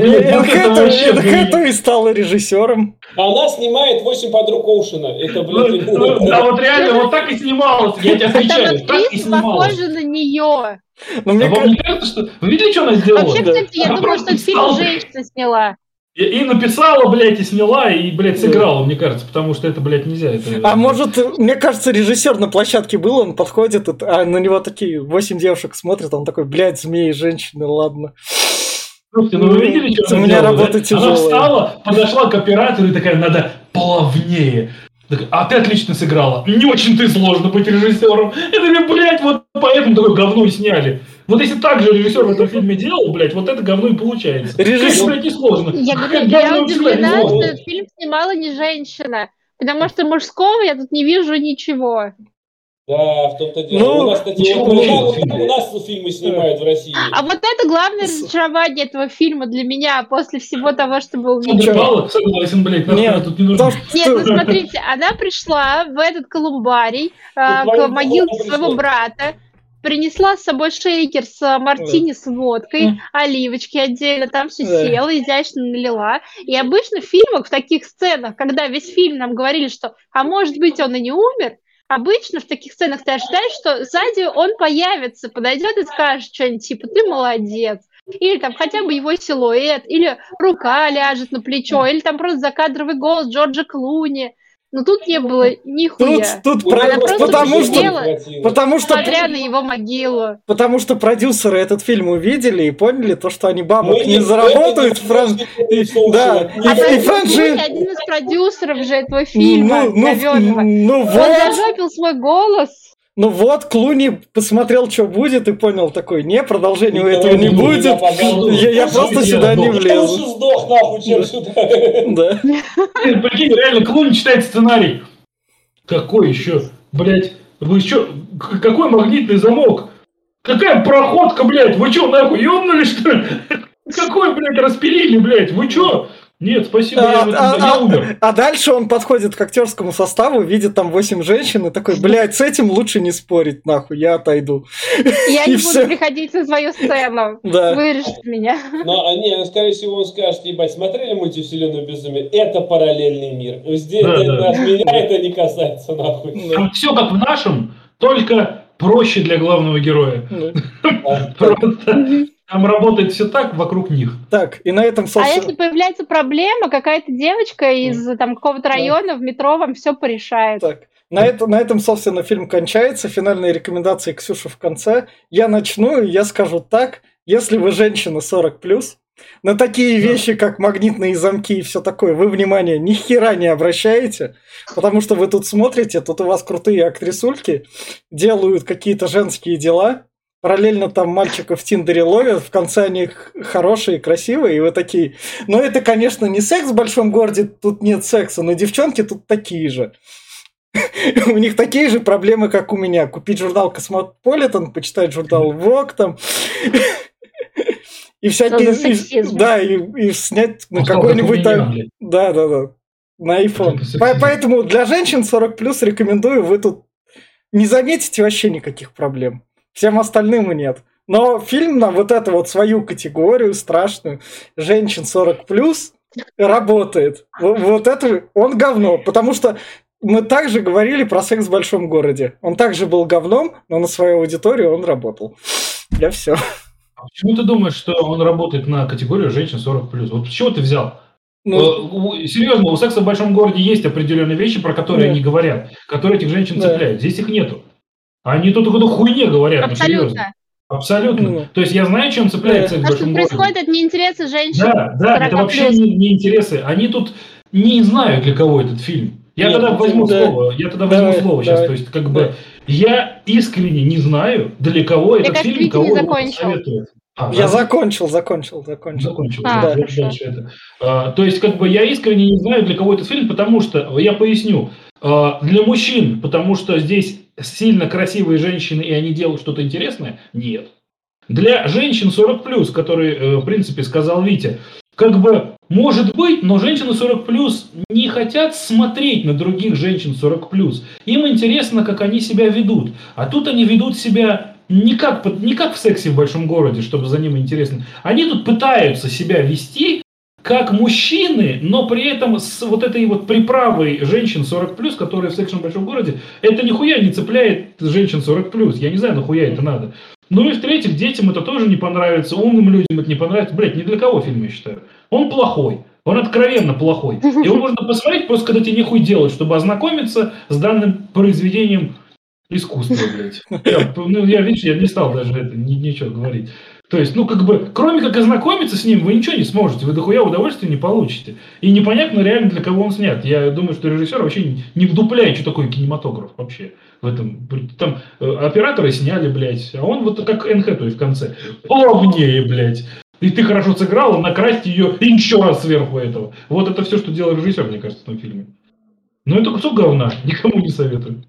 Энн Хэтэуэй стала режиссером. Она снимает восемь подруг Оушена. Это, блядь... Да вот реально, вот так и снималась, я тебе отвечаю. Так и снималась. Похоже на нее. Но мне а вам не кажется, что... Вы видели, что она сделала? Вообще, кстати, я думаю, что фильм женщина сняла. И, и написала, блядь, и сняла, и, блядь, сыграла, мне кажется, потому что это, блядь, нельзя. Это... А может, мне кажется, режиссер на площадке был, он подходит, а на него такие восемь девушек смотрят, он такой, блядь, змеи, женщины, ладно. Слушайте, ну вы видели, что у она меня делала, работа да? тяжелая. Она встала, подошла к оператору и такая, надо плавнее. Так, а ты отлично сыграла. Не очень-то сложно быть режиссером. Я говорю, блядь, вот поэтому такое говно и сняли. Вот если так же режиссер в этом фильме делал, блядь, вот это говно и получается. Режиссер, блядь, не сложно. Я говорю, я удивлена, что этот фильм снимала не женщина. Потому что мужского я тут не вижу ничего. Да, в том-то дело. Ну, у нас, кстати, вот, вот, вот, у нас фильмы снимают в России. А вот это главное разочарование этого фильма для меня после всего того, что был видео. Согласен, блядь, нет, тут не нужно. Нет, ну смотрите, она пришла в этот колумбарий а, к могилке своего брата, принесла с собой шейкер с мартини с водкой, оливочки отдельно, там все села, изящно налила. И обычно в фильмах, в таких сценах, когда весь фильм нам говорили, что, а может быть, он и не умер, обычно в таких сценах ты ожидаешь, что сзади он появится, подойдет и скажет что-нибудь типа «ты молодец». Или там хотя бы его силуэт, или рука ляжет на плечо, или там просто закадровый голос Джорджа Клуни. Но тут не было нихуя. Тут, тут Она про... просто потому сидела, что, потому что, смотря на его могилу. Потому что продюсеры этот фильм увидели и поняли то, что они бабок Мы не заработают. Фран... И, да, а и, и франши... один из продюсеров же этого фильма, ну, ну, ну, он вот. зажопил свой голос. Ну вот, Клуни посмотрел, что будет, и понял такой, не, продолжения у Николай этого не Клуни, будет, я подожду. я, я Ну, просто я сюда не сдох. Я лучше влезу. сдох нахуй, чем сюда. Да. Блин, Прикинь, реально, Клуни читает сценарий. Какой еще, блядь, вы что, к- какой магнитный замок? Какая проходка, блядь, вы что, нахуй, ёбнули, что ли? Какой, блядь, распилили, блядь, вы что? Нет, спасибо, я, в этом- А, я а, умер. а дальше он подходит к актерскому составу, видит там восемь женщин и такой, блядь, с этим лучше не спорить, нахуй, я отойду. Я И не всё. буду приходить на свою сцену. Да. Вырежьте меня. Но, а, не, скорее всего, он скажет, ебать, смотрели мультивселенную безумие? Это параллельный мир. Здесь Да, это- да. от меня это не касается, нахуй. Да. Все как в нашем, только проще для главного героя. Да. А, Просто там работает все так вокруг них. Так, и на этом, А собственно... если появляется проблема, какая-то девочка из там какого-то района в метро вам все порешает. Так, на, это, на этом, собственно, фильм кончается. Финальные рекомендации Ксюши в конце. Я начну, и я скажу так. Если вы женщина сорок плюс, на такие вещи, как магнитные замки и все такое, вы, внимание, ни хера не обращаете, потому что вы тут смотрите, тут у вас крутые актрисульки делают какие-то женские дела, параллельно там мальчиков в Тиндере ловят, в конце они х- хорошие, красивые, и вы такие, ну это, конечно, не секс в большом городе, тут нет секса, но девчонки тут такие же. У них такие же проблемы, как у меня. Купить журнал Космополитен, почитать журнал Vogue там. И всякие... Что за и- сексизм? Да, и, и снять на Он стал какой-нибудь как у меня, там... блядь. Да, да, да. На iPhone. Это сексизм. По- Поэтому для женщин сорок плюс рекомендую, вы тут не заметите вообще никаких проблем. Всем остальным и нет. Но фильм на вот эту вот свою категорию страшную, женщин сорок плюс, работает. Во- Вот это он говно. Потому что мы также говорили про секс в большом городе. Он также был говном, но на свою аудиторию он работал. Я все. А почему ты думаешь, что он работает на категорию женщин сорок плюс? Вот с чего ты взял? Ну, Э, у- Серьезно, у секса в большом городе есть определенные вещи, про которые Да. они говорят, которые этих женщин Да. цепляют. Здесь их нету. Они тут какую-то хуйне говорят, ну серьезно. Абсолютно. Абсолютно. Ну. То есть я знаю, чем цепляет Да. секс в То, что большом городе. происходит, это не интересы женщин. Да, да, это сорок вообще плюс. не, не интересы. Они тут не знаю, для кого этот фильм. Я Нет, тогда ну, возьму да. слово. Я тогда возьму Давай, слово сейчас. давай. То есть, как Да. бы я искренне не знаю, для кого этот кажется, фильм, Витя кого не его закончил. посоветуют. А, я да? закончил, закончил, закончил. Закончил. А, да, хорошо. дальше это. А, то есть, как бы я искренне не знаю, для кого этот фильм, потому что, я поясню, а, для мужчин, потому что здесь сильно красивые женщины, и они делают что-то интересное, нет. Для женщин сорок плюс, которые, э, в принципе, сказал Витя, как бы может быть, но женщины сорок плюс не хотят смотреть на других женщин сорок плюс. Им интересно, как они себя ведут. А тут они ведут себя не как, под- не как в сексе в большом городе, чтобы за ним интересно. Они тут пытаются себя вести как мужчины, но при этом с вот этой вот приправой женщин сорок плюс, которые в сексе в большом городе, это нихуя не цепляет женщин сорок плюс. Я не знаю, нахуя это надо. Ну и в-третьих, детям это тоже не понравится, умным людям это не понравится. Блять, ни для кого фильм, я считаю. Он плохой. Он откровенно плохой. Его можно посмотреть просто, когда тебе нехуй делать, чтобы ознакомиться с данным произведением искусства, блядь. Я, ну, я, видишь, я не стал даже это, ни- ничего говорить. То есть, ну, как бы, кроме как ознакомиться с ним, вы ничего не сможете, вы дохуя удовольствия не получите. И непонятно реально, для кого он снят. Я думаю, что режиссер вообще не, не вдупляет, что такое кинематограф вообще. В этом, там э, операторы сняли, блядь, а он вот как Энн Хэтэуэй в конце. Плавнее, блядь. И ты хорошо сыграла, накрасть ее и еще раз сверху этого. Вот это все, что делал режиссер, мне кажется, в этом фильме. Но это кусок говна, никому не советую.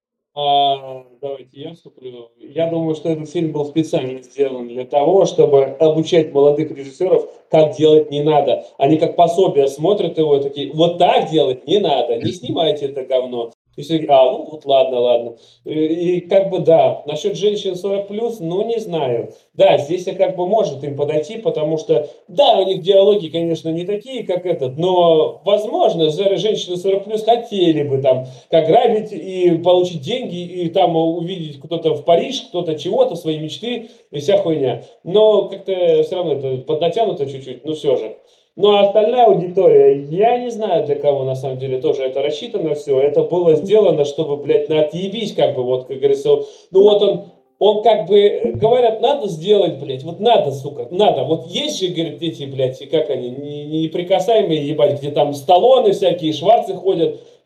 А, давайте я вступлю. Я думаю, что этот фильм был специально сделан для того, чтобы обучать молодых режиссеров, как делать не надо. Они как пособие смотрят его и такие, вот так делать не надо, не снимайте это говно. И все такие, а, ну вот ладно, ладно. И, и как бы да, насчет женщин сорок плюс, ну не знаю. Да, здесь я как бы может им подойти, потому что, да, у них диалоги, конечно, не такие, как этот, но, возможно, женщины сорок плюс хотели бы там как грабить и получить деньги, и там увидеть кто-то в Париж, кто-то чего-то, свои мечты и вся хуйня. Но как-то все равно это поднатянуто чуть-чуть, ну все же. Ну а остальная аудитория, я не знаю, для кого на самом деле тоже это рассчитано все. Это было сделано, чтобы, блядь, на отъебись, как бы, вот, как говорится, ну вот он, он как бы, говорят, надо сделать, блядь, вот надо, сука, надо. Вот есть же, говорят, эти, блядь, как они, не- неприкасаемые, ебать, где там Сталлоне всякие, Шварцы ходят,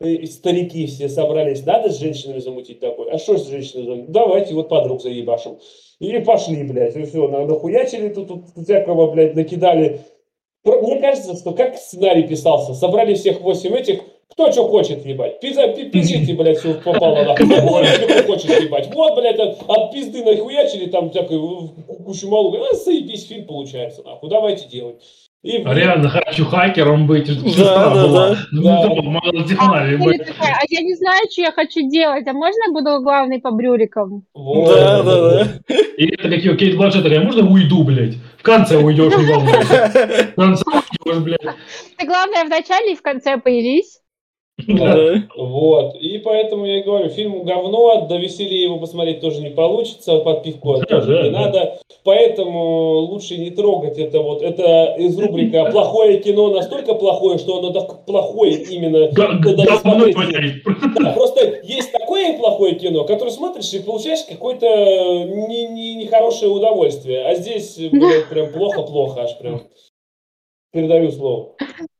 э, старики все собрались, надо с женщинами замутить такой. А что с женщинами замутить? Давайте вот подруг заебашим. И пошли, блядь, и все, нахуячили тут, тут всякого, блядь, накидали. Мне кажется, что как сценарий писался, собрали всех восемь этих, кто что хочет, ебать. Пишите, блядь, все попало нахуй. Вот, кто хочет, ебать. Вот, блядь, от, от пизды нахуячили, там всякую кучу малу. А, заебись, фильм получается, нахуй. Давайте делать. И, а реально хочу хакером быть. Да, да, да. А, или такая, а я не знаю, что я хочу делать, а можно я буду главный по брюликам? Вот. Да, да, да. И это какие Кейт Бланшетт такая, можно уйду, блядь? В конце уйдешь, не волнуйся. В конце уйдешь, блядь. Ты, главное, в начале и в конце появись. Да. Вот. И поэтому я и говорю, фильм говно, до веселья его посмотреть тоже не получится, под пивко Да, тоже да, не да. надо. Поэтому лучше не трогать это вот. Это из рубрики «Плохое кино» настолько плохое, что оно так плохое именно. Да, когда да, смотреть. понять. Да, просто есть такое плохое кино, которое смотришь и получаешь какое-то не- не- нехорошее удовольствие. А здесь, блядь, прям плохо-плохо аж прям. Передаю слово.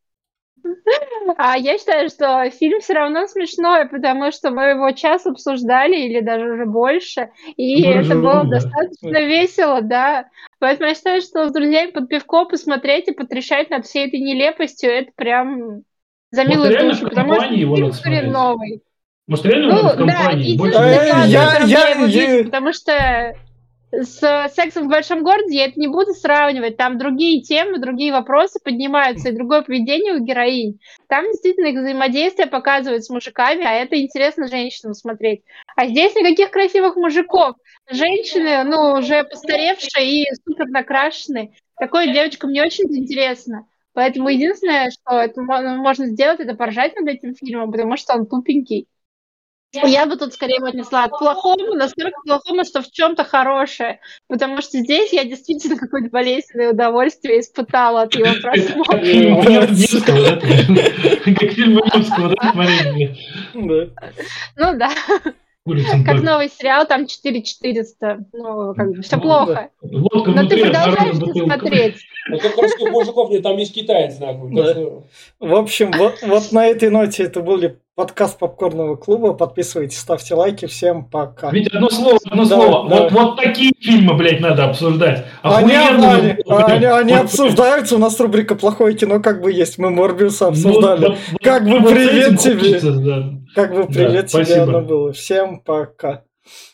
А я считаю, что фильм все равно смешной, потому что мы его час обсуждали, или даже уже больше, и Мы это же было ржем, да. достаточно весело, да. Поэтому я считаю, что с друзьями под пивко посмотреть и потрешать над всей этой нелепостью, это прям за Может, милую реально душу, в потому что компании его фильм надо смотреть? хреновый. Может, реально Ну, надо в да, компании? Больше единственная Э, ситуация, я- в которой я- я его я- вижу, потому что с «Сексом в большом городе» я это не буду сравнивать. Там другие темы, другие вопросы поднимаются, и другое поведение у героинь. Там действительно их взаимодействие показывают с мужиками, а это интересно женщинам смотреть. А здесь никаких красивых мужиков. Женщины, ну, уже постаревшие и супер накрашенные. Такое девочкам не очень интересно. Поэтому единственное, что это мо- можно сделать, это поржать над этим фильмом, потому что он тупенький. Я бы тут скорее его отнесла к плохому, настолько плохому, что в чем-то хорошее. Потому что здесь я действительно какое-то болезненное удовольствие испытала от его Как просмотра. фильм Невского, да? Как фильм Невского, да, смотреть? Да. Ну да, Курицын как только. новый сериал, там четыре четыреста. Ну, как бы все Ну, плохо. Водка Но ты внутри, продолжаешь обнаружена это бутылка. смотреть. А как русских мужиков нет, там есть китаец, нахуй. Так Да. что... В общем, вот, вот на этой ноте это был подкаст Попкорного клуба. Подписывайтесь, ставьте лайки. Всем пока. Ведь одно слово, одно Да, слово. да. Вот, вот такие фильмы, блядь, надо обсуждать. Они, Охуенно они, же было, они- блядь. они Вот, обсуждаются. У нас рубрика «Плохое кино» как бы есть. Мы Морбиуса вот, обсуждали. вот, вот, Как бы вот с привет этим тебе. хочется, да. Как бы Да, привет тебе спасибо. оно было. Всем пока.